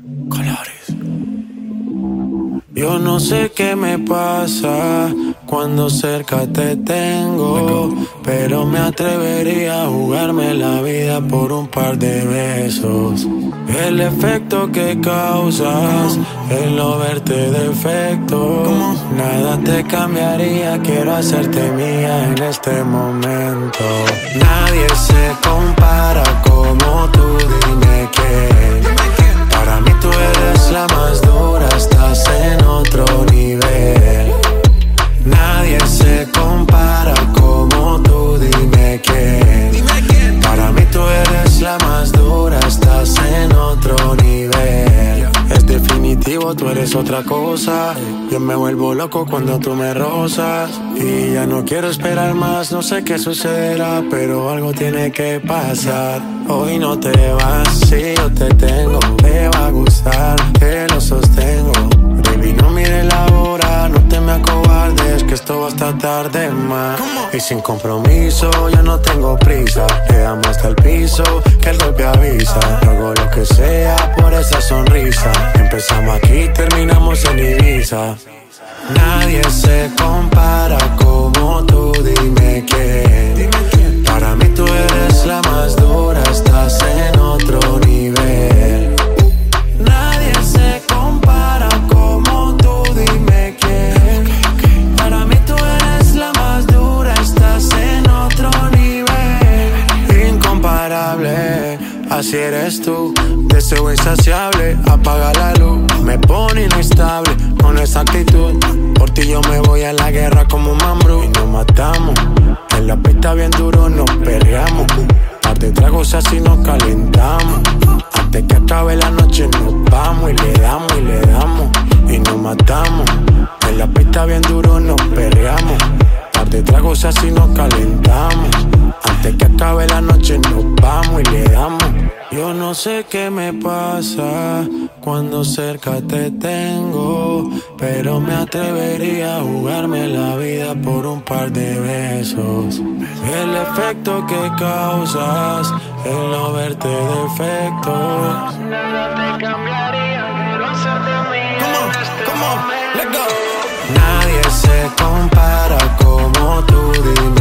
Yo no sé qué me pasa cuando cerca te tengo, pero me atrevería a jugarme la vida por un par de besos. El efecto que causas, el no verte defecto, nada te cambiaría, quiero hacerte mía en este momento. Nadie se compara como tú, dime quién. Para mí tú eres la más dura, estás en otro nivel. Nadie se compara como tú, dime quién. Para mí tú eres la más dura, estás en otro nivel. Es definitivo, tú eres otra cosa. Yo me vuelvo loco cuando tú me rozas. Y ya no quiero esperar más, no sé qué sucederá, pero algo tiene que pasar. Hoy no te vas, si yo te tengo, te va a gustar, que lo sostengo. Baby, no mires la hora, no te me acobardes, que esto va hasta tarde más. Y sin compromiso, yo no tengo prisa, le damos hasta el piso, que el golpe avisa. Yo hago lo que sea por esa sonrisa, empezamos aquí, terminamos en Ibiza. Nadie se compara como tú, dime quién. Para mí tú eres la más dura, estás en otro nivel. Nadie se compara como tú, dime quién. Para mí tú eres la más dura, estás en otro nivel. Incomparable, así eres tú. Deseo insaciable, apaga la luz. Me pone inestable con esa actitud. Por ti yo me voy a la guerra como un mambrú. Y nos matamos, en la pista bien duro nos perreamos. Par de tragos así nos calentamos. Antes que acabe la noche nos vamos y le damos y le damos. Y nos matamos, en la pista bien duro nos perreamos. Par de tragos así nos calentamos. Antes que acabe la noche nos vamos y le damos. Yo no sé qué me pasa cuando cerca te tengo, pero me atrevería a jugarme la vida por un par de besos. El efecto que causas, el no verte defecto, nada te cambiaría, quiero hacerte mía en este momento. Nadie se compara como tú, dime